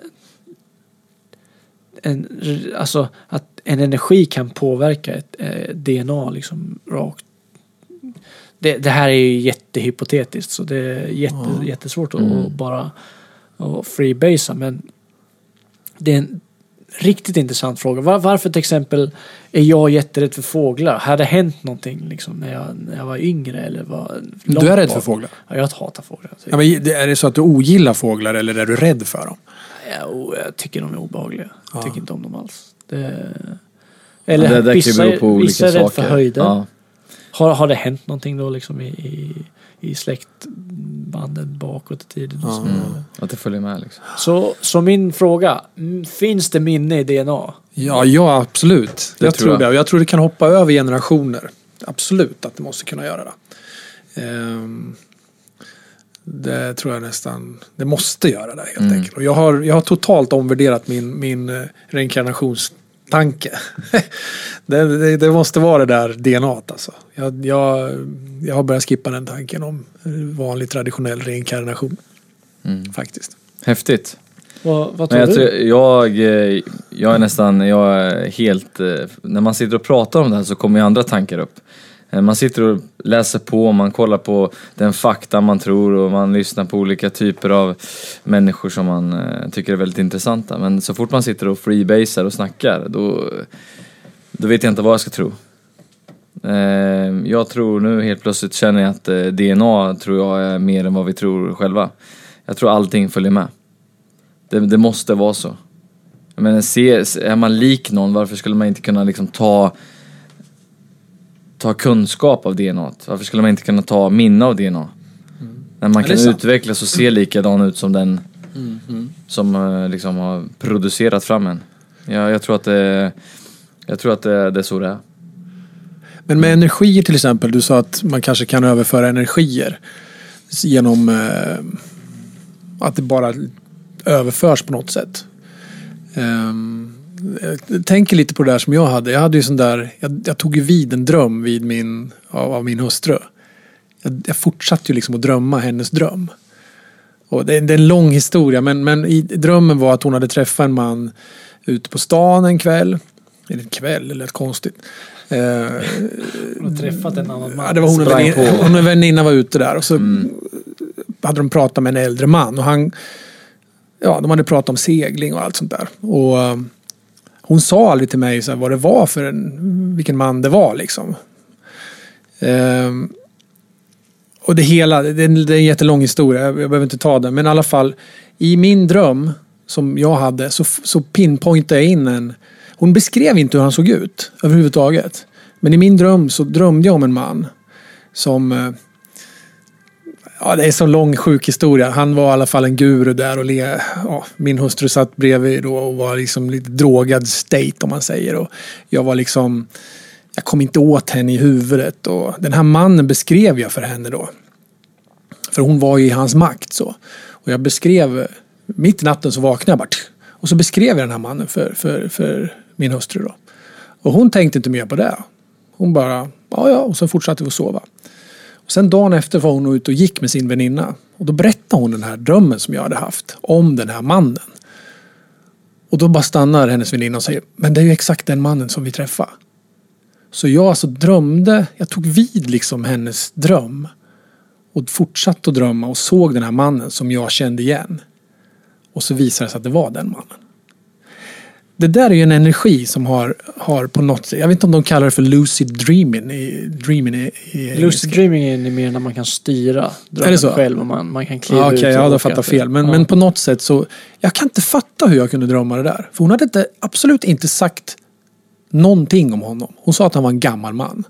C: en, alltså att en energi kan påverka ett eh, D N A liksom rakt. Det, det här är ju jättehypotetiskt, så det är jätte,
B: Ja.
C: jättesvårt att
D: Mm.
C: att bara att freebasea, men det är en, riktigt intressant fråga. Var, varför till exempel är jag jätterädd för fåglar? Hade det hänt någonting liksom, när, jag, när jag var yngre? Eller var
B: Du är rädd för fåglar?
C: Ja, jag hatar fåglar.
B: Ja, men är det så att du ogillar fåglar eller är du rädd för dem?
C: Ja, jag tycker de är obehagliga. Jag
B: Ja.
C: tycker inte om dem alls. Det... Eller
D: det där kan
C: vissa,
D: bero på olika
C: vissa är rädd för
D: saker.
C: höjden.
D: Ja.
C: Har, har det hänt någonting då liksom i, i, i släktbanden bakåt i tiden? Och så?
D: Mm. Att det följer med liksom.
C: Så, så min fråga, mm, finns det minne i D N A?
B: Ja, ja absolut.
D: Det
B: jag
D: tror
B: tror
D: jag.
B: det. Och jag tror det kan hoppa över generationer. Absolut att det måste kunna göra det. Ehm, det tror jag nästan, det måste göra det helt
D: Mm.
B: enkelt. Och jag har, jag har totalt omvärderat min, min eh, reinkarnationstanke. det, det, det måste vara det där D N A alltså. Jag, jag, jag har börjat skippa den tanken om vanlig traditionell reinkarnation.
D: Mm.
B: Faktiskt.
D: Häftigt.
C: Vad, vad
D: Men
C: tror
D: jag,
C: du?
D: tror, jag, eh, jag är nästan, jag är helt, eh, när man sitter och pratar om det här så kommer ju andra tankar upp. Eh, Man sitter och läser på, man kollar på den fakta man tror och man lyssnar på olika typer av människor som man eh, tycker är väldigt intressanta. Men så fort man sitter och freebasar och snackar, då, då vet jag inte vad jag ska tro. Eh, Jag tror nu helt plötsligt känner jag att eh, D N A tror jag är mer än vad vi tror själva. Jag tror allting följer med. Det, det måste vara så. Men se, är man lik någon, varför skulle man inte kunna liksom ta ta kunskap av D N A? Varför skulle man inte kunna ta minne av D N A? Mm. När man
B: Ja, det är
D: kan
B: sant.
D: utvecklas och se likadan ut som den
B: Mm, mm.
D: som eh, liksom har producerat fram en. Ja, jag tror att det jag tror att det, det är så det är.
B: Men med energier till exempel, du sa att man kanske kan överföra energier genom eh, att det bara överförs på något sätt. Um, jag tänker lite på det där som jag hade. Jag hade ju sån där, jag, jag tog ju vid en dröm vid min, av, av min hustru. Jag, jag fortsatte ju liksom att drömma hennes dröm. Och det, det är en lång historia, men, men i drömmen var att hon hade träffat en man ute på stan en kväll. Eller en kväll, eller ett konstigt. Eh,
C: Hon har träffat en annan man.
B: Ja, det var hon och
D: Sprang
B: en
D: på.
B: väninna, hon och en väninna var ute där och så
D: Mm.
B: hade de pratat med en äldre man och han, ja, de hade pratat om segling och allt sånt där. Och um, hon sa aldrig till mig så här, vad det var för en, vilken man det var liksom. Um, och det hela, det, det är en jättelång historia, jag, jag behöver inte ta den, men i alla fall i min dröm som jag hade så, så pinpointade jag in en, hon beskrev inte hur han såg ut överhuvudtaget. Men i min dröm så drömde jag om en man som, ja, det är så lång sjuk historia. Han var i alla fall en guru där och le, ja, min hustru satt bredvid då och var liksom lite drogad state om man säger. Och jag var liksom, jag kom inte åt henne i huvudet och den här mannen beskrev jag för henne då. För hon var ju i hans makt så. Och jag beskrev, mitt i natten så vaknade jag bara och så beskrev jag den här mannen för, för, för min hustru då. Och hon tänkte inte mer på det. Hon bara, ja ja, och så fortsatte vi att sova. Och sen dagen efter var hon ute och gick med sin väninna. Och då berättade hon den här drömmen som jag hade haft om den här mannen. Och då bara stannar hennes väninna och säger, men det är ju exakt den mannen som vi träffade. Så jag alltså drömde, jag tog vid liksom hennes dröm. Och fortsatte att drömma och såg den här mannen som jag kände igen. Och så visade det sig att det var den mannen. Det där är ju en energi som har, har på något sätt, jag vet inte om de kallar det för lucid dreaming. I, dreaming i, i
C: Lucid dreaming är mer när man kan styra drömmen
B: Är det så?
C: själv och man, man kan kliva
B: Ja, okej,
C: ut. och
B: jag hade
C: åka
B: fattat
C: till-
B: fel. Men,
C: ja.
B: men på något sätt så, jag kan inte fatta hur jag kunde drömma det där. För hon hade inte, absolut inte sagt någonting om honom. Hon sa att han var en gammal man.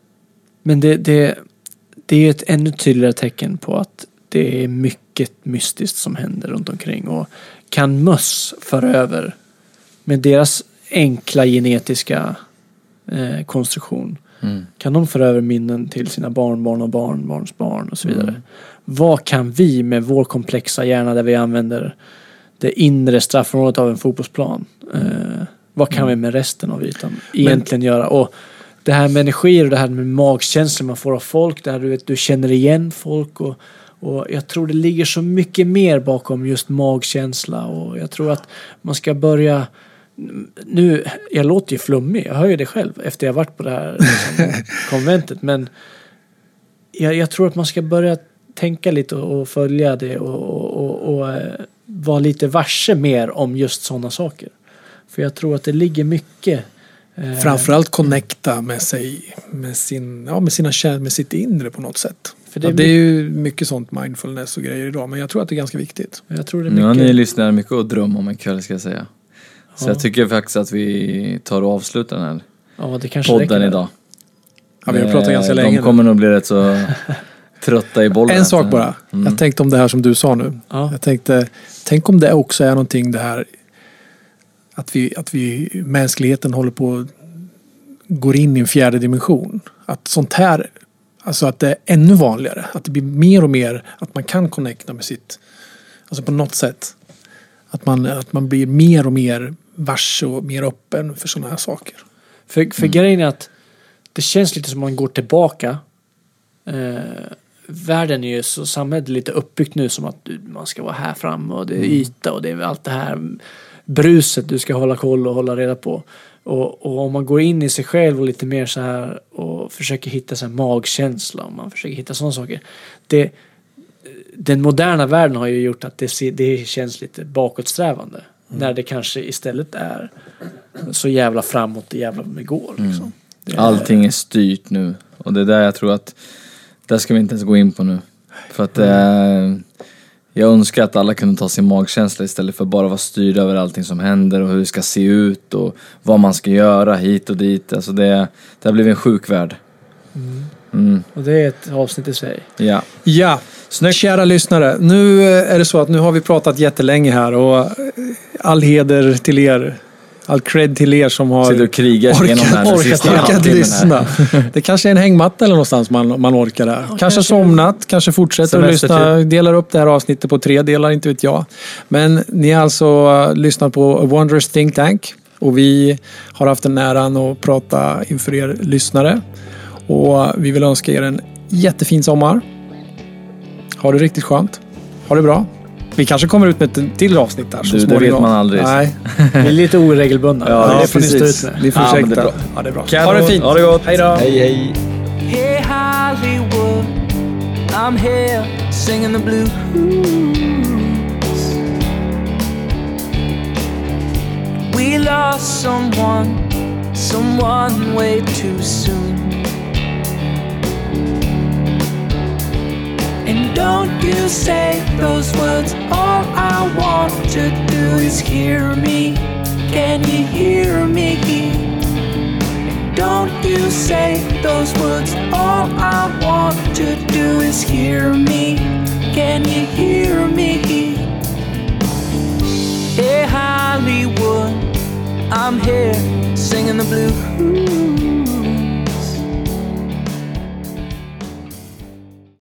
C: Men det, det, det är ett ännu tydligare tecken på att det är mycket mystiskt som händer runt omkring. Och kan möss föra över med deras enkla genetiska eh, konstruktion.
D: Mm.
C: Kan de föra över minnen till sina barnbarn och barnbarns barn och så vidare.
D: Mm.
C: Vad kan vi med vår komplexa hjärna där vi använder det inre straffområdet av en fotbollsplan. Eh, vad kan vi med resten av ytan egentligen göra? Och det här med energier och det här med magkänslor man får av folk. Det här du vet, du känner igen folk och, och jag tror det ligger så mycket mer bakom just magkänsla och jag tror att man ska börja nu, jag låter ju flummig, jag hör ju det själv efter jag varit på det här liksom, konventet, men jag, jag tror att man ska börja tänka lite och, och följa det och, och, och, och eh, vara lite varse mer om just sådana saker. För jag tror att det ligger mycket... Eh,
B: Framförallt connecta med sig, med, sin, ja, med, sina, med sitt inre på något sätt. För det, är, ja, det är ju mycket sånt mindfulness och grejer idag, men jag tror att det är ganska viktigt.
C: Jag tror det är mycket...
D: Nu har ni lyssnat mycket och dröm om en kväll, ska jag säga. Så ja. Jag tycker faktiskt att vi tar och avslutar den här
C: ja, det kanske
D: podden idag.
B: Ja, vi har pratat ganska länge.
D: De kommer nog bli rätt så trötta i bollen.
B: En sak bara. Mm. Jag tänkte om det här som du sa nu. Ja. Jag tänkte, tänk om det också är någonting det här att vi, att vi mänskligheten håller på går in i en fjärde dimension. Att sånt här, alltså att det är ännu vanligare. Att det blir mer och mer att man kan connecta med sitt, alltså på något sätt. Att man, att man blir mer och mer varse och mer öppen för sådana här saker.
C: För, för mm. grejen är att det känns lite som man går tillbaka. Eh, världen är ju så, samhället är lite uppbyggt nu som att man ska vara här framme och det är yta och det är allt det här bruset du ska hålla koll och hålla reda på. Och, och om man går in i sig själv och lite mer så här och försöker hitta så här magkänsla, om man försöker hitta sådana saker. Det, den moderna världen har ju gjort att det, det känns lite bakåtsträvande. Mm. När det kanske istället är så jävla framåt det jävla med går. Liksom. Mm. Det är, Allting är styrt nu. Och det är där jag tror att där ska vi inte ens gå in på nu. För att mm. eh, jag önskar att alla kunde ta sin magkänsla istället för bara vara styrd över allting som händer och hur det ska se ut och vad man ska göra hit och dit. Alltså det, det har blivit en sjuk värld. Mm. Mm. Och det är ett avsnitt i sig. Ja. Ja. Snyggt. Kära lyssnare, nu är det så att nu har vi pratat jättelänge här och all heder till er. All cred till er som har orkat, orkat, orkat lyssna. Det kanske är en hängmatta eller någonstans man, man orkar där. Ja, kanske, kanske somnat, kanske fortsätter att lyssna. Delar upp det här avsnittet på tre delar, inte vet jag. Men ni har alltså uh, lyssnat på A Wondrous Think Tank. Och vi har haft en äran att prata inför er lyssnare. Och vi vill önska er en jättefin sommar. Ha det riktigt skönt. Ha det bra. Vi kanske kommer ut med ett till avsnitt där. Så du, det vet man aldrig. Nej. Vi är lite oregelbundna. Ja, ja, det får ni stå ut med. Ni får ja, ursäkta. Det ja, det är bra. Kan ha det fint. Ha det gott. Hej då. Hej, hej. Hey Hollywood, I'm here singing the blues. We lost someone, someone way too soon. And don't you say those words, all I want to do is hear me. Can you hear me? And don't you say those words, all I want to do is hear me. Can you hear me? Hey Hollywood, I'm here singing the blues.